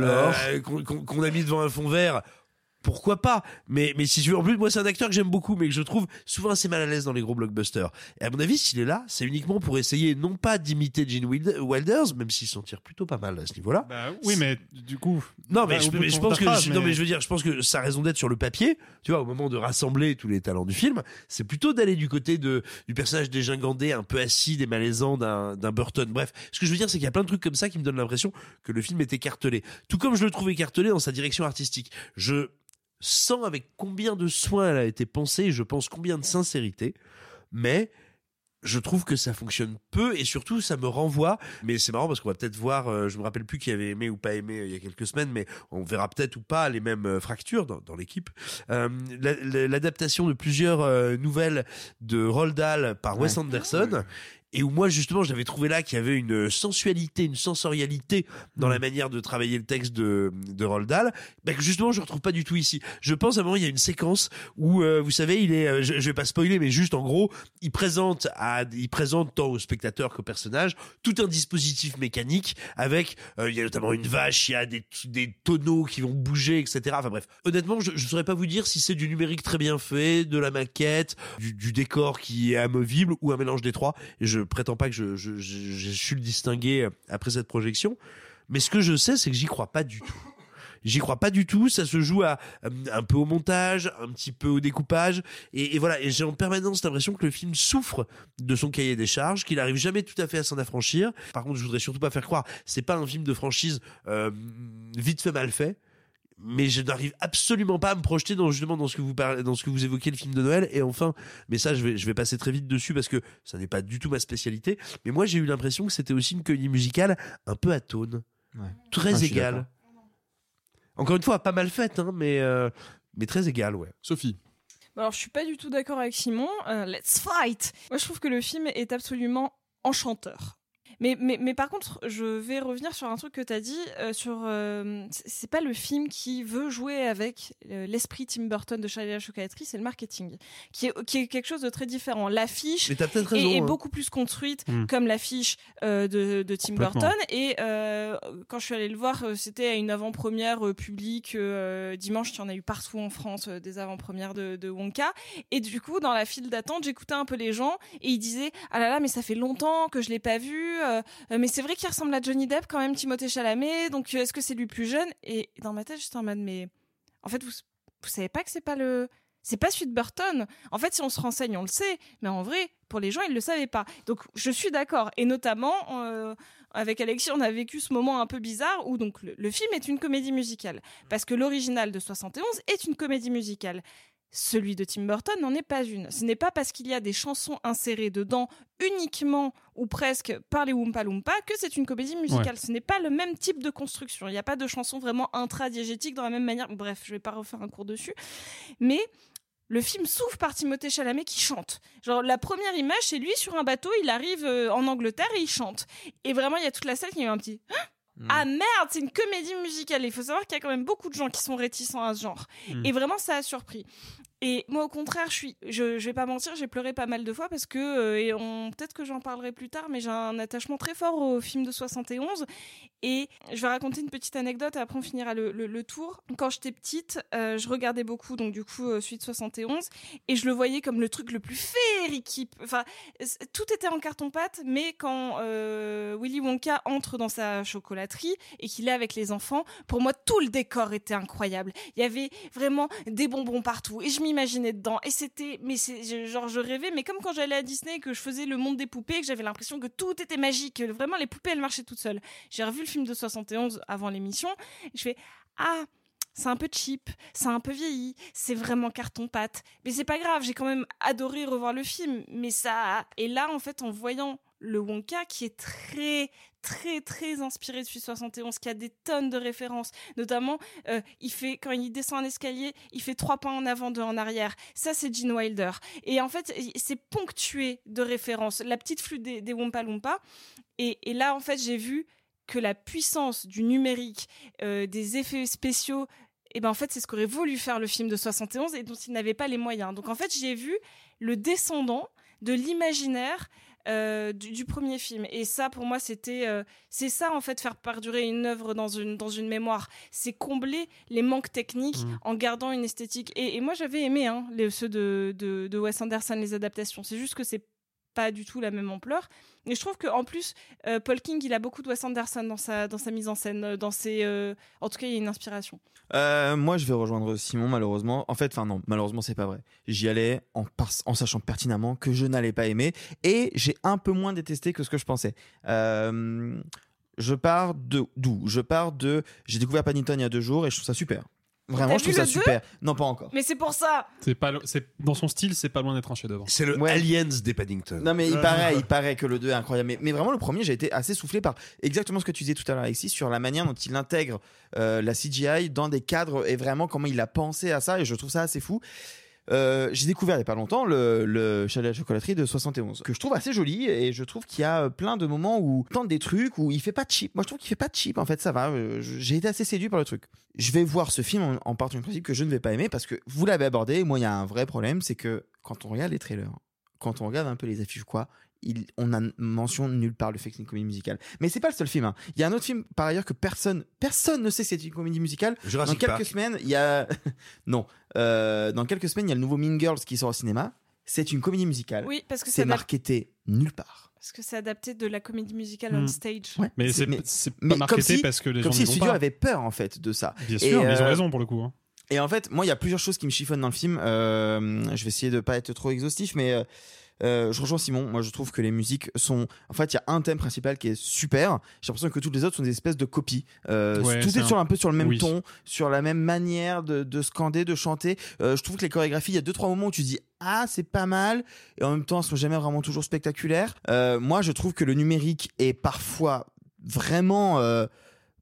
qu'on a mis devant un fond vert... Pourquoi pas, mais si tu veux, en plus moi c'est un acteur que j'aime beaucoup mais que je trouve souvent assez mal à l'aise dans les gros blockbusters, et à mon avis s'il est là c'est uniquement pour essayer non pas d'imiter Gene Wilders, même s'il s'en tire plutôt pas mal à ce niveau-là. Bah oui, mais du coup non mais je pense que non mais je veux dire, je pense que sa raison d'être sur le papier, tu vois, au moment de rassembler tous les talents du film, c'est plutôt d'aller du côté du personnage dégingandé un peu acide et malaisant d'un Burton. Bref, ce que je veux dire c'est qu'il y a plein de trucs comme ça qui me donnent l'impression que le film est écartelé, tout comme je le trouve écartelé dans sa direction artistique. Je sens avec combien de soin elle a été pensée, je pense combien de sincérité, mais je trouve que ça fonctionne peu et surtout ça me renvoie, mais c'est marrant parce qu'on va peut-être voir, je me rappelle plus qui avait aimé ou pas aimé il y a quelques semaines, mais on verra peut-être ou pas les mêmes fractures dans l'équipe. L'adaptation de plusieurs nouvelles de Roald Dahl par Wes Anderson, et où moi justement j'avais trouvé là qu'il y avait une sensualité, une sensorialité dans la manière de travailler le texte de Roald Dahl, bah que justement je retrouve pas du tout ici. Je pense à un moment il y a une séquence où vous savez il est, je vais pas spoiler mais juste en gros il présente tant au spectateur qu'au personnage tout un dispositif mécanique avec il y a notamment une vache, il y a des tonneaux qui vont bouger, etc. Enfin bref, honnêtement je saurais pas vous dire si c'est du numérique très bien fait, de la maquette, du décor qui est amovible ou un mélange des trois, et je prétends pas que je su le distinguer après cette projection, mais ce que je sais c'est que j'y crois pas du tout. J'y crois pas du tout, ça se joue un peu au montage, un petit peu au découpage, et voilà, et j'ai en permanence l'impression que le film souffre de son cahier des charges, qu'il arrive jamais tout à fait à s'en affranchir. Par contre, je voudrais surtout pas faire croire, c'est pas un film de franchise vite fait mal fait, mais je n'arrive absolument pas à me projeter dans ce que vous parlez, dans ce que vous évoquez, le film de Noël. Et enfin, mais ça je vais passer très vite dessus parce que ça n'est pas du tout ma spécialité, mais moi j'ai eu l'impression que c'était aussi une comédie musicale un peu atone, très égale. Encore une fois, pas mal faite, hein, mais très égale, ouais. Sophie. Alors, je suis pas du tout d'accord avec Simon. Let's fight. Moi, je trouve que le film est absolument enchanteur. Mais par contre, je vais revenir sur un truc que tu as dit. C'est pas le film qui veut jouer avec l'esprit Tim Burton de Charlie et la chocolaterie, c'est le marketing, qui est quelque chose de très différent. L'affiche est beaucoup plus construite comme l'affiche de Tim Burton. Et quand je suis allée le voir, c'était à une avant-première publique. Dimanche, il y en a eu partout en France des avant-premières de Wonka. Et du coup, dans la file d'attente, j'écoutais un peu les gens et ils disaient « Ah là là, mais ça fait longtemps que je l'ai pas vu. Mais c'est vrai qu'il ressemble à Johnny Depp quand même, Timothée Chalamet. Donc est-ce que c'est lui plus jeune ?» Et dans ma tête, j'étais en mode « Mais en fait, vous savez pas que c'est pas celui de Burton. En fait, si on se renseigne, on le sait. Mais en vrai, pour les gens, ils le savaient pas. Donc je suis d'accord. Et notamment, avec Alexis, on a vécu ce moment un peu bizarre où donc le film est une comédie musicale. Parce que l'original de 71 est une comédie musicale. Celui de Tim Burton n'en est pas une. Ce n'est pas parce qu'il y a des chansons insérées dedans uniquement ou presque par les Oompa Loompa que c'est une comédie musicale. Ouais. Ce n'est pas le même type de construction. Il n'y a pas de chansons vraiment intradiégétiques dans la même manière. Bref, je ne vais pas refaire un cours dessus. Mais le film s'ouvre par Timothée Chalamet qui chante. Genre, la première image, c'est lui sur un bateau, il arrive en Angleterre et il chante. Et vraiment, il y a toute la salle qui a eu un petit... Ah merde, c'est une comédie musicale. Il faut savoir qu'il y a quand même beaucoup de gens qui sont réticents à ce genre. Et vraiment, ça a surpris. Et moi, au contraire, je vais pas mentir, j'ai pleuré pas mal de fois parce que, peut-être que j'en parlerai plus tard, mais j'ai un attachement très fort au film de 71. Et je vais raconter une petite anecdote et après on finira le tour. Quand j'étais petite, je regardais beaucoup, donc du coup, celui de 71, et je le voyais comme le truc le plus féerique. Enfin, tout était en carton-pâte, mais quand Willy Wonka entre dans sa chocolaterie et qu'il est avec les enfants, pour moi, tout le décor était incroyable. Il y avait vraiment des bonbons partout, et je m'imaginais dedans, et je rêvais, mais comme quand j'allais à Disney et que je faisais le monde des poupées, que j'avais l'impression que tout était magique, que vraiment les poupées elles marchaient toutes seules. J'ai revu le film de 71 avant l'émission, et je fais c'est un peu cheap, c'est un peu vieilli, c'est vraiment carton-pâte, mais c'est pas grave, j'ai quand même adoré revoir le film, et là en fait en voyant le Wonka qui est très très très inspiré de celui 71, qui a des tonnes de références, notamment quand il descend un escalier, il fait 3 pas en avant, 2 en arrière, ça c'est Gene Wilder, et en fait c'est ponctué de références, la petite flûte des Oompa Loompa, et là en fait j'ai vu que la puissance du numérique, des effets spéciaux, en fait c'est ce qu'aurait voulu faire le film de 71 et dont il n'avait pas les moyens. Donc en fait j'ai vu le descendant de l'imaginaire du premier film, et ça pour moi c'est ça en fait, faire perdurer une œuvre dans une mémoire, c'est combler les manques techniques en gardant une esthétique, et moi j'avais aimé ceux de Wes Anderson, les adaptations, c'est juste que c'est pas du tout la même ampleur, et je trouve qu'en plus Paul King il a beaucoup de Wes Anderson dans sa mise en scène, en tout cas il y a une inspiration. Moi je vais rejoindre Simon, malheureusement, non, malheureusement c'est pas vrai, j'y allais en sachant pertinemment que je n'allais pas aimer, et j'ai un peu moins détesté que ce que je pensais. Je pars de j'ai découvert Paddington il y a 2 jours et je trouve ça super. Vraiment, je trouve ça super. Non, pas encore. Mais c'est pour ça. C'est dans son style, c'est pas loin d'être un chef-d'œuvre. C'est le Aliens des Paddington. Non, mais il paraît que le 2 est incroyable. Mais vraiment, le premier, j'ai été assez soufflé par exactement ce que tu disais tout à l'heure, Alexis, sur la manière dont il intègre la CGI dans des cadres et vraiment comment il a pensé à ça. Et je trouve ça assez fou. J'ai découvert il n'y a pas longtemps le Charlie et la chocolaterie de 71, que je trouve assez joli, et je trouve qu'il y a plein de moments où il tente des trucs où il fait pas cheap. Moi je trouve qu'il fait pas cheap, en fait, ça va. J'ai été assez séduit par le truc. Je vais voir ce film en partant du principe que je ne vais pas aimer, parce que vous l'avez abordé, moi il y a un vrai problème, c'est que quand on regarde les trailers, quand on regarde un peu les affiches on a mention nulle part le fait que c'est une comédie musicale. Mais c'est pas le seul film. Il y a un autre film par ailleurs que personne ne sait que c'est une comédie musicale. Dans quelques semaines, il y a dans quelques semaines, il y a le nouveau Mean Girls qui sort au cinéma. C'est une comédie musicale. Oui, parce que c'est marketé nulle part. Parce que c'est adapté de la comédie musicale on stage. Ouais. Mais c'est pas marketé parce que les gens comme si le studio avait peur en fait de ça. Bien sûr, mais ils ont raison pour le coup. Et en fait, moi, il y a plusieurs choses qui me chiffonnent dans le film. Je vais essayer de pas être trop exhaustif, mais je rejoins Simon. Moi, je trouve que les musiques sont. En fait, il y a un thème principal qui est super. J'ai l'impression que toutes les autres sont des espèces de copies. Tout est un peu sur le même ton, sur la même manière de scander, de chanter. Je trouve que les chorégraphies, il y a 2-3 moments où tu dis c'est pas mal, et en même temps, elles sont jamais vraiment toujours spectaculaires. Moi, je trouve que le numérique est parfois vraiment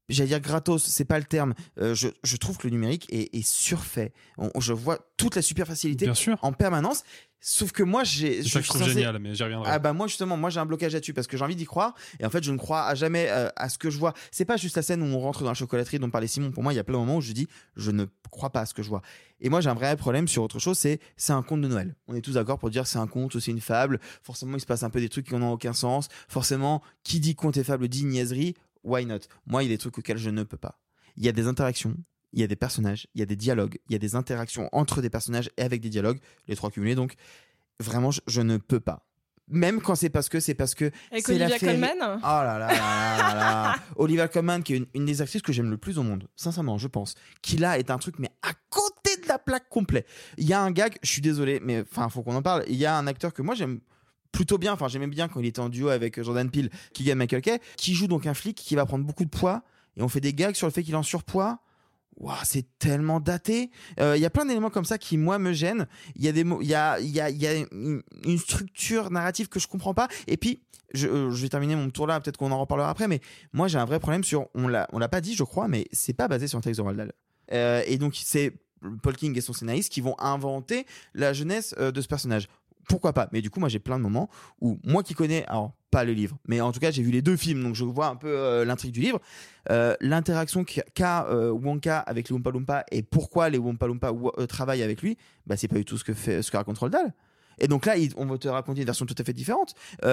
j'allais dire gratos, c'est pas le terme. Je trouve que le numérique est surfait. Je vois toute la super facilité en permanence. Sauf que moi, c'est ça que je trouve génial, mais j'y reviendrai. Ah bah moi justement, moi j'ai un blocage là-dessus parce que j'ai envie d'y croire et en fait je ne crois à jamais à ce que je vois. C'est pas juste la scène où on rentre dans la chocolaterie dont parlait Simon. Pour moi, il y a plein de moments où je dis je ne crois pas à ce que je vois. Et moi j'ai un vrai problème sur autre chose, c'est un conte de Noël. On est tous d'accord pour dire c'est un conte ou c'est une fable. Forcément, il se passe un peu des trucs qui n'ont aucun sens. Forcément, qui dit conte et fable dit niaiserie. Why not? Moi, il y a des trucs auxquels je ne peux pas. Il y a des interactions. Il y a des personnages, il y a des dialogues, il y a des interactions entre des personnages et avec des dialogues, les trois cumulés donc. Vraiment, je ne peux pas. Même quand c'est parce que avec c'est Olivia la féerie. Colman. Oh là là là là. Olivia Colman, qui est une des actrices que j'aime le plus au monde, sincèrement, je pense. Qui là est un truc, mais à côté de la plaque complet. Il y a un gag, je suis désolé, mais enfin, faut qu'on en parle. Il y a un acteur que moi j'aime plutôt bien, enfin j'aimais bien quand il était en duo avec Jordan Peele, Keegan-Michael Kay, qui joue donc un flic qui va prendre beaucoup de poids, et on fait des gags sur le fait qu'il est en surpoids. Wow, c'est tellement daté. Il y a plein d'éléments comme ça qui moi me gênent. Il y a des mots, il y a une structure narrative que je comprends pas. Et puis je vais terminer mon tour là. Peut-être qu'on en reparlera après. Mais moi j'ai un vrai problème sur. On l'a pas dit, je crois, mais c'est pas basé sur un texte de Roald Dahl. Et donc c'est Paul King et son scénariste qui vont inventer la jeunesse de ce personnage. Pourquoi pas? Mais du coup, moi, j'ai plein de moments où moi qui connais, alors pas le livre, mais en tout cas, j'ai vu les 2 films, donc je vois un peu l'intrigue du livre. L'interaction qu'a Wonka avec les Oompa Loompa et pourquoi les Oompa Loompa travaillent avec lui, bah c'est pas du tout ce que raconte Roald Dahl. Et donc là, on va te raconter une version tout à fait différente.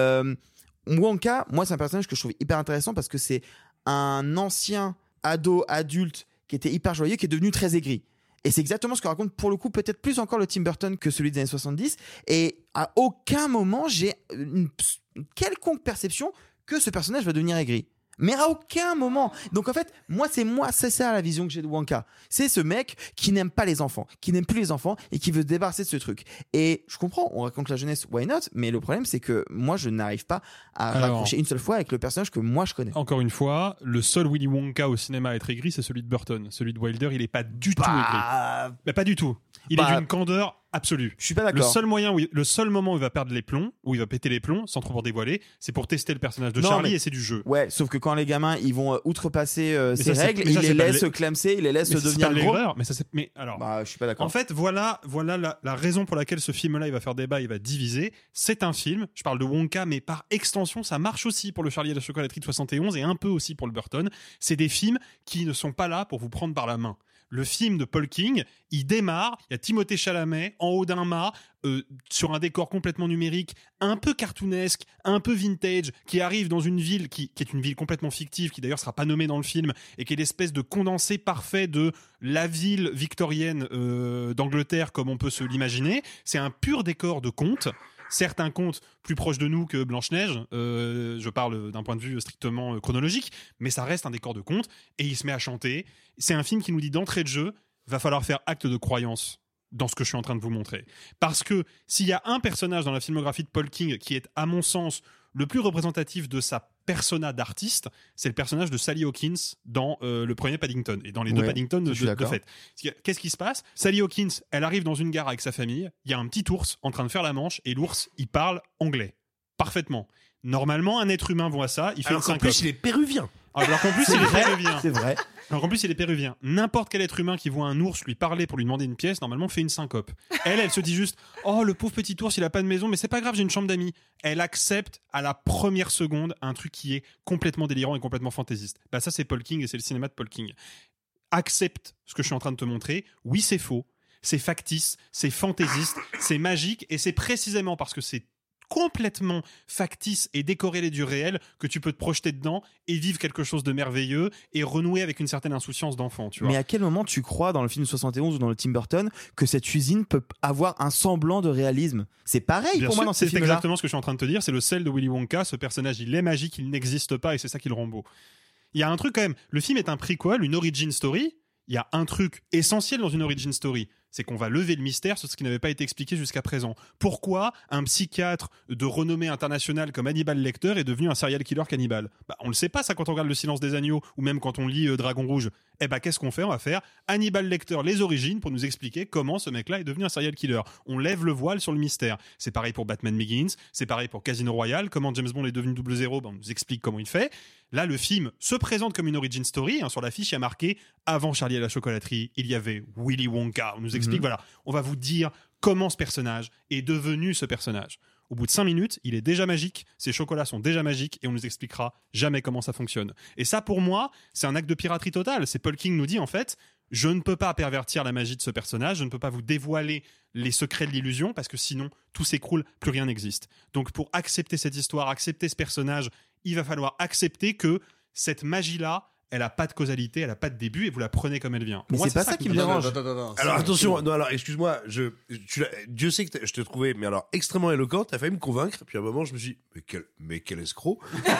Wonka, moi, c'est un personnage que je trouve hyper intéressant parce que c'est un ancien ado adulte qui était hyper joyeux, qui est devenu très aigri. Et c'est exactement ce que raconte pour le coup peut-être plus encore le Tim Burton que celui des années 70. Et à aucun moment j'ai une quelconque perception que ce personnage va devenir aigri. Mais à aucun moment. Donc en fait, c'est ça la vision que j'ai de Wonka. C'est ce mec qui n'aime pas les enfants, qui n'aime plus les enfants et qui veut se débarrasser de ce truc. Et je comprends, on raconte la jeunesse, why not? Mais le problème, c'est que moi, je n'arrive pas à raccrocher une seule fois avec le personnage que moi je connais. Encore une fois, le seul Willy Wonka au cinéma à être aigri, c'est celui de Burton. Celui de Wilder, il est pas du tout aigri. Mais pas du tout. Il est d'une candeur absolue. Je suis pas d'accord. Le seul moment où il va perdre les plombs, où il va péter les plombs, sans trop en dévoiler, c'est pour tester le personnage de Charlie et c'est du jeu. Ouais, sauf que quand les gamins ils vont outrepasser ces règles, ils les laissent clamser, ils les laissent devenir gros. Mais alors, je suis pas d'accord. En fait, voilà la raison pour laquelle ce film-là il va faire débat, il va diviser. C'est un film. Je parle de Wonka, mais par extension, ça marche aussi pour le Charlie et la chocolaterie de 71 et un peu aussi pour le Burton. C'est des films qui ne sont pas là pour vous prendre par la main. Le film de Paul King, il démarre, il y a Timothée Chalamet en haut d'un mât, sur un décor complètement numérique, un peu cartoonesque, un peu vintage, qui arrive dans une ville qui est une ville complètement fictive, qui d'ailleurs sera pas nommée dans le film, et qui est l'espèce de condensé parfait de la ville victorienne d'Angleterre comme on peut se l'imaginer. C'est un pur décor de conte. Certes, un conte plus proche de nous que Blanche-Neige, je parle d'un point de vue strictement chronologique, mais ça reste un décor de conte, et il se met à chanter. C'est un film qui nous dit d'entrée de jeu, va falloir faire acte de croyance dans ce que je suis en train de vous montrer. Parce que s'il y a un personnage dans la filmographie de Paul King qui est, à mon sens, le plus représentatif de sa persona d'artiste, c'est le personnage de Sally Hawkins dans le premier Paddington et dans les 2 Paddington de fait. Qu'est-ce qui se passe? Sally Hawkins, elle arrive dans une gare avec sa famille, il y a un petit ours en train de faire la manche et l'ours, il parle anglais. Parfaitement. Normalement, un être humain voit ça, il fait une syncope. En plus, il est péruvien. Alors qu'en plus, il est péruvien. C'est vrai. Alors qu'en plus, il est péruvien. N'importe quel être humain qui voit un ours lui parler pour lui demander une pièce, normalement, fait une syncope. Elle se dit juste « Oh, le pauvre petit ours, il a pas de maison, mais c'est pas grave, j'ai une chambre d'amis. » Elle accepte à la première seconde un truc qui est complètement délirant et complètement fantaisiste. Bah ça, c'est Paul King et c'est le cinéma de Paul King. Accepte ce que je suis en train de te montrer. Oui, c'est faux. C'est factice. C'est fantaisiste. C'est magique. Et c'est précisément parce que c'est complètement factice et décorrélé du réel que tu peux te projeter dedans et vivre quelque chose de merveilleux et renouer avec une certaine insouciance d'enfant, tu vois. Mais à quel moment tu crois dans le film 71 ou dans le Tim Burton que cette usine peut avoir un semblant de réalisme? C'est pareil pour moi dans ces films-là. C'est exactement ce que je suis en train de te dire, c'est le sel de Willy Wonka, ce personnage il est magique, il n'existe pas et c'est ça qui le rend beau. Il y a un truc quand même, le film est un prequel, une origin story, il y a un truc essentiel dans une origin story, c'est qu'on va lever le mystère sur ce qui n'avait pas été expliqué jusqu'à présent. Pourquoi un psychiatre de renommée internationale comme Hannibal Lecter est devenu un serial killer cannibale? On le sait pas ça quand on regarde Le Silence des Agneaux ou même quand on lit Dragon Rouge. Qu'est-ce qu'on fait? On va faire Hannibal Lecter, les origines, pour nous expliquer comment ce mec-là est devenu un serial killer. On lève le voile sur le mystère. C'est pareil pour Batman Begins, c'est pareil pour Casino Royale. Comment James Bond est devenu 00, on nous explique comment il fait. Là, le film se présente comme une origin story. Sur l'affiche, il y a marqué « Avant Charlie et la chocolaterie, il y avait Willy Wonka ». On nous explique, voilà, on va vous dire comment ce personnage est devenu ce personnage. Au bout de 5 minutes, il est déjà magique, ses chocolats sont déjà magiques et on nous expliquera jamais comment ça fonctionne. Et ça, pour moi, c'est un acte de piraterie totale. C'est Paul King nous dit, en fait, je ne peux pas pervertir la magie de ce personnage, je ne peux pas vous dévoiler les secrets de l'illusion parce que sinon, tout s'écroule, plus rien n'existe. Donc pour accepter cette histoire, accepter ce personnage, il va falloir accepter que cette magie-là, elle a pas de causalité, elle a pas de début et vous la prenez comme elle vient. Mais moi, c'est pas ça qui me dérange. Alors attention, non, alors excuse-moi, Dieu sait que je te trouvais, mais alors extrêmement éloquent, t'as failli me convaincre, puis à un moment je me suis dit, mais quel escroc.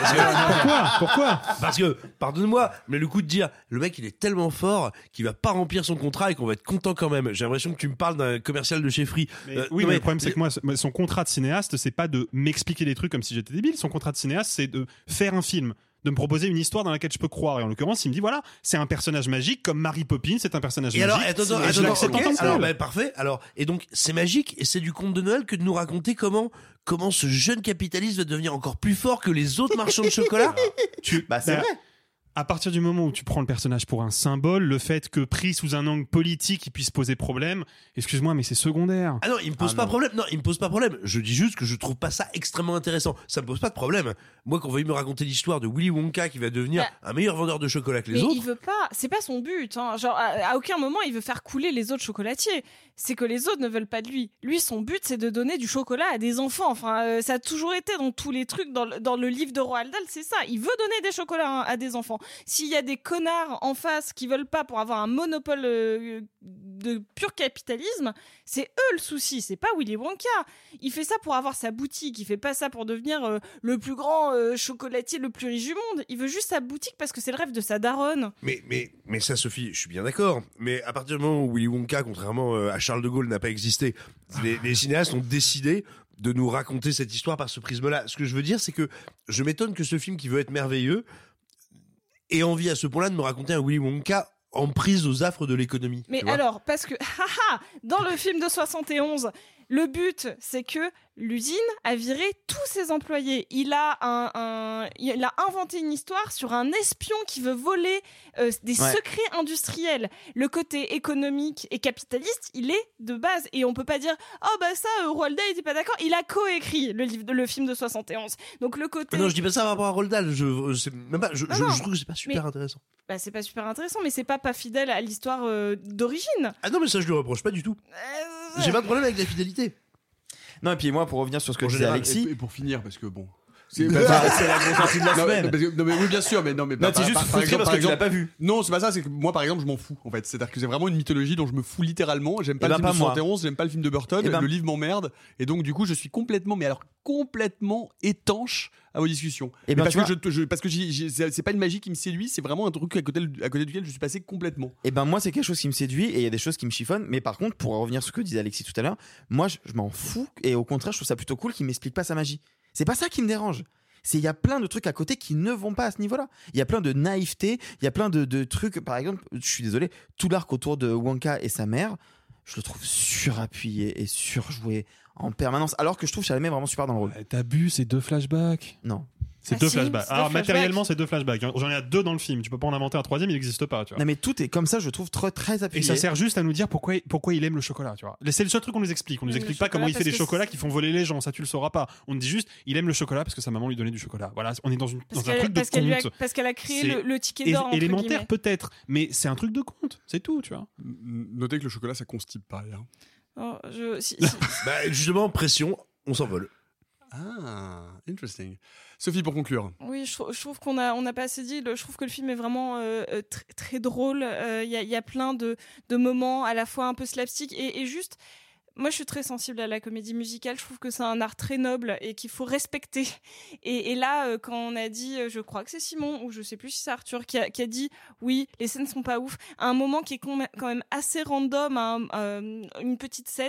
Pourquoi Parce que, pardonne-moi, mais le coup de dire, le mec il est tellement fort qu'il va pas remplir son contrat et qu'on va être content quand même. J'ai l'impression que tu me parles d'un commercial de chez Free. Oui, mais le problème c'est que moi, son contrat de cinéaste, c'est pas de m'expliquer des trucs comme si j'étais débile. Son contrat de cinéaste, c'est de faire un film, de me proposer une histoire dans laquelle je peux croire. Et en l'occurrence, il me dit voilà, c'est un personnage magique comme Mary Poppins, c'est un personnage magique. Alors, parfait. Alors, et donc, c'est magique et c'est du conte de Noël que de nous raconter comment ce jeune capitaliste va devenir encore plus fort que les autres marchands de chocolat. C'est vrai. À partir du moment où tu prends le personnage pour un symbole, le fait que pris sous un angle politique, il puisse poser problème, excuse-moi, mais c'est secondaire. Ah non, il me pose pas problème. Non, il me pose pas problème. Je dis juste que je trouve pas ça extrêmement intéressant. Ça me pose pas de problème. Moi, quand on va me raconter l'histoire de Willy Wonka qui va devenir un meilleur vendeur de chocolat que les autres. Mais il veut pas, c'est pas son but. Genre, à aucun moment, il veut faire couler les autres chocolatiers. C'est que les autres ne veulent pas de lui. Lui, son but, c'est de donner du chocolat à des enfants. Enfin, ça a toujours été dans tous les trucs, dans le livre de Roald Dahl, c'est ça. Il veut donner des chocolats à des enfants. S'il y a des connards en face qui veulent pas pour avoir un monopole de pur capitalisme, c'est eux le souci, c'est pas Willy Wonka. Il fait ça pour avoir sa boutique, il fait pas ça pour devenir le plus grand chocolatier le plus riche du monde. Il veut juste sa boutique parce que c'est le rêve de sa daronne. Mais ça, Sophie, je suis bien d'accord. Mais à partir du moment où Willy Wonka, contrairement à Charles de Gaulle, n'a pas existé, les cinéastes ont décidé de nous raconter cette histoire par ce prisme-là. Ce que je veux dire, c'est que je m'étonne que ce film qui veut être merveilleux ait envie à ce point-là de me raconter un Willy Wonka en prise aux affres de l'économie. Mais alors, parce que dans le film de 71, le but, c'est que l'usine a viré tous ses employés. Il a inventé une histoire sur un espion qui veut voler des secrets industriels. Le côté économique et capitaliste, il est de base. Et on peut pas dire « Oh bah ça, Roald Dahl était pas d'accord ». Il a coécrit le film de 71. Donc le côté... Non, je dis pas ça par rapport à Roald Dahl. Je trouve que c'est pas super intéressant. Bah, c'est pas super intéressant, mais c'est pas fidèle à l'histoire d'origine. Ah non, mais ça, je le reproche pas du tout. J'ai pas de problème avec la fidélité. Non, et puis moi, pour revenir sur ce que disait Alexis... Et pour finir, parce que bon... C'est la grosse partie de la semaine. Oui, bien sûr, mais non, mais c'est juste frustré parce que tu l'as pas vu. Non, c'est pas ça. C'est que moi, par exemple, je m'en fous. En fait, c'est-à-dire que c'est vraiment une mythologie dont je me fous littéralement. J'aime pas le film de 71, j'aime pas le film de Burton. Le livre m'emmerde, et donc du coup, je suis complètement étanche à vos discussions. Parce que c'est pas une magie qui me séduit, c'est vraiment un truc à côté duquel je suis passé complètement. Et ben moi, c'est quelque chose qui me séduit et il y a des choses qui me chiffonnent. Mais par contre, pour revenir sur ce que disait Alexis tout à l'heure, moi, je m'en fous et au contraire, je trouve ça plutôt cool qu'il m'explique pas sa magie. C'est pas ça qui me dérange. Il y a plein de trucs à côté qui ne vont pas à ce niveau-là. Il y a plein de naïveté, il y a plein de trucs. Par exemple, je suis désolé, tout l'arc autour de Wonka et sa mère, je le trouve surappuyé et surjoué en permanence, alors que je trouve Chalamet vraiment super dans le rôle. T'as bu ces 2 flashbacks? Non. C'est 2 flashbacks. Alors matériellement, c'est 2 flashbacks. J'en ai 2 dans le film. Tu peux pas en inventer un 3e, il n'existe pas. Tu vois. Non mais tout est comme ça, je trouve très appuyé. Et ça sert juste à nous dire pourquoi il aime le chocolat. Tu vois. C'est le seul truc qu'on nous explique. On nous explique pas comment il fait des chocolats qui font voler les gens. Ça tu le sauras pas. On dit juste il aime le chocolat parce que sa maman lui donnait du chocolat. Voilà, on est dans un truc de conte. Parce qu'elle a créé le ticket d'or. Élémentaire peut-être, mais c'est un truc de conte. C'est tout, tu vois. Notez que le chocolat ça constipe pas. Oh, justement, pression, on s'envole. Ah, interesting. Sophie, pour conclure. Oui, je trouve qu'on a pas assez dit. Je trouve que le film est vraiment très, très drôle. Il y a plein de moments à la fois un peu slapstick et juste... Moi, je suis très sensible à la comédie musicale. Je trouve que c'est un art très noble et qu'il faut respecter. Et là, quand on a dit, je crois que c'est Simon, ou je sais plus si c'est Arthur, qui a dit, oui, les scènes sont pas ouf, à un moment qui est quand même assez random, une petite scène,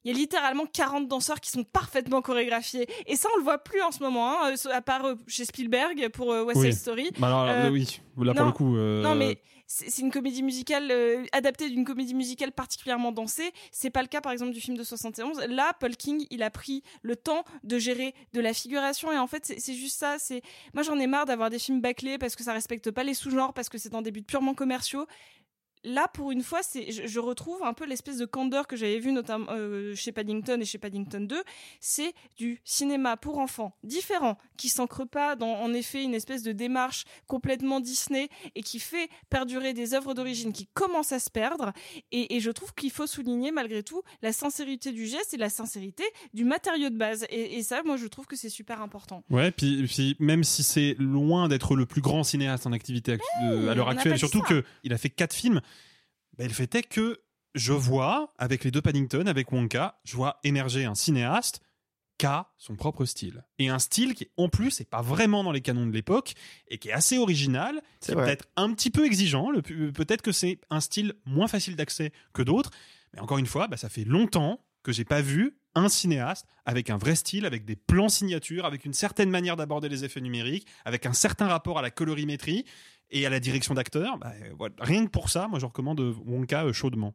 Il y a littéralement 40 danseurs qui sont parfaitement chorégraphiés. Et ça, on le voit plus en ce moment, hein, à part chez Spielberg pour West Side Story. Bah alors, oui, là pour le coup. Non, mais c'est une comédie musicale adaptée d'une comédie musicale particulièrement dansée. C'est pas le cas, par exemple, du film de 71. Là, Paul King, il a pris le temps de gérer de la figuration. Et en fait, c'est juste ça. Moi, j'en ai marre d'avoir des films bâclés parce que ça respecte pas les sous-genres, parce que c'est dans des buts purement commerciaux. Là, pour une fois, je retrouve un peu l'espèce de candeur que j'avais vue notamment chez Paddington et chez Paddington 2. C'est du cinéma pour enfants différent, qui s'ancre pas dans, en effet, une espèce de démarche complètement Disney et qui fait perdurer des œuvres d'origine qui commencent à se perdre. Et je trouve qu'il faut souligner, malgré tout, la sincérité du geste et la sincérité du matériau de base. Et ça, moi, je trouve que c'est super important. Ouais, puis même si c'est loin d'être le plus grand cinéaste en activité à l'heure actuelle, surtout qu'il a fait 4 films, le fait est que je vois, avec les deux Paddington, avec Wonka, je vois émerger un cinéaste qui a son propre style. Et un style qui, en plus, n'est pas vraiment dans les canons de l'époque et qui est assez original, qui est peut-être un petit peu exigeant. Peut-être que c'est un style moins facile d'accès que d'autres. Mais encore une fois, ça fait longtemps que j'ai pas vu un cinéaste avec un vrai style, avec des plans signatures, avec une certaine manière d'aborder les effets numériques, avec un certain rapport à la colorimétrie et à la direction d'acteurs. Voilà. Rien que pour ça, moi je recommande Wonka chaudement.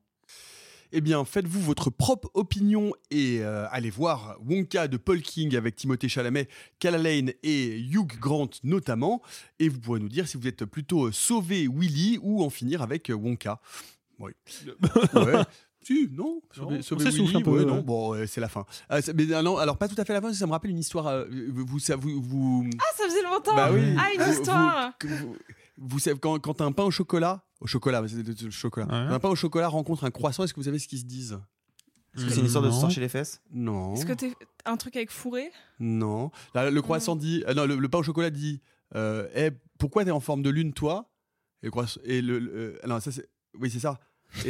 Eh bien, faites-vous votre propre opinion et allez voir Wonka de Paul King avec Timothée Chalamet, Calla Lane et Hugh Grant notamment. Et vous pourrez nous dire si vous êtes plutôt sauver Willy ou en finir avec Wonka. Oui. Ouais. Si, non, sauver Willy, non, bon, c'est la fin. Mais non, alors pas tout à fait la fin, ça me rappelle une histoire. Ah, ça faisait longtemps. Bah oui. Ah, une histoire. Vous savez, quand un pain au chocolat, c'est le chocolat. Ouais. Un pain au chocolat rencontre un croissant, est-ce que vous savez ce qu'ils se disent? Est-ce que c'est une histoire de se torcher les fesses? Non. Est-ce que t'es un truc avec fourré? Non. Là, le croissant dit, non, le pain au chocolat dit, pourquoi t'es en forme de lune, toi? Et le croissant, non, ça c'est, oui, c'est ça.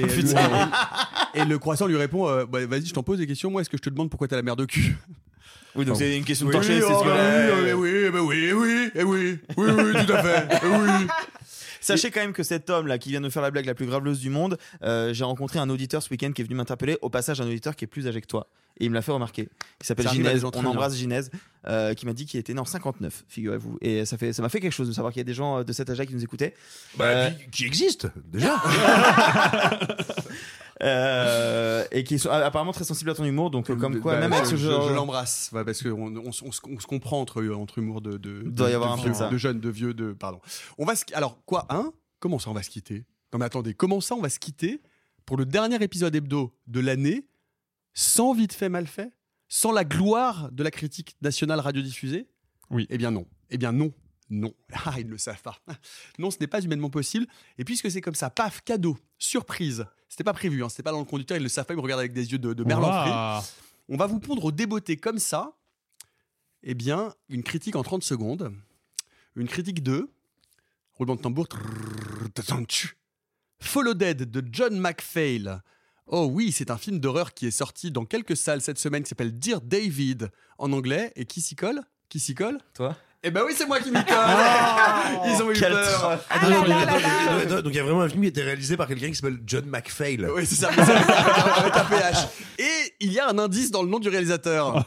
Et le croissant lui répond, vas-y, je t'en pose des questions. Moi, est-ce que je te demande pourquoi t'as la merde au cul? Oui, donc c'est une question de torcher. Oui, tout à fait. Oui. Sachez quand même que cet homme-là qui vient de nous faire la blague la plus graveleuse du monde, j'ai rencontré un auditeur ce week-end qui est venu m'interpeller. Au passage, un auditeur qui est plus âgé que toi. Et il me l'a fait remarquer. Il s'appelle Ginez. On embrasse Ginez, qui m'a dit qu'il était né en 59, figurez-vous. Et ça m'a fait quelque chose de savoir qu'il y a des gens de cet âge-là qui nous écoutaient. Qui existent déjà. Et qui sont apparemment très sensibles à ton humour, donc comme quoi même avec ce jeu je l'embrasse, parce qu'on se comprend entre humour doit y avoir un peu ça, de jeunes, de vieux, pardon. On va alors quoi, hein? Comment ça on va se quitter? Non mais attendez, comment ça on va se quitter pour le dernier épisode hebdo de l'année sans vite fait mal fait, sans la gloire de la critique nationale radiodiffusée? Oui. Eh bien non. Non, ils ne le savent pas. Non, ce n'est pas humainement possible. Et puisque c'est comme ça, paf, cadeau, surprise. C'était pas prévu, c'était pas dans le conducteur, ils le savent pas, ils me regardent avec des yeux de merlan frit. On va vous pondre au débeauté comme ça. Eh bien, une critique en 30 secondes. Une critique de roulement de tambour. Follow Dead de John McPhail. Oh oui, c'est un film d'horreur qui est sorti dans quelques salles cette semaine qui s'appelle Dear David en anglais. Et qui s'y colle? Toi? Eh ben oui, c'est moi qui m'y colle. Ils ont eu peur. Donc il y a vraiment un film qui a été réalisé par quelqu'un qui s'appelle John McPhail. Oui, c'est ça, avec un PH. Et il y a un indice dans le nom du réalisateur.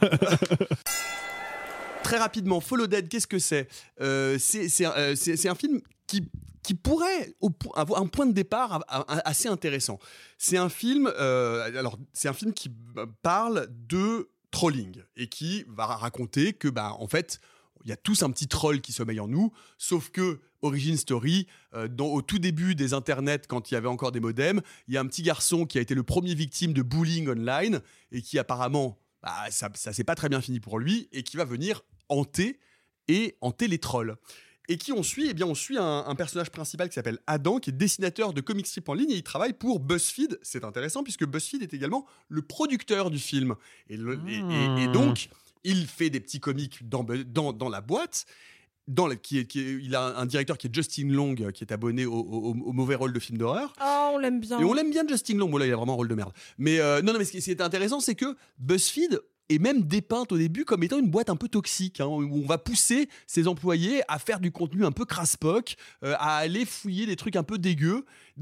Très rapidement, Follow Dead, qu'est-ce que c'est? C'est un film qui pourrait avoir un point de départ assez intéressant. C'est un film, qui parle de trolling et qui va raconter que, en fait, il y a tous un petit troll qui sommeille en nous, sauf que, origin story, au tout début des internets, quand il y avait encore des modems, il y a un petit garçon qui a été le premier victime de bullying online et qui apparemment, ça s'est pas très bien fini pour lui et qui va venir hanter les trolls. Et qui on suit? Eh bien, on suit un personnage principal qui s'appelle Adam, qui est dessinateur de comic strip en ligne et il travaille pour BuzzFeed. C'est intéressant puisque BuzzFeed est également le producteur du film. Et donc, il fait des petits comics dans la boîte. Il a un directeur qui est Justin Long, qui est abonné au mauvais rôle de film d'horreur. Oh, on l'aime bien. Et on l'aime bien, Justin Long. Bon, là, il a vraiment un rôle de merde. Mais mais ce qui est intéressant, c'est que BuzzFeed est même dépeinte au début comme étant une boîte un peu toxique, où on va pousser ses employés à faire du contenu un peu crasse-poc, à aller fouiller des trucs un peu dégueux. Donc,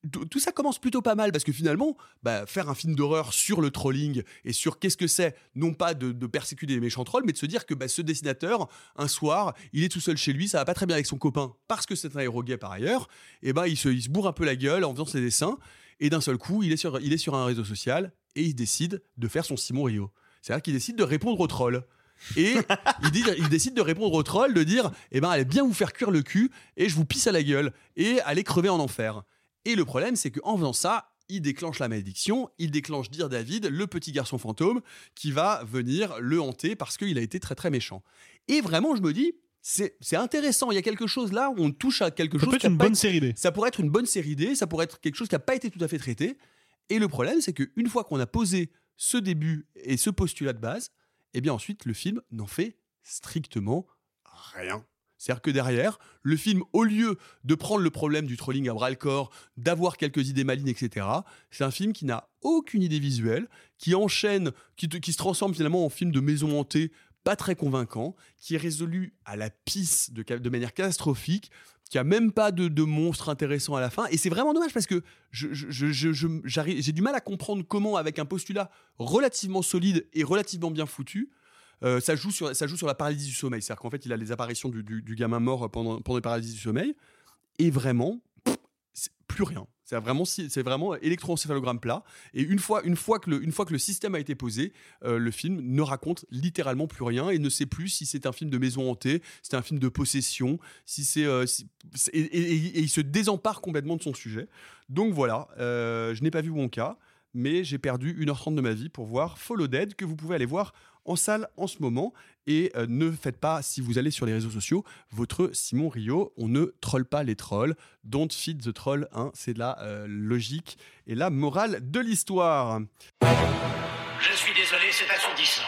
tout ça commence plutôt pas mal parce que finalement, faire un film d'horreur sur le trolling et sur qu'est-ce que c'est, non pas de persécuter les méchants trolls, mais de se dire que ce dessinateur, un soir, il est tout seul chez lui, ça va pas très bien avec son copain parce que c'est un héros gay par ailleurs, et il se bourre un peu la gueule en faisant ses dessins et d'un seul coup, il est sur un réseau social et il décide de faire son Simon Rio. C'est-à-dire qu'il décide de répondre aux trolls. Et il décide de répondre aux trolls, de dire allez bien vous faire cuire le cul et je vous pisse à la gueule et allez crever en enfer. Et le problème, c'est qu'en faisant ça, il déclenche la malédiction, il déclenche Dear David, le petit garçon fantôme qui va venir le hanter parce qu'il a été très très méchant. Et vraiment, je me dis, c'est intéressant, il y a quelque chose là où on touche à quelque chose. Ça peut être une bonne série D. Ça pourrait être une bonne série D, ça pourrait être quelque chose qui n'a pas été tout à fait traité. Et le problème, c'est qu'une fois qu'on a posé ce début et ce postulat de base, et bien ensuite, le film n'en fait strictement rien. C'est-à-dire que derrière, le film, au lieu de prendre le problème du trolling à bras-le-corps, d'avoir quelques idées malignes, etc., c'est un film qui n'a aucune idée visuelle, qui enchaîne, qui se transforme finalement en film de maison hantée, pas très convaincant, qui est résolu à la pisse de manière catastrophique, qui a même pas de monstre intéressant à la fin. Et c'est vraiment dommage parce que j'ai du mal à comprendre comment, avec un postulat relativement solide et relativement bien foutu, ça joue sur la paralysie du sommeil. C'est-à-dire qu'en fait, il a les apparitions du gamin mort pendant les paralysies du sommeil. Et vraiment, c'est plus rien. C'est vraiment électroencéphalogramme plat. Et une fois que le système a été posé, le film ne raconte littéralement plus rien et ne sait plus si c'est un film de maison hantée, si c'est un film de possession, et il se désempare complètement de son sujet. Donc voilà, je n'ai pas vu Wonka, mais j'ai perdu 1h30 de ma vie pour voir Follow Dead, que vous pouvez aller voir en salle en ce moment. Et ne faites pas, si vous allez sur les réseaux sociaux, votre Simon Rio. On ne troll pas les trolls. Don't feed the troll. C'est la logique et la morale de l'histoire. Je suis désolé, c'est assourdissant.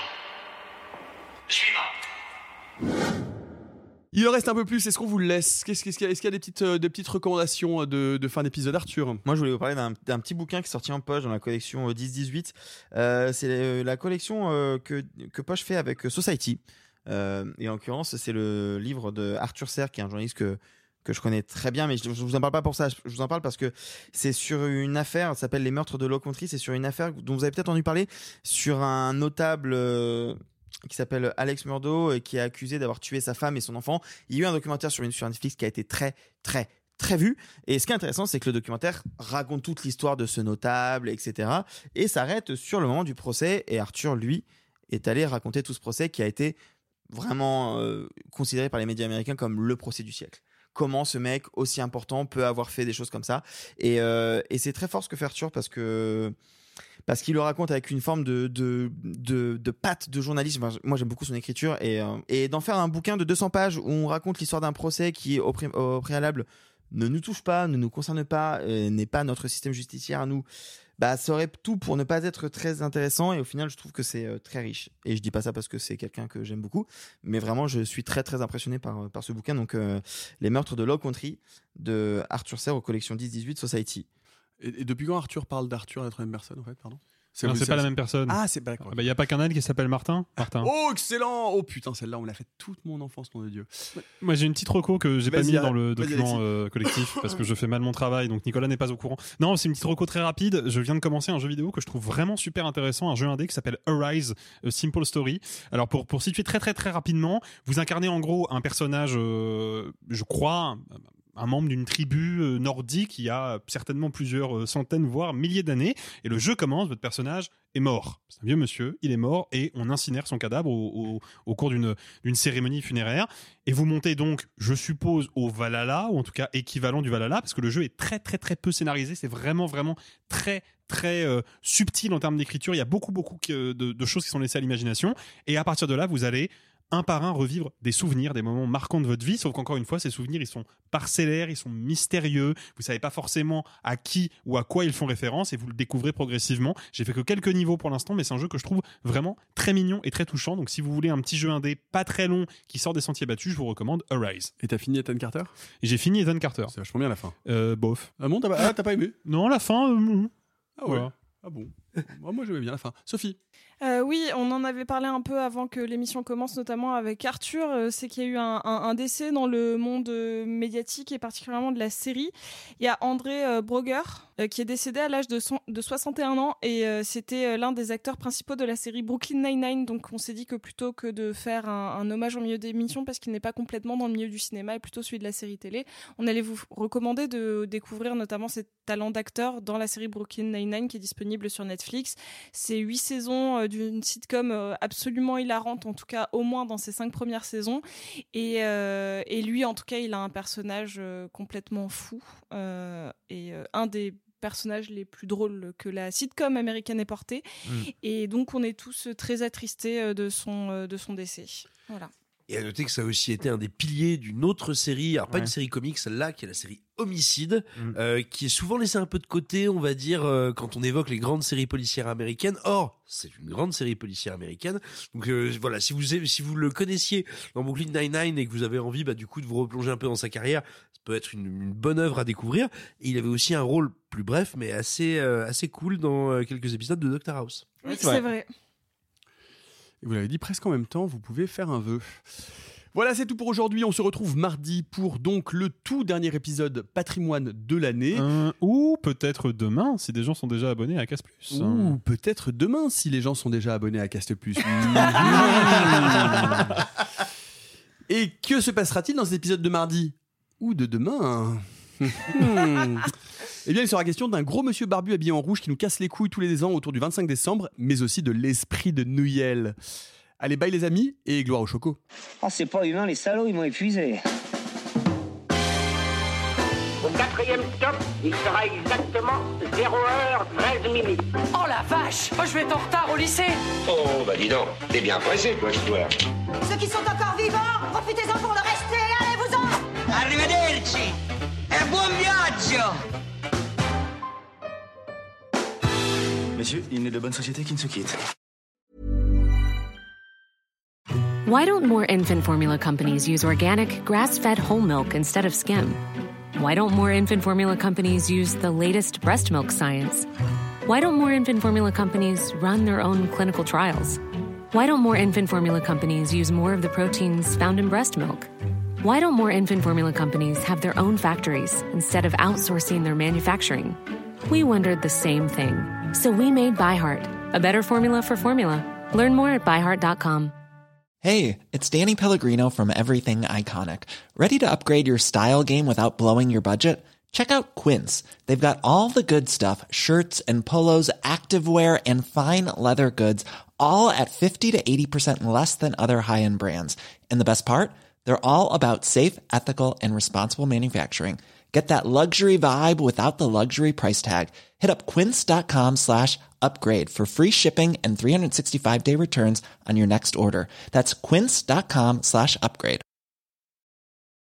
Suivant. Il en reste un peu plus, est-ce qu'on vous le laisse ? Est-ce qu'il y a des petites recommandations de fin d'épisode, Arthur ? Moi, je voulais vous parler d'un petit bouquin qui est sorti en poche dans la collection 10-18. C'est la collection que Poche fait avec Society. Et en l'occurrence, c'est le livre de Arthur Serre, qui est un journaliste que je connais très bien, mais je vous en parle pas pour ça. Je vous en parle parce que c'est sur une affaire, ça s'appelle Les Meurtres de Low Country. C'est sur une affaire dont vous avez peut-être entendu parler, sur un notable qui s'appelle Alex Murdaugh et qui est accusé d'avoir tué sa femme et son enfant. Il y a eu un documentaire sur Netflix qui a été très, très, très vu. Et ce qui est intéressant, c'est que le documentaire raconte toute l'histoire de ce notable, etc. Et s'arrête sur le moment du procès. Et Arthur, lui, est allé raconter tout ce procès qui a été vraiment considéré par les médias américains comme le procès du siècle. Comment ce mec aussi important peut avoir fait des choses comme ça. Et c'est très fort ce que fait Arthur parce qu'il le raconte avec une forme de patte de journalisme. Enfin, moi, j'aime beaucoup son écriture. Et d'en faire un bouquin de 200 pages où on raconte l'histoire d'un procès qui, au préalable, ne nous touche pas, ne nous concerne pas, n'est pas notre système judiciaire à nous, ça aurait tout pour ne pas être très intéressant. Et au final, je trouve que c'est très riche. Et je dis pas ça parce que c'est quelqu'un que j'aime beaucoup, mais vraiment, je suis très, très impressionné par ce bouquin. Donc, Les Meurtres de Low Country de Arthur Serre aux collections 10-18 Society. Et depuis quand Arthur parle d'Arthur à la troisième personne, en fait, pardon ? Non, c'est pas la même personne. Ah, c'est pas d'accord. Il y a pas qu'un âne qui s'appelle Martin. Oh, excellent. Oh putain, celle-là, on me l'a fait toute mon enfance, nom de Dieu. Moi, j'ai une petite reco que j'ai pas mis dans le document collectif parce que je fais mal mon travail, donc Nicolas n'est pas au courant. Non, c'est une petite reco très rapide. Je viens de commencer un jeu vidéo que je trouve vraiment super intéressant, un jeu indé qui s'appelle Arise, A Simple Story. Alors pour situer très très très rapidement, vous incarnez en gros un personnage, je crois, un membre d'une tribu nordique qui a certainement plusieurs centaines, voire milliers d'années. Et le jeu commence, votre personnage est mort. C'est un vieux monsieur, il est mort et on incinère son cadavre au cours d'une cérémonie funéraire. Et vous montez donc, je suppose, au Valhalla, ou en tout cas équivalent du Valhalla, parce que le jeu est très très très peu scénarisé. C'est vraiment vraiment très très subtil en termes d'écriture. Il y a beaucoup de choses qui sont laissées à l'imagination. Et à partir de là, vous allez un par un revivre des souvenirs, des moments marquants de votre vie, sauf qu'encore une fois, ces souvenirs, ils sont parcellaires, ils sont mystérieux, vous savez pas forcément à qui ou à quoi ils font référence et vous le découvrez progressivement. J'ai fait que quelques niveaux pour l'instant, mais c'est un jeu que je trouve vraiment très mignon et très touchant. Donc si vous voulez un petit jeu indé pas très long qui sort des sentiers battus, je vous recommande Arise. Et t'as fini Ethan Carter ? J'ai fini Ethan Carter. C'est vachement bien la fin. Bof. Ah bon, t'as pas aimé ? Non, la fin. Ah ouais. Voilà. Ah bon. Moi j'aimais bien la fin. Sophie. Oui, on en avait parlé un peu avant que l'émission commence, notamment avec Arthur. C'est qu'il y a eu un décès dans le monde médiatique et particulièrement de la série. Il y a André Broger qui est décédé à l'âge de 61 ans et c'était l'un des acteurs principaux de la série Brooklyn Nine-Nine. Donc on s'est dit que plutôt que de faire un hommage au milieu d'émission parce qu'il n'est pas complètement dans le milieu du cinéma et plutôt celui de la série télé, on allait vous recommander de découvrir notamment ses talents d'acteur dans la série Brooklyn Nine-Nine qui est disponible sur Netflix. C'est 8 saisons d'une sitcom absolument hilarante, en tout cas au moins dans ses 5 premières saisons. Et lui, en tout cas, il a un personnage complètement fou et un des personnages les plus drôles que la sitcom américaine ait porté. Et donc, on est tous très attristés de son décès. Voilà. Et à noter que ça a aussi été un des piliers d'une autre série, alors pas une série comique, celle-là, qui est la série Homicide, qui est souvent laissée un peu de côté, on va dire, quand on évoque les grandes séries policières américaines. Or, c'est une grande série policière américaine. Donc voilà, si vous le connaissiez dans Brooklyn Nine-Nine et que vous avez envie, du coup, de vous replonger un peu dans sa carrière, ça peut être une bonne œuvre à découvrir. Et il avait aussi un rôle plus bref, mais assez cool dans quelques épisodes de Dr House. Oui, c'est vrai. Vous l'avez dit presque en même temps, vous pouvez faire un vœu. Voilà, c'est tout pour aujourd'hui. On se retrouve mardi pour donc le tout dernier épisode patrimoine de l'année. Ou peut-être demain, si des gens sont déjà abonnés à Cast+. Ou peut-être demain, si les gens sont déjà abonnés à Cast+. Et que se passera-t-il dans cet épisode de mardi ? Ou de demain ? Eh bien, il sera question d'un gros monsieur barbu habillé en rouge qui nous casse les couilles tous les ans autour du 25 décembre, mais aussi de l'esprit de Noël. Allez, bye les amis, et gloire au choco. Oh, c'est pas humain, les salauds, ils m'ont épuisé. Au 4e stop, il sera exactement 0h13. Oh la vache! Moi je vais être en retard au lycée! Oh, dis donc, t'es bien pressé, toi, histoire. Ceux qui sont encore vivants, profitez-en pour le rester! Allez-vous-en! Arrivederci! E buon viaggio! Messieurs, il n'est de bonne société qui ne se quitte. Why don't more infant formula companies use organic, grass-fed whole milk instead of skim? Why don't more infant formula companies use the latest breast milk science? Why don't more infant formula companies run their own clinical trials? Why don't more infant formula companies use more of the proteins found in breast milk? Why don't more infant formula companies have their own factories instead of outsourcing their manufacturing? We wondered the same thing. So we made ByHeart, a better formula for formula. Learn more at byheart.com. Hey, it's Danny Pellegrino from Everything Iconic. Ready to upgrade your style game without blowing your budget? Check out Quince. They've got all the good stuff, shirts and polos, activewear, and fine leather goods, all at 50 to 80% less than other high-end brands. And the best part? They're all about safe, ethical, and responsible manufacturing. Get that luxury vibe without the luxury price tag. Hit up quince.com/upgrade for free shipping and 365-day returns on your next order. That's quince.com/upgrade.